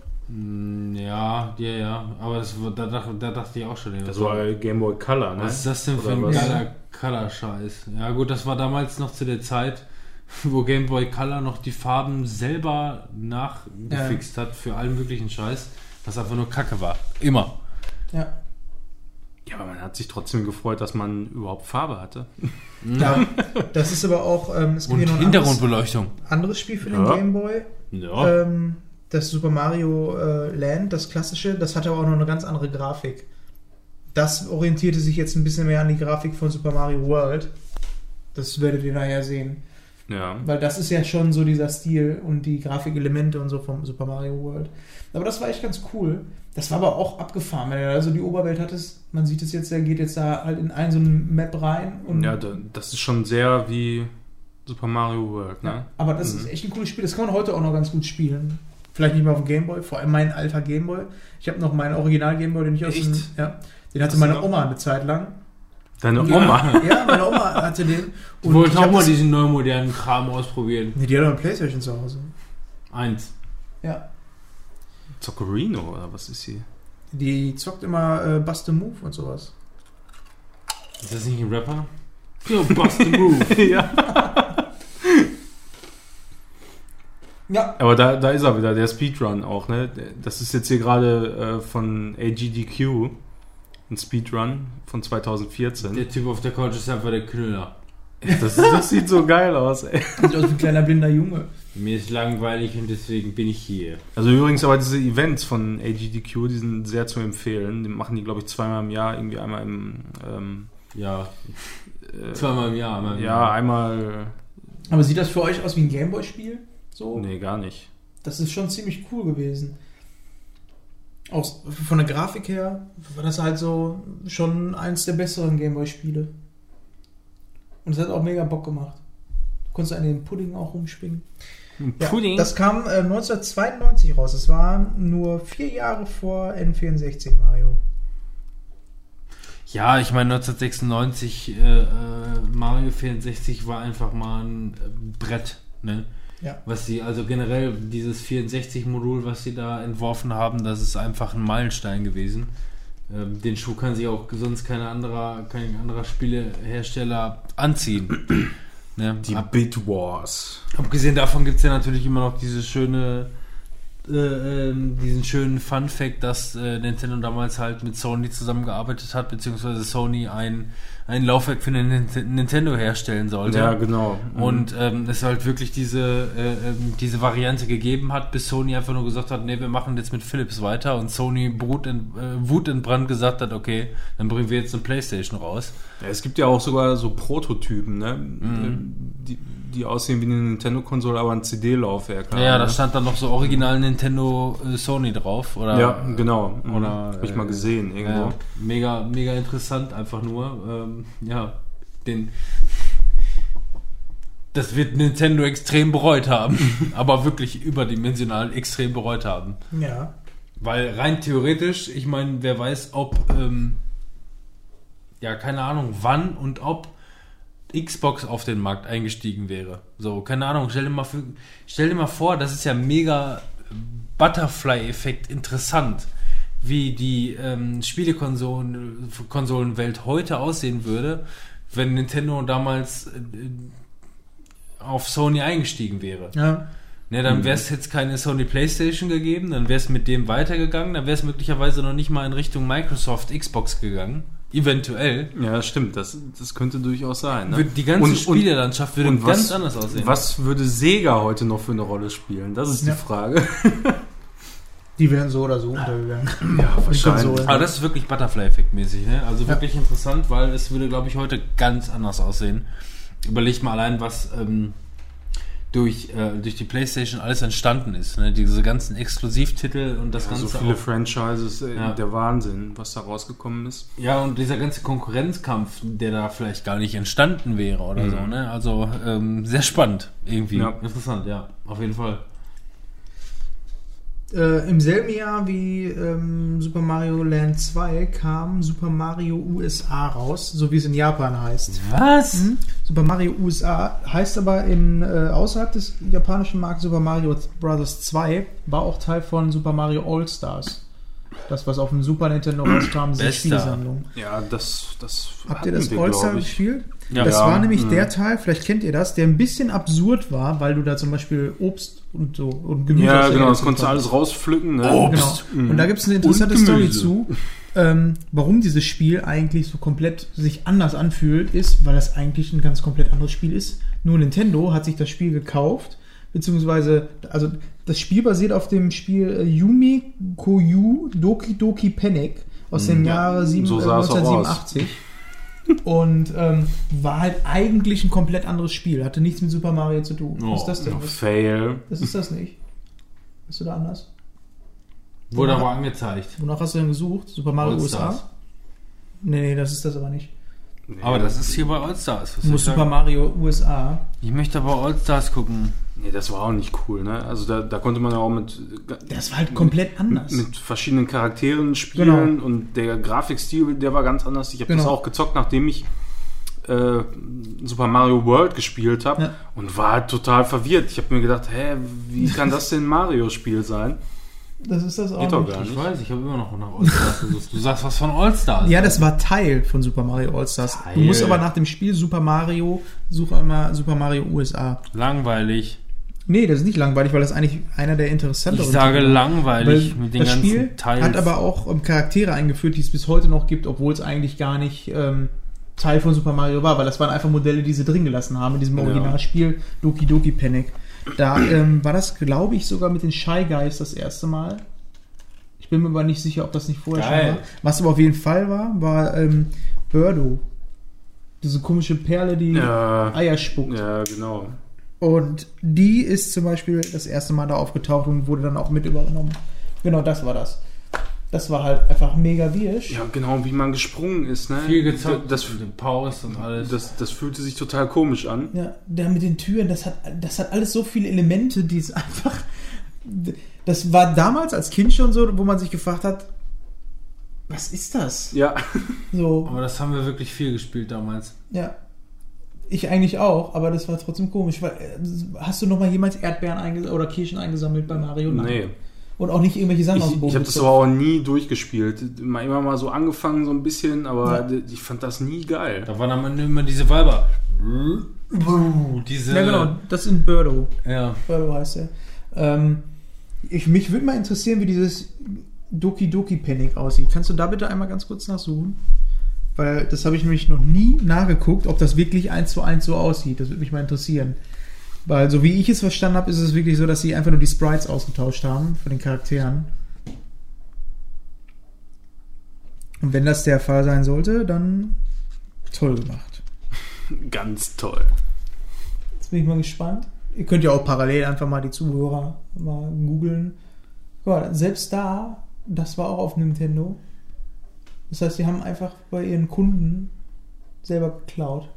Ja. Aber da dachte ich auch schon. Das war Game Boy Color, ne? Was ist das denn für Oder ein was? geiler Color-Scheiß? Ja gut, das war damals noch zu der Zeit, wo Game Boy Color noch die Farben selber nachgefixt hat für allen möglichen Scheiß, was einfach nur Kacke war. Immer. Ja. Ja, aber man hat sich trotzdem gefreut, dass man überhaupt Farbe hatte. Ja, das ist aber auch es gibt Und hier noch ein Hintergrundbeleuchtung. anderes Spiel für den Ja. Game Boy. Ja. Das Super Mario Land, das klassische, das hatte aber auch noch eine ganz andere Grafik. Das orientierte sich jetzt ein bisschen mehr an die Grafik von Super Mario World. Das werdet ihr nachher sehen. Ja. Weil das ist ja schon so dieser Stil und die Grafikelemente und so vom Super Mario World. Aber das war echt ganz cool. Das war aber auch abgefahren, wenn du also die Oberwelt hattest. Man sieht es jetzt, der geht jetzt da halt in so eine Map rein. Und Ja, das ist schon sehr wie Super Mario World, ne? ja, aber das ist echt ein cooles Spiel. Das kann man heute auch noch ganz gut spielen. Vielleicht nicht mehr auf dem Gameboy, vor allem mein alter Gameboy. Ich habe noch meinen Original Gameboy, den ich aus dem, Echt? ja, den hatte Hast du meine noch? Oma eine Zeit lang. Deine Ja. Oma. Ja, meine Oma hatte den. Ich Und wollte ich auch hab mal das- diesen neuen modernen Kram ausprobieren. Nee, die hat doch eine Playstation zu Hause. 1. Ja. Zoccherino, oder was ist sie? Die zockt immer Bust a Move und sowas. Ist das nicht ein Rapper? Ja, Bust the Move. Ja. Ja. Aber da ist er wieder, der Speedrun auch, ne? Das ist jetzt hier gerade von AGDQ, ein Speedrun von 2014. Der Typ auf der Couch ist einfach der Knüller. Das sieht so geil aus, ey. Sieht aus wie ein kleiner blinder Junge. Mir ist langweilig und deswegen bin ich hier. Also übrigens aber diese Events von AGDQ, die sind sehr zu empfehlen. Die machen die, glaube ich, zweimal im Jahr, irgendwie einmal im... zweimal im Jahr. Einmal... Aber sieht das für euch aus wie ein Gameboy-Spiel? So? Nee, gar nicht. Das ist schon ziemlich cool gewesen. Auch von der Grafik her war das halt so schon eins der besseren Gameboy-Spiele. Und es hat auch mega Bock gemacht. Du konntest an den Pudding auch rumspringen. Pudding? Ja, das kam 1992 raus. Das war nur 4 Jahre vor N64 Mario. Ja, ich meine 1996 Mario 64 war einfach mal ein Brett, ne? Ja. Was sie, also generell dieses 64-Modul, was sie da entworfen haben, das ist einfach ein Meilenstein gewesen. Den Schuh kann sich auch sonst kein anderer Spielehersteller anziehen. Ne? Die Bit Wars. Abgesehen davon gibt es ja natürlich immer noch diesen schönen Fun-Fact, dass Nintendo damals halt mit Sony zusammengearbeitet hat, beziehungsweise Sony ein Laufwerk für den Nintendo herstellen sollte. Ja, genau. Und es halt wirklich diese Variante gegeben hat, bis Sony einfach nur gesagt hat, nee, wir machen jetzt mit Philips weiter und Sony wutentbrannt gesagt hat, okay, dann bringen wir jetzt eine Playstation raus. Ja, es gibt ja auch sogar so Prototypen, ne? Die aussehen wie eine Nintendo-Konsole, aber ein CD-Laufwerk haben. Ja, da ne? stand dann noch so original Nintendo Sony drauf. Oder, ja, genau. Oder, habe ich mal gesehen irgendwo. Ja, mega, mega interessant einfach nur. Das wird Nintendo extrem bereut haben. Aber wirklich überdimensional extrem bereut haben. Ja. Weil rein theoretisch, ich meine, wer weiß, ob keine Ahnung, wann und ob Xbox auf den Markt eingestiegen wäre. So, keine Ahnung, stell dir mal vor, das ist ja mega Butterfly-Effekt interessant, wie die Spielekonsolenwelt heute aussehen würde, wenn Nintendo damals auf Sony eingestiegen wäre. Ja. Ne, dann wäre es jetzt keine Sony PlayStation gegeben, dann wäre es mit dem weitergegangen, dann wäre es möglicherweise noch nicht mal in Richtung Microsoft Xbox gegangen. Eventuell. Ja, das stimmt. Das könnte durchaus sein. Ne? Die ganze Spielelandschaft würde ganz anders aussehen. Was würde Sega heute noch für eine Rolle spielen? Das ist die Frage. Die wären so oder so untergegangen. Ja, wahrscheinlich. Aber das ist wirklich Butterfly-Effekt-mäßig. Ne? Also wirklich interessant, weil es würde, glaube ich, heute ganz anders aussehen. Überlegt mal allein, was durch die PlayStation alles entstanden ist. Ne? Diese ganzen Exklusivtitel und das Ganze. So viele auch, Franchises, der Wahnsinn, was da rausgekommen ist. Ja, und dieser ganze Konkurrenzkampf, der da vielleicht gar nicht entstanden wäre oder so. Ne? Also sehr spannend irgendwie. Ja. Interessant, ja, auf jeden Fall. Im selben Jahr wie Super Mario Land 2 kam Super Mario USA raus, so wie es in Japan heißt. Was? Super Mario USA heißt aber außerhalb des japanischen Marktes Super Mario Bros. 2, war auch Teil von Super Mario All-Stars. Das, was auf dem Super Nintendo rauskam, diese Spielesammlung. Ja, das habt ihr das All-Star gespielt? Ja. Das war nämlich der Teil, vielleicht kennt ihr das, der ein bisschen absurd war, weil du da zum Beispiel Obst und so und Gemüse. Ja, genau, das konntest du alles rauspflücken. Ne? Obst. Genau. Und da gibt es eine interessante Story zu, warum dieses Spiel eigentlich so komplett sich anders anfühlt, ist, weil das eigentlich ein ganz komplett anderes Spiel ist. Nur Nintendo hat sich das Spiel gekauft, beziehungsweise, also das Spiel basiert auf dem Spiel Yumi Koyu Doki Doki Panic aus dem Jahre 1987. Und war halt eigentlich ein komplett anderes Spiel. Hatte nichts mit Super Mario zu tun. Was ist das denn? Fail. Das ist das nicht. Bist du da anders? Wurde aber angezeigt. Wonach hast du denn gesucht? Super Mario USA? Nee, das ist das aber nicht. Nee, aber das ist hier bei All-Stars. Du musst Super Mario USA. Ich möchte aber All-Stars gucken. Nee, das war auch nicht cool, ne? Also da konnte man ja auch mit... Das war halt komplett anders. Mit verschiedenen Charakteren spielen, genau. Und der Grafikstil, der war ganz anders. Ich habe das auch gezockt, nachdem ich Super Mario World gespielt habe und war halt total verwirrt. Ich habe mir gedacht, wie kann das denn ein Mario-Spiel sein? Das ist das auch nicht. Doch gar nicht. Ich weiß, ich habe immer noch nach All-Stars gesucht. Du sagst was von All-Stars. Ja, das war Teil von Super Mario All-Stars. Du musst aber nach dem Spiel such einmal Super Mario USA. Langweilig. Nee, das ist nicht langweilig, weil das eigentlich einer der interessanteren Ich sage Titel war. langweilig Weil mit den das ganzen Spiel Teils. hat aber auch Charaktere eingeführt, die es bis heute noch gibt, obwohl es eigentlich gar nicht Teil von Super Mario war, weil das waren einfach Modelle, die sie drin gelassen haben in diesem Ja. Originalspiel Doki Doki Panic. Da war das, glaube ich, sogar mit den Shy Guys das erste Mal. Ich bin mir aber nicht sicher, ob das nicht vorher Geil. schon war. Was aber auf jeden Fall war Birdo. Diese komische Perle, die Ja, Eier spuckt. ja, genau. Und die ist zum Beispiel das erste Mal da aufgetaucht und wurde dann auch mit übernommen. Genau, das war das. Das war halt einfach mega wirsch. Ja, genau, wie man gesprungen ist, ne? Viel gezockt, Das, mit dem Pause und alles. das fühlte sich total komisch an. Ja, der mit den Türen, das hat alles so viele Elemente, die es einfach... Das war damals als Kind schon so, wo man sich gefragt hat, was ist das? Ja. So, Aber das haben wir wirklich viel gespielt damals. ja. Ich eigentlich auch, aber das war trotzdem komisch. Weil, hast du noch mal jemals Erdbeeren oder Kirschen eingesammelt bei Mario? Nein. Nee. Und auch nicht irgendwelche Sachen aus dem Ich Boden habe das gezogen. aber auch nie durchgespielt. Immer mal so angefangen, so ein bisschen, aber ich fand das nie geil. Da waren am Ende immer diese Weiber. Diese. Ja, genau, das sind Birdo. Ja. Birdo heißt er. Mich würde mal interessieren, wie dieses Doki Doki Panic aussieht. Kannst du da bitte einmal ganz kurz nachsuchen? Weil das habe ich nämlich noch nie nachgeguckt, ob das wirklich 1:1 so aussieht. Das würde mich mal interessieren. Weil so wie ich es verstanden habe, ist es wirklich so, dass sie einfach nur die Sprites ausgetauscht haben von den Charakteren. Und wenn das der Fall sein sollte, dann toll gemacht. Ganz toll. Jetzt bin ich mal gespannt. Ihr könnt ja auch parallel einfach mal die Zuhörer mal googeln. Guck mal, selbst da, das war auch auf Nintendo. Das heißt, sie haben einfach bei ihren Kunden selber geklaut.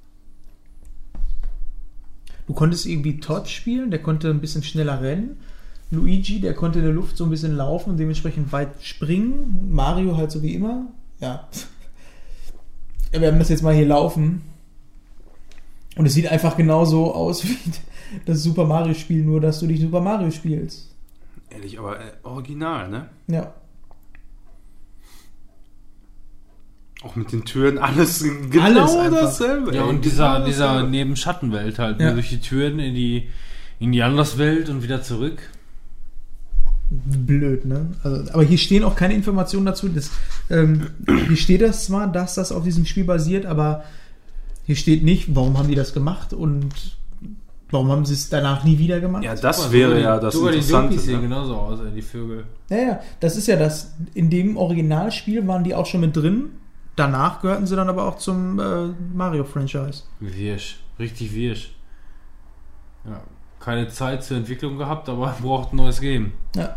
Du konntest irgendwie Todd spielen, der konnte ein bisschen schneller rennen. Luigi, der konnte in der Luft so ein bisschen laufen und dementsprechend weit springen. Mario halt so wie immer. Ja. Ja, wir haben das jetzt mal hier laufen. Und es sieht einfach genauso aus wie das Super Mario Spiel, nur dass du nicht Super Mario spielst. Ehrlich, aber original, ne? Ja. Auch mit den Türen, alles genau Alles einfach. dasselbe. Ja, ey. und Genau dieser dasselbe. Nebenschattenwelt halt. Ja. Ne? Durch die Türen in die Anderswelt und wieder zurück. Blöd, ne? Also, aber hier stehen auch keine Informationen dazu. Hier steht das zwar, dass das auf diesem Spiel basiert, aber hier steht nicht, warum haben die das gemacht und warum haben sie es danach nie wieder gemacht. Ja, das wäre ja das Sogar die Interessante. Donkeys sehen Ne? genauso aus, die Vögel. Ja, das ist ja das. In dem Originalspiel waren die auch schon mit drin. Danach gehörten sie dann aber auch zum Mario-Franchise. Wirsch. Richtig wirsch. Ja. Keine Zeit zur Entwicklung gehabt, aber braucht ein neues Game. Ja.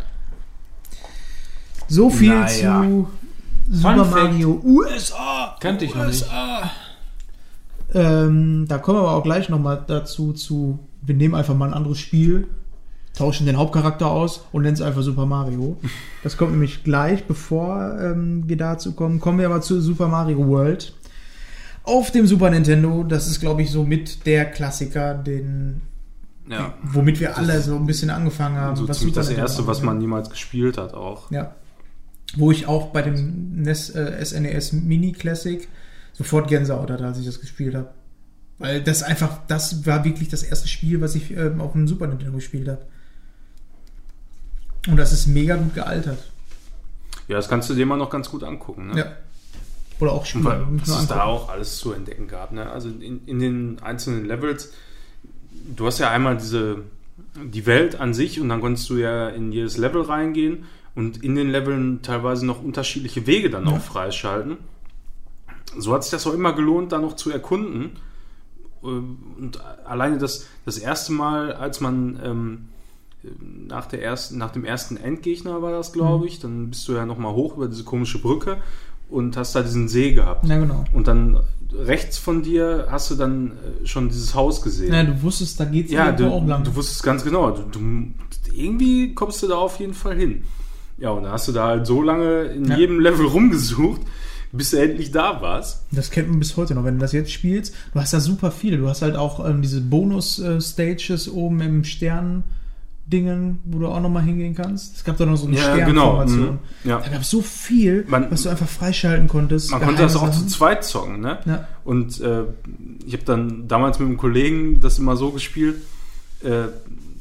So viel Naja. zu Super Fun Fact. Mario USA. Kannte ich noch nicht. Da kommen wir aber auch gleich nochmal dazu wir nehmen einfach mal ein anderes Spiel, tauschen den Hauptcharakter aus und nennen es einfach Super Mario. Das kommt nämlich gleich, bevor wir dazu kommen. Kommen wir aber zu Super Mario World. Auf dem Super Nintendo, das ist, glaube ich, so mit der Klassiker, Ja. womit wir alle so ein bisschen angefangen haben. So was ziemlich Super das Nintendo erste, was angeht. man jemals gespielt hat auch. Ja. Wo ich auch bei dem SNES Mini Classic sofort Gänsehaut hatte, als ich das gespielt habe. Weil das war wirklich das erste Spiel, was ich auf dem Super Nintendo gespielt habe. Und das ist mega gut gealtert. Ja, das kannst du dir mal noch ganz gut angucken. Ne? Ja. Oder auch spielen. Weil Nicht was nur es da angucken. auch alles zu entdecken gab. Ne? Also in den einzelnen Levels, du hast ja einmal die Welt an sich und dann konntest du ja in jedes Level reingehen und in den Leveln teilweise noch unterschiedliche Wege dann auch freischalten. So hat sich das auch immer gelohnt, da noch zu erkunden. Und alleine das erste Mal, als man nach dem ersten Endgegner war das, glaube ich, dann bist du ja nochmal hoch über diese komische Brücke und hast da diesen See gehabt. Ja, genau. Und dann rechts von dir hast du dann schon dieses Haus gesehen. Ja, du wusstest, da geht's Ja, irgendwo auch lang. du wusstest ganz genau. Irgendwie kommst du da auf jeden Fall hin. Ja, und dann hast du da halt so lange in jedem Level rumgesucht, bis du endlich da warst. Das kennt man bis heute noch. Wenn du das jetzt spielst, du hast da super viele. Du hast halt auch diese Bonus-Stages oben im Stern-Dingen, wo du auch nochmal hingehen kannst. Es gab da noch so eine Sternformation. Genau. Ja. Da gab es so viel, was du einfach freischalten konntest. Man konnte das auch Sachen. zu zweit zocken, ne? Ja. Und ich habe dann damals mit einem Kollegen das immer so gespielt,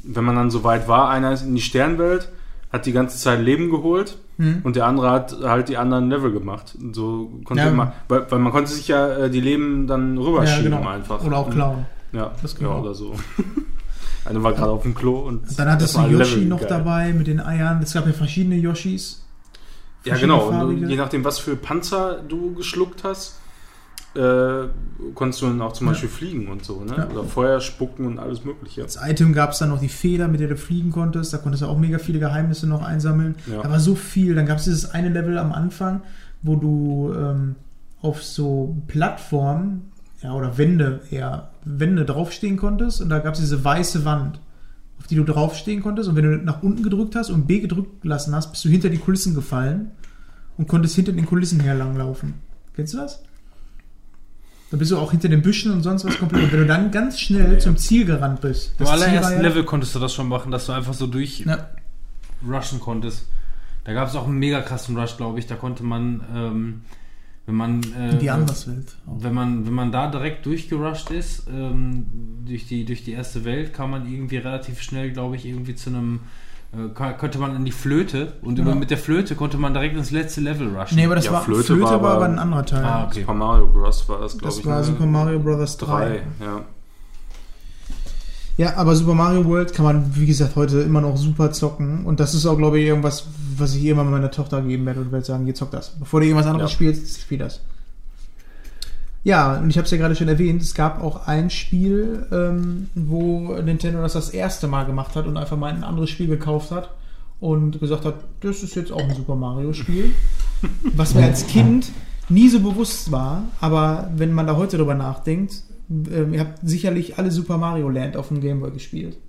wenn man dann so weit war, einer ist in die Sternwelt, hat die ganze Zeit Leben geholt und der andere hat halt die anderen Level gemacht. Und so konnte man, weil man konnte sich ja die Leben dann rüberschieben einfach. Oder auch klauen. Ja, oder so. Einer war gerade auf dem Klo und dann hattest du Yoshi noch dabei mit den Eiern. Es gab ja verschiedene Yoshis. Ja, genau. Und je nachdem, was für Panzer du geschluckt hast, konntest du dann auch zum Beispiel fliegen und so, ne? Ja. Oder Feuer spucken und alles Mögliche. Als Item gab es dann noch die Feder, mit der du fliegen konntest. Da konntest du auch mega viele Geheimnisse noch einsammeln. Ja. Da war so viel. Dann gab es dieses eine Level am Anfang, wo du auf so Plattformen oder Wände draufstehen konntest. Und da gab es diese weiße Wand, auf die du draufstehen konntest. Und wenn du nach unten gedrückt hast und B gedrückt gelassen hast, bist du hinter die Kulissen gefallen und konntest hinter den Kulissen herlanglaufen. Kennst du das? Da bist du auch hinter den Büschen und sonst was komplett. Und wenn du dann ganz schnell zum Ziel gerannt bist. Im allerersten Level konntest du das schon machen, dass du einfach so rushen konntest. Da gab es auch einen mega krassen Rush, glaube ich. Da konnte man, wenn man die Anderswelt. Wenn man da direkt durchgerusht ist, durch die erste Welt, kam man irgendwie relativ schnell, glaube ich, irgendwie zu einem konnte man in die Flöte und mit der Flöte konnte man direkt ins letzte Level rushen. Nee, aber Flöte war aber ein anderer Teil. Okay. Super Mario Bros. War das, glaube ich. Das war Super Mario Bros. 3. Ja. Ja, aber Super Mario World kann man, wie gesagt, heute immer noch super zocken. Und das ist auch, glaube ich, irgendwas, was ich irgendwann meiner Tochter geben werde und werde sagen, hier zock das. Bevor du irgendwas anderes spielst, spiel das. Ja, und ich habe es ja gerade schon erwähnt, es gab auch ein Spiel, wo Nintendo das erste Mal gemacht hat und einfach mal ein anderes Spiel gekauft hat und gesagt hat, das ist jetzt auch ein Super Mario Spiel. Was mir als Kind nie so bewusst war, aber wenn man da heute drüber nachdenkt, ihr habt sicherlich alle Super Mario Land auf dem Game Boy gespielt.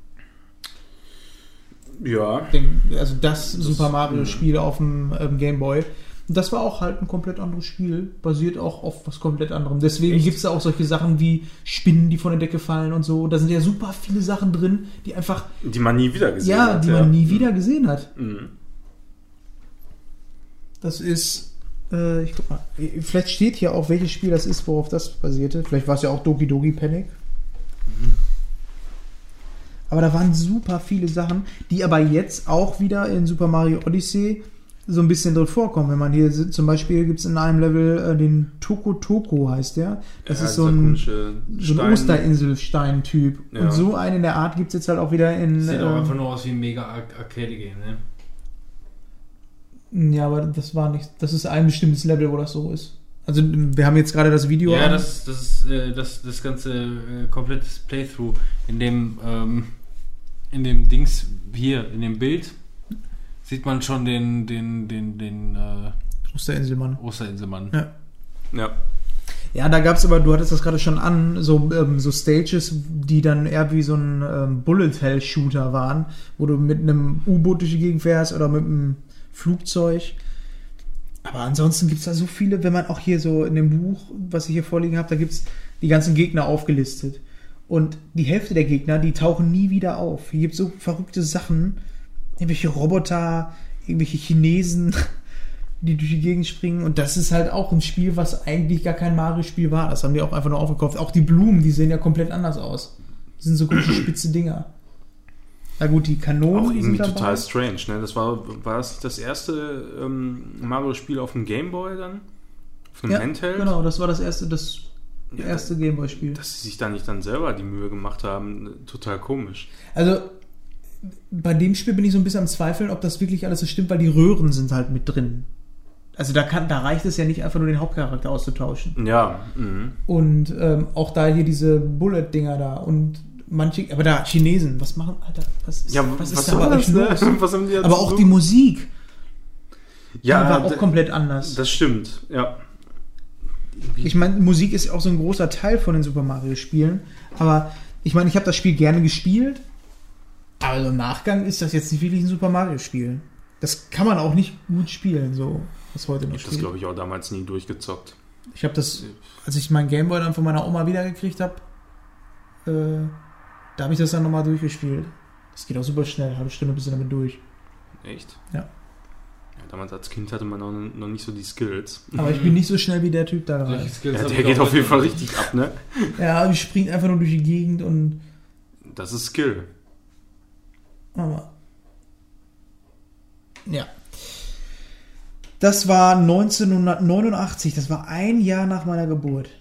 Ja. Also das Super Mario Spiel auf dem Game Boy. Das war auch halt ein komplett anderes Spiel, basiert auch auf was komplett anderem. Deswegen gibt es da auch solche Sachen wie Spinnen, die von der Decke fallen und so. Da sind ja super viele Sachen drin, die man nie wieder gesehen hat. Ja, die man nie wieder gesehen hat. Mhm. Das ist, ich guck mal, vielleicht steht hier auch, welches Spiel das ist, worauf das basierte. Vielleicht war es ja auch Doki Doki Panic. Aber da waren super viele Sachen, die aber jetzt auch wieder in Super Mario Odyssey so ein bisschen drin vorkommen. Wenn man hier zum Beispiel gibt es in einem Level den Toko Toko heißt der. Das ist so ein Osterinsel-Stein-Typ. Ja. Und so einen in der Art gibt es jetzt halt auch wieder in... Sieht auch einfach nur aus wie ein mega Arcade-Game, ne? Ja, aber das war nicht... Das ist ein bestimmtes Level, wo das so ist. Also wir haben jetzt gerade das Video... Ja, das ist das ganze komplettes Playthrough in dem Dings hier, in dem Bild sieht man schon den Osterinselmann. Ja. Ja, da gab es aber, du hattest das gerade schon an, so Stages, die dann eher wie so ein Bullet-Hell-Shooter waren, wo du mit einem U-Boot durch die Gegend fährst oder mit einem Flugzeug. Aber ansonsten gibt es da so viele, wenn man auch hier so in dem Buch, was ich hier vorliegen habe, da gibt es die ganzen Gegner aufgelistet. Und die Hälfte der Gegner, die tauchen nie wieder auf. Hier gibt es so verrückte Sachen, irgendwelche Roboter, irgendwelche Chinesen, die durch die Gegend springen. Und das ist halt auch ein Spiel, was eigentlich gar kein Mario-Spiel war. Das haben die auch einfach nur aufgekauft. Auch die Blumen, die sehen ja komplett anders aus. Das sind so große spitze Dinger. Na gut, die Kanonen auch irgendwie total strange, ne? Das war das erste Mario-Spiel auf dem Game Boy dann? Auf einem Handheld? Genau, das war das erste Game Boy-Spiel. Dass sie sich da nicht dann selber die Mühe gemacht haben, total komisch. Also bei dem Spiel bin ich so ein bisschen am Zweifeln, ob das wirklich alles so stimmt, weil die Röhren sind halt mit drin. Also da reicht es ja nicht einfach nur den Hauptcharakter auszutauschen. Ja. Und auch da hier diese Bullet-Dinger da und manche, aber da Chinesen, was machen, Alter, was ist da bei euch los? Was haben die jetzt aber auch die Musik. Ja, die war auch komplett anders. Das stimmt, ja. Ich meine, Musik ist auch so ein großer Teil von den Super Mario Spielen, aber ich meine, ich habe das Spiel gerne gespielt. Aber im Nachgang ist das jetzt nicht wirklich ein Super Mario Spiel. Das kann man auch nicht gut spielen, so was heute noch spielt. Ich habe das, glaube ich, auch damals nie durchgezockt. Ich habe das, als ich meinen Gameboy dann von meiner Oma wiedergekriegt habe, da habe ich das dann nochmal durchgespielt. Das geht auch super schnell, halbe Stunde bist du damit durch. Echt? Ja. Damals als Kind hatte man noch nicht so die Skills. Aber ich bin nicht so schnell wie der Typ da rein. Ja, der geht auf jeden Fall richtig ab, ne? Ja, ich springt einfach nur durch die Gegend und... Das ist Skill. Aber ja. Das war 1989, das war ein Jahr nach meiner Geburt.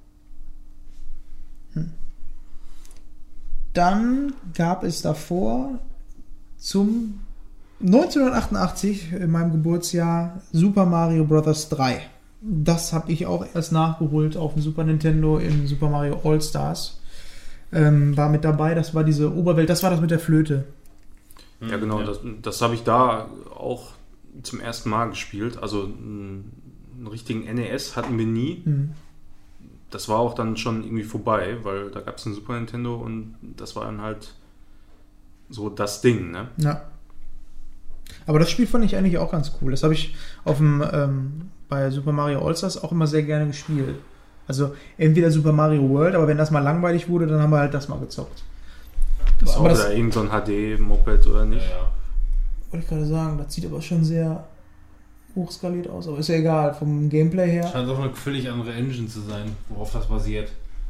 Dann gab es davor zum 1988, in meinem Geburtsjahr, Super Mario Bros. 3. Das habe ich auch erst nachgeholt auf dem Super Nintendo in Super Mario All-Stars. War mit dabei, das war diese Oberwelt, das war das mit der Flöte. Ja, genau, Ja. Das habe ich da auch zum ersten Mal gespielt. Also einen richtigen NES hatten wir nie. Das war auch dann schon irgendwie vorbei, weil da gab es einen Super Nintendo und das war dann halt so das Ding, ne? Ja. Aber das Spiel fand ich eigentlich auch ganz cool. Das habe ich auf dem bei Super Mario All-Stars auch immer sehr gerne gespielt. Also entweder Super Mario World, aber wenn das mal langweilig wurde, dann haben wir halt das mal gezockt. Das ist auch Aber wieder irgend so ein HD-Moped oder nicht? Ja. wollte ich gerade sagen, das sieht aber schon sehr hochskaliert aus, aber ist ja egal, vom Gameplay her. Scheint auch eine völlig andere Engine zu sein, worauf das basiert.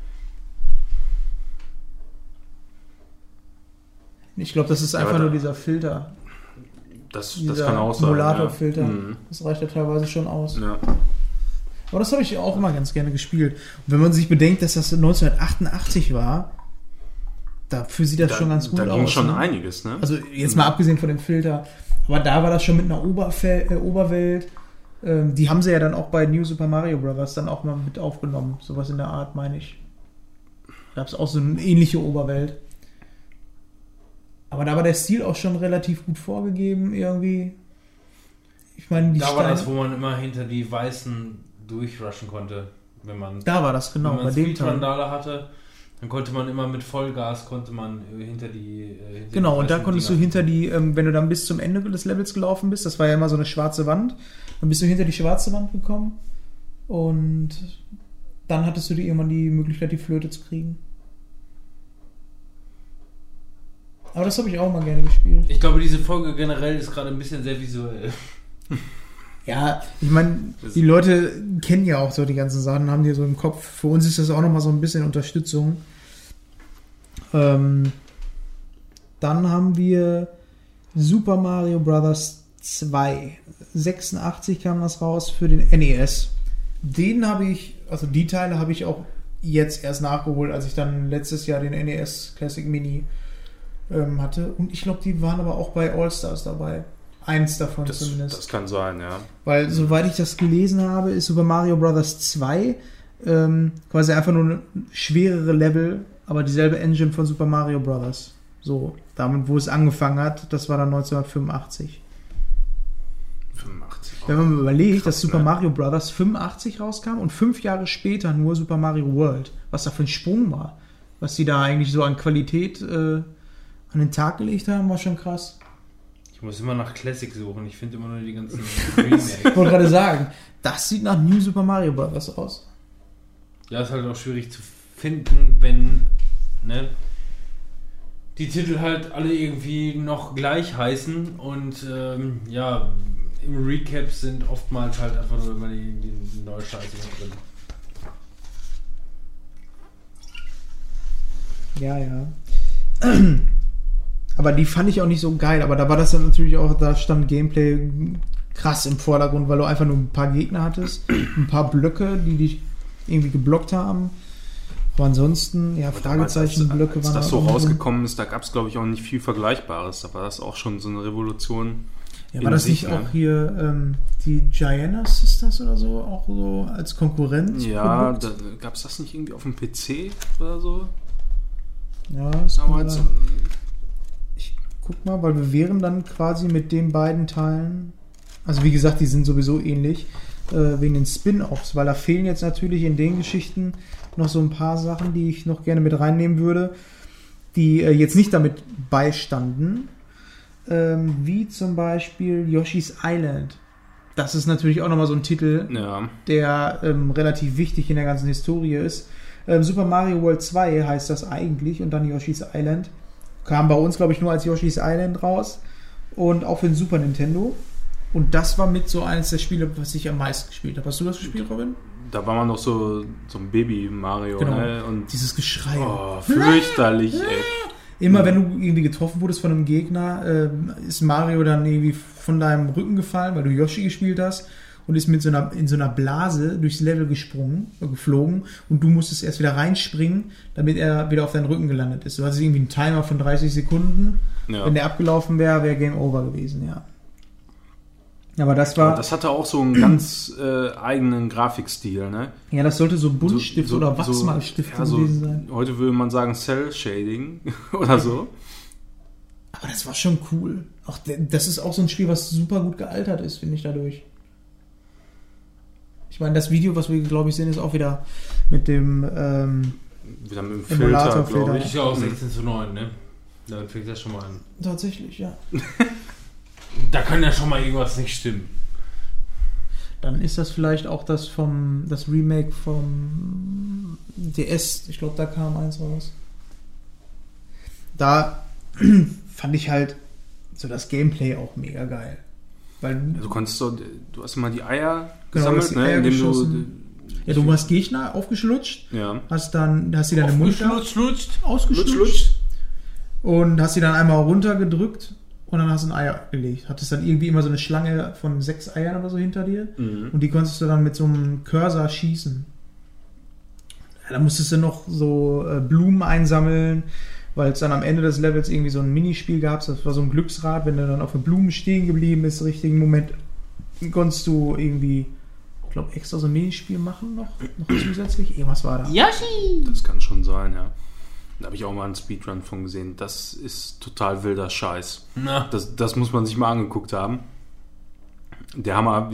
Ich glaube, das ist Ja, einfach aber nur dieser Filter. Das Dieser kann auch sein. Emulator-Filter. Ja. Mhm. Das reicht ja teilweise schon aus. Ja. Aber das habe ich auch immer ganz gerne gespielt. Und wenn man sich bedenkt, dass das 1988 war, dafür sieht das schon ganz gut da ging aus. schon Ne? einiges, ne? Also jetzt mal abgesehen von dem Filter. Aber da war das schon mit einer Oberwelt. Die haben sie ja dann auch bei New Super Mario Bros. Dann auch mal mit aufgenommen. Sowas in der Art, meine ich. Da gab es auch so eine ähnliche Oberwelt. Aber da war der Stil auch schon relativ gut vorgegeben irgendwie. Ich meine, die Da war Steine, das, wo man immer hinter die Weißen durchrushen konnte. Wenn man, da war das genau, wenn man bei dem Teil. Speedrun-Dale hatte, dann konnte man immer mit Vollgas hinter die Genau, die und da weißen konntest du Dinger. hinter die, wenn du dann bis zum Ende des Levels gelaufen bist, das war ja immer so eine schwarze Wand, dann bist du hinter die schwarze Wand gekommen und dann hattest du irgendwann die Möglichkeit, die Flöte zu kriegen. Aber das habe ich auch mal gerne gespielt. Ich glaube, diese Folge generell ist gerade ein bisschen sehr visuell. Ja, ich meine, die Leute kennen ja auch so die ganzen Sachen, haben die so im Kopf. Für uns ist das auch nochmal so ein bisschen Unterstützung. Dann haben wir Super Mario Bros. 2. 86 kam das raus für den NES. Den habe ich, also die Teile habe ich auch jetzt erst nachgeholt, als ich dann letztes Jahr den NES Classic Mini hatte. Und ich glaube, die waren aber auch bei All-Stars dabei. Eins davon zumindest. Das kann sein, ja. Weil, soweit ich das gelesen habe, ist Super Mario Bros. 2 quasi einfach nur eine schwerere Level, aber dieselbe Engine von Super Mario Bros. So, damit, wo es angefangen hat, das war dann 1985. 85. Wenn man mal überlegt, Krass, dass Super ne? Mario Bros. 85 rauskam und 5 Jahre später nur Super Mario World, was da für ein Sprung war, was die da eigentlich so an Qualität an den Tag gelegt haben, war schon krass. Ich muss immer nach Classic suchen. Ich finde immer nur die ganzen Ich Remakes. wollte gerade sagen, das sieht nach New Super Mario Bros. Aus. Ja, ist halt auch schwierig zu finden, wenn die Titel halt alle irgendwie noch gleich heißen und ja, im Recap sind oftmals halt einfach nur immer die neue Scheiße mit drin. Ja, ja. Aber die fand ich auch nicht so geil. Aber da war das dann natürlich auch, da stand Gameplay krass im Vordergrund, weil du einfach nur ein paar Gegner hattest, ein paar Blöcke, die dich irgendwie geblockt haben. Aber ansonsten, ja, Fragezeichenblöcke als waren das auch so noch rausgekommen ist, da gab es, glaube ich, auch nicht viel Vergleichbares. Da war das auch schon so eine Revolution. Ja, in war das sich, nicht ne? auch hier die Gianna Sisters oder so, auch so als Konkurrenz? Ja, gab es das nicht irgendwie auf dem PC oder so? Ja, das kann Damals? sein. Ich guck mal, weil wir wären dann quasi mit den beiden Teilen, also wie gesagt, die sind sowieso ähnlich, wegen den Spin-Offs, weil da fehlen jetzt natürlich in den Geschichten noch so ein paar Sachen, die ich noch gerne mit reinnehmen würde, die jetzt nicht damit beistanden, wie zum Beispiel Yoshi's Island. Das ist natürlich auch nochmal so ein Titel, Ja. der relativ wichtig in der ganzen Historie ist. Super Mario World 2 heißt das eigentlich und dann Yoshi's Island. Kam bei uns, glaube ich, nur als Yoshi's Island raus und auch für den Super Nintendo. Und das war mit so eines der Spiele, was ich am meisten gespielt habe. Hast du das gespielt, Robin? Da war man noch so ein Baby-Mario, Genau. ne? Und Dieses Geschrei. oh, fürchterlich, ey. Immer wenn du irgendwie getroffen wurdest von einem Gegner, ist Mario dann irgendwie von deinem Rücken gefallen, weil du Yoshi gespielt hast und ist in so einer Blase durchs Level geflogen und du musstest erst wieder reinspringen, damit er wieder auf deinen Rücken gelandet ist. Du hattest irgendwie einen Timer von 30 Sekunden. Ja. Wenn der abgelaufen wäre Game Over gewesen, ja. Aber das war... Das hatte auch so einen ganz eigenen Grafikstil, ne? Ja, das sollte so Buntstift oder Wachsmalstift gewesen sein. Heute würde man sagen Cell-Shading oder so. Aber das war schon cool. Auch das ist auch so ein Spiel, was super gut gealtert ist, finde ich dadurch. Ich meine, das Video, was wir, glaube ich, sehen, ist auch wieder mit dem wieder mit dem Filter, glaube ich. Ist ja auch 16:9, ne? Da fängt das schon mal an. Tatsächlich, ja. Da kann ja schon mal irgendwas nicht stimmen. Dann ist das vielleicht auch das Remake vom DS. Ich glaube, da kam eins raus. Da fand ich halt so das Gameplay auch mega geil. Weil du hast immer die Eier gesammelt, die Eier geschossen. Du hast Gegner aufgeschlutscht, hast sie dann im Mund ausgeschlutscht und hast sie dann einmal runtergedrückt und dann hast du ein Ei gelegt. Hattest dann irgendwie immer so eine Schlange von 6 Eiern oder so hinter dir und die konntest du dann mit so einem Cursor schießen. Ja, da musstest du noch so Blumen einsammeln, weil es dann am Ende des Levels irgendwie so ein Minispiel gab. Das war so ein Glücksrad, wenn du dann auf den Blumen stehen geblieben bist, im richtigen Moment konntest du irgendwie, ich glaube, extra so ein Minispiel machen noch zusätzlich. Irgendwas war da. Yoshi! Das kann schon sein, ja. Da habe ich auch mal einen Speedrun von gesehen. Das ist total wilder Scheiß. Na. Das muss man sich mal angeguckt haben. Der Hammer,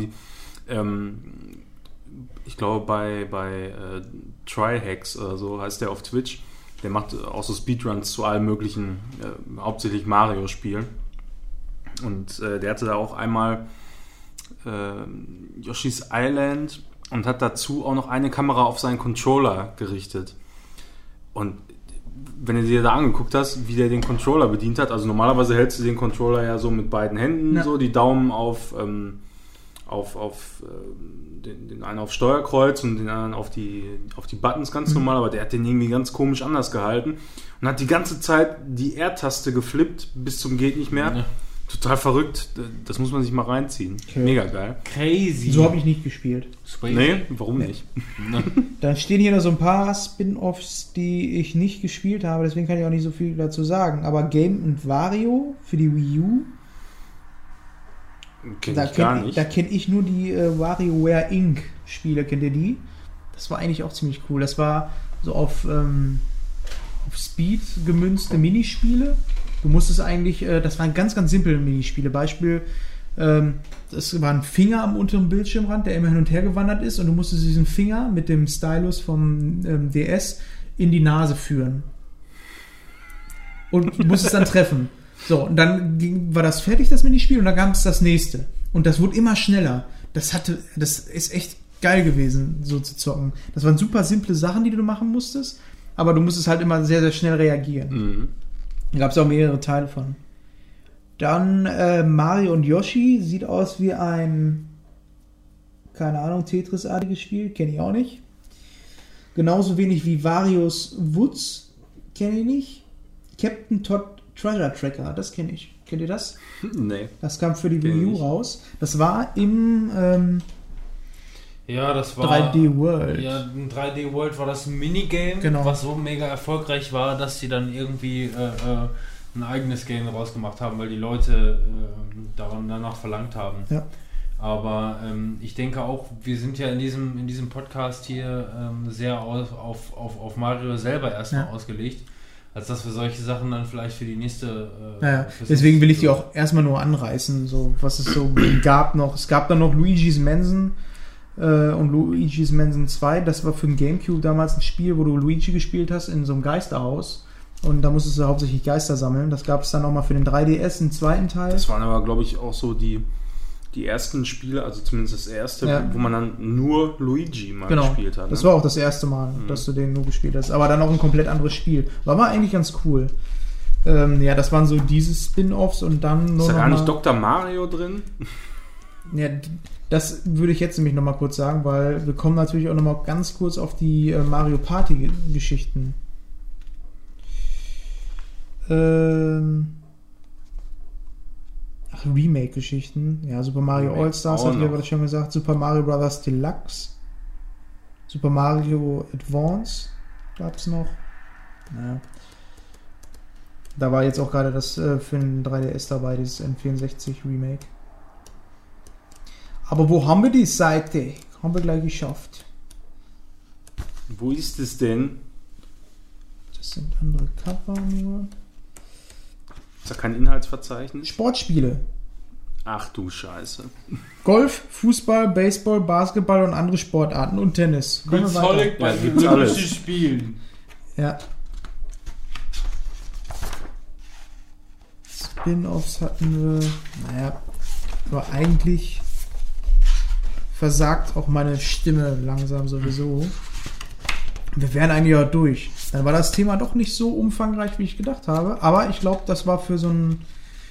ich glaube bei Tryhacks oder so heißt der auf Twitch. Der macht auch so Speedruns zu allen möglichen, hauptsächlich Mario-Spielen. Und der hatte da auch einmal Yoshi's Island und hat dazu auch noch eine Kamera auf seinen Controller gerichtet. Und wenn du dir da angeguckt hast, wie der den Controller bedient hat, also normalerweise hältst du den Controller ja so mit beiden Händen, so die Daumen auf den einen auf Steuerkreuz und den anderen auf die Buttons ganz normal, aber der hat den irgendwie ganz komisch anders gehalten und hat die ganze Zeit die R-Taste geflippt bis zum geht nicht mehr. Ja. Total verrückt. Das muss man sich mal reinziehen. Okay. Mega geil. Crazy. So habe ich nicht gespielt. Nee, warum nicht? Dann stehen hier noch so ein paar Spin-Offs, die ich nicht gespielt habe, deswegen kann ich auch nicht so viel dazu sagen. Aber Game & Wario für die Wii U, da kenne ich nur die WarioWare Inc. Spiele. Kennt ihr die? Das war eigentlich auch ziemlich cool. Das war so auf Speed gemünzte Minispiele. Du musstest eigentlich, das waren ganz, ganz simple Minispiele. Beispiel, das war ein Finger am unteren Bildschirmrand, der immer hin und her gewandert ist und du musstest diesen Finger mit dem Stylus vom DS in die Nase führen. Und du musstest dann treffen. So, und dann war das fertig, das Minispiel, und dann gab es das nächste. Und das wurde immer schneller. Das ist echt geil gewesen, so zu zocken. Das waren super simple Sachen, die du machen musstest, aber du musstest halt immer sehr, sehr schnell reagieren. Mhm. Da gab es auch mehrere Teile von. Dann Mario und Yoshi sieht aus wie ein, keine Ahnung, Tetris-artiges Spiel. Kenne ich auch nicht. Genauso wenig wie Wario's Woods. Kenne ich nicht. Captain Todd Treasure Tracker, das kenne ich. Kennt ihr das? Nee. Das kam für die Wii U raus. Das war im ja, das war 3D World. Ja, in 3D World war das ein Minigame, genau, was so mega erfolgreich war, dass sie dann irgendwie ein eigenes Game rausgemacht haben, weil die Leute danach verlangt haben. Ja. Aber ich denke auch, wir sind ja in diesem Podcast hier sehr auf Mario selber erstmal ausgelegt, als dass wir solche Sachen dann vielleicht für die nächste... deswegen will ich die auch erstmal nur anreißen, so was es so gab noch. Es gab dann noch Luigi's Mansion und Luigi's Mansion 2. Das war für den Gamecube damals ein Spiel, wo du Luigi gespielt hast in so einem Geisterhaus. Und da musstest du hauptsächlich Geister sammeln. Das gab es dann nochmal für den 3DS, einen zweiten Teil. Das waren aber, glaube ich, auch so die ersten Spiele, also zumindest das erste, wo man dann nur Luigi mal gespielt hat. Ne? Das war auch das erste Mal, dass du den nur gespielt hast. Aber dann auch ein komplett anderes Spiel. War eigentlich ganz cool. Das waren so diese Spin-Offs und dann noch. Ist da gar nicht Dr. Mario drin? Ja, das würde ich jetzt nämlich nochmal kurz sagen, weil wir kommen natürlich auch nochmal ganz kurz auf die Mario Party-Geschichten. Remake-Geschichten. Ja, Super Mario Remake All-Stars, auch hat ihr noch. aber schon gesagt. Super Mario Bros. Deluxe. Super Mario Advance gab es noch. Naja. Da war jetzt auch gerade das für den 3DS dabei, dieses N64 Remake. Aber wo haben wir die Seite? Haben wir gleich geschafft. Wo ist es denn? Das sind andere Cover nur. Ist da kein Inhaltsverzeichnis? Sportspiele. Ach du Scheiße. Golf, Fußball, Baseball, Basketball und andere Sportarten und Tennis. Kommen wir weiter. Solid bei Ja, den gibt's Olympischen alles. Spielen. Ja. Spin-offs hatten wir. Naja, aber eigentlich versagt auch meine Stimme langsam sowieso. Wir wären eigentlich auch durch. Dann war das Thema doch nicht so umfangreich, wie ich gedacht habe. Aber ich glaube, das war für so einen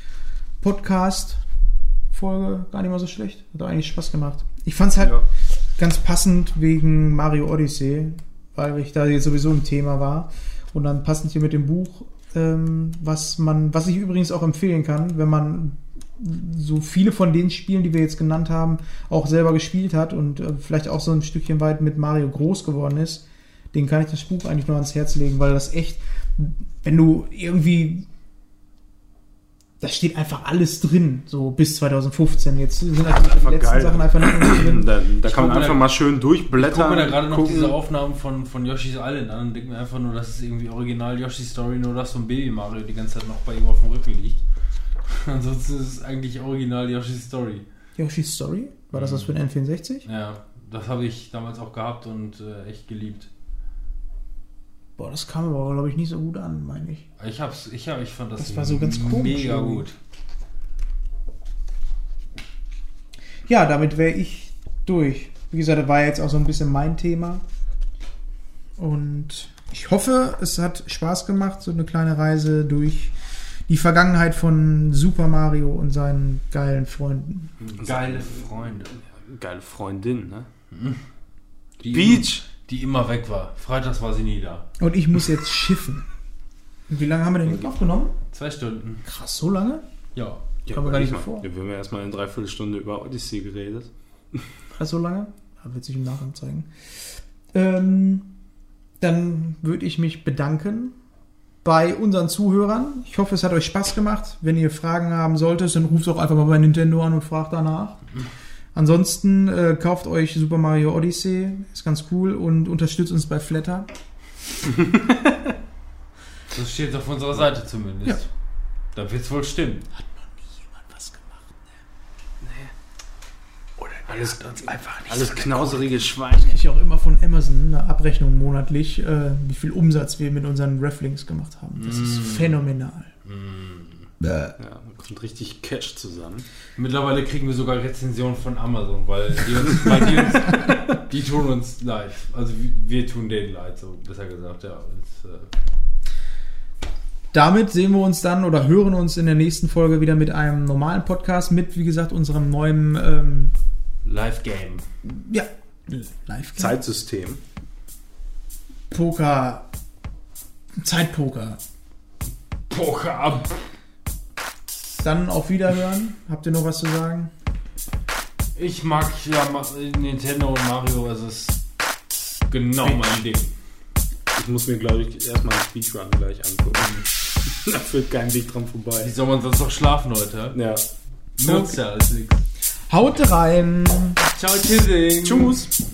Podcast-Folge gar nicht mal so schlecht. Hat eigentlich Spaß gemacht. Ich fand es halt Ja. ganz passend wegen Mario Odyssey, weil ich da jetzt sowieso ein Thema war. Und dann passend hier mit dem Buch, was ich übrigens auch empfehlen kann, wenn man so viele von den Spielen, die wir jetzt genannt haben, auch selber gespielt hat und vielleicht auch so ein Stückchen weit mit Mario groß geworden ist, den kann ich das Buch eigentlich nur ans Herz legen, weil das echt, wenn du irgendwie, da steht einfach alles drin, so bis 2015. Jetzt sind natürlich die Einfach letzten geil. Sachen einfach nicht mehr drin. Da kann man guck einfach mir- mal schön Ich durchblättern. gucke mir da gerade noch gucken. diese Aufnahmen von Yoshi's Island an und denke mir einfach nur, das ist irgendwie original Yoshi's Story, nur dass so ein Baby Mario die ganze Zeit noch bei ihm auf dem Rücken liegt. Ansonsten ist es eigentlich original Yoshi's Story. Yoshi's Story? War das was für den N64? Ja, das habe ich damals auch gehabt und echt geliebt. Boah, das kam aber, glaube ich, nicht so gut an, meine ich. Ich fand das, Das war so ganz komisch mega irgendwie. gut. Ja, damit wäre ich durch. Wie gesagt, das war jetzt auch so ein bisschen mein Thema. Und ich hoffe, es hat Spaß gemacht, so eine kleine Reise durch die Vergangenheit von Super Mario und seinen geilen Freunden. Geile Freunde. Geile Freundin, ne? Die Peach! Die immer weg war. Freitags war sie nie da. Und ich muss jetzt schiffen. Und wie lange haben wir denn jetzt aufgenommen? 2 Stunden. Krass, so lange? Ja. Kam mir gar nicht so mal. vor. Ja, wir haben ja erstmal eine Dreiviertelstunde über Odyssey geredet. Krass, so lange? Ja, wird sich im Nachhinein zeigen. Dann würde ich mich bedanken bei unseren Zuhörern. Ich hoffe, es hat euch Spaß gemacht. Wenn ihr Fragen haben solltet, dann ruft auch einfach mal bei Nintendo an und fragt danach. Ansonsten kauft euch Super Mario Odyssey, ist ganz cool, und unterstützt uns bei Flatter. Das steht auf unserer Seite zumindest. Ja. Da wird es wohl stimmen. Was gemacht? Alles knauserige Schweine. Ich auch immer von Amazon eine Abrechnung monatlich, wie viel Umsatz wir mit unseren Rafflings gemacht haben. Das ist phänomenal. Ja, da kommt richtig Cash zusammen. Mittlerweile kriegen wir sogar Rezensionen von Amazon, weil die tun uns leid. Also wir tun denen leid, so besser gesagt. Ja, Damit sehen wir uns dann oder hören uns in der nächsten Folge wieder mit einem normalen Podcast, mit, wie gesagt, unserem neuen Live-Game. Live Zeitsystem. Poker, Zeitpoker. Poker ab. Dann auf Wiederhören. Habt ihr noch was zu sagen? Ich mag ja Nintendo und Mario, es ist genau mein Ding. Ich muss mir, glaube ich, erstmal einen Speedrun gleich angucken. Da führt kein Weg dran Wie vorbei. soll man sonst noch schlafen heute? Ja. Nutzt ja alles nichts. Haut rein! Ciao, tschüssing. Tschüss.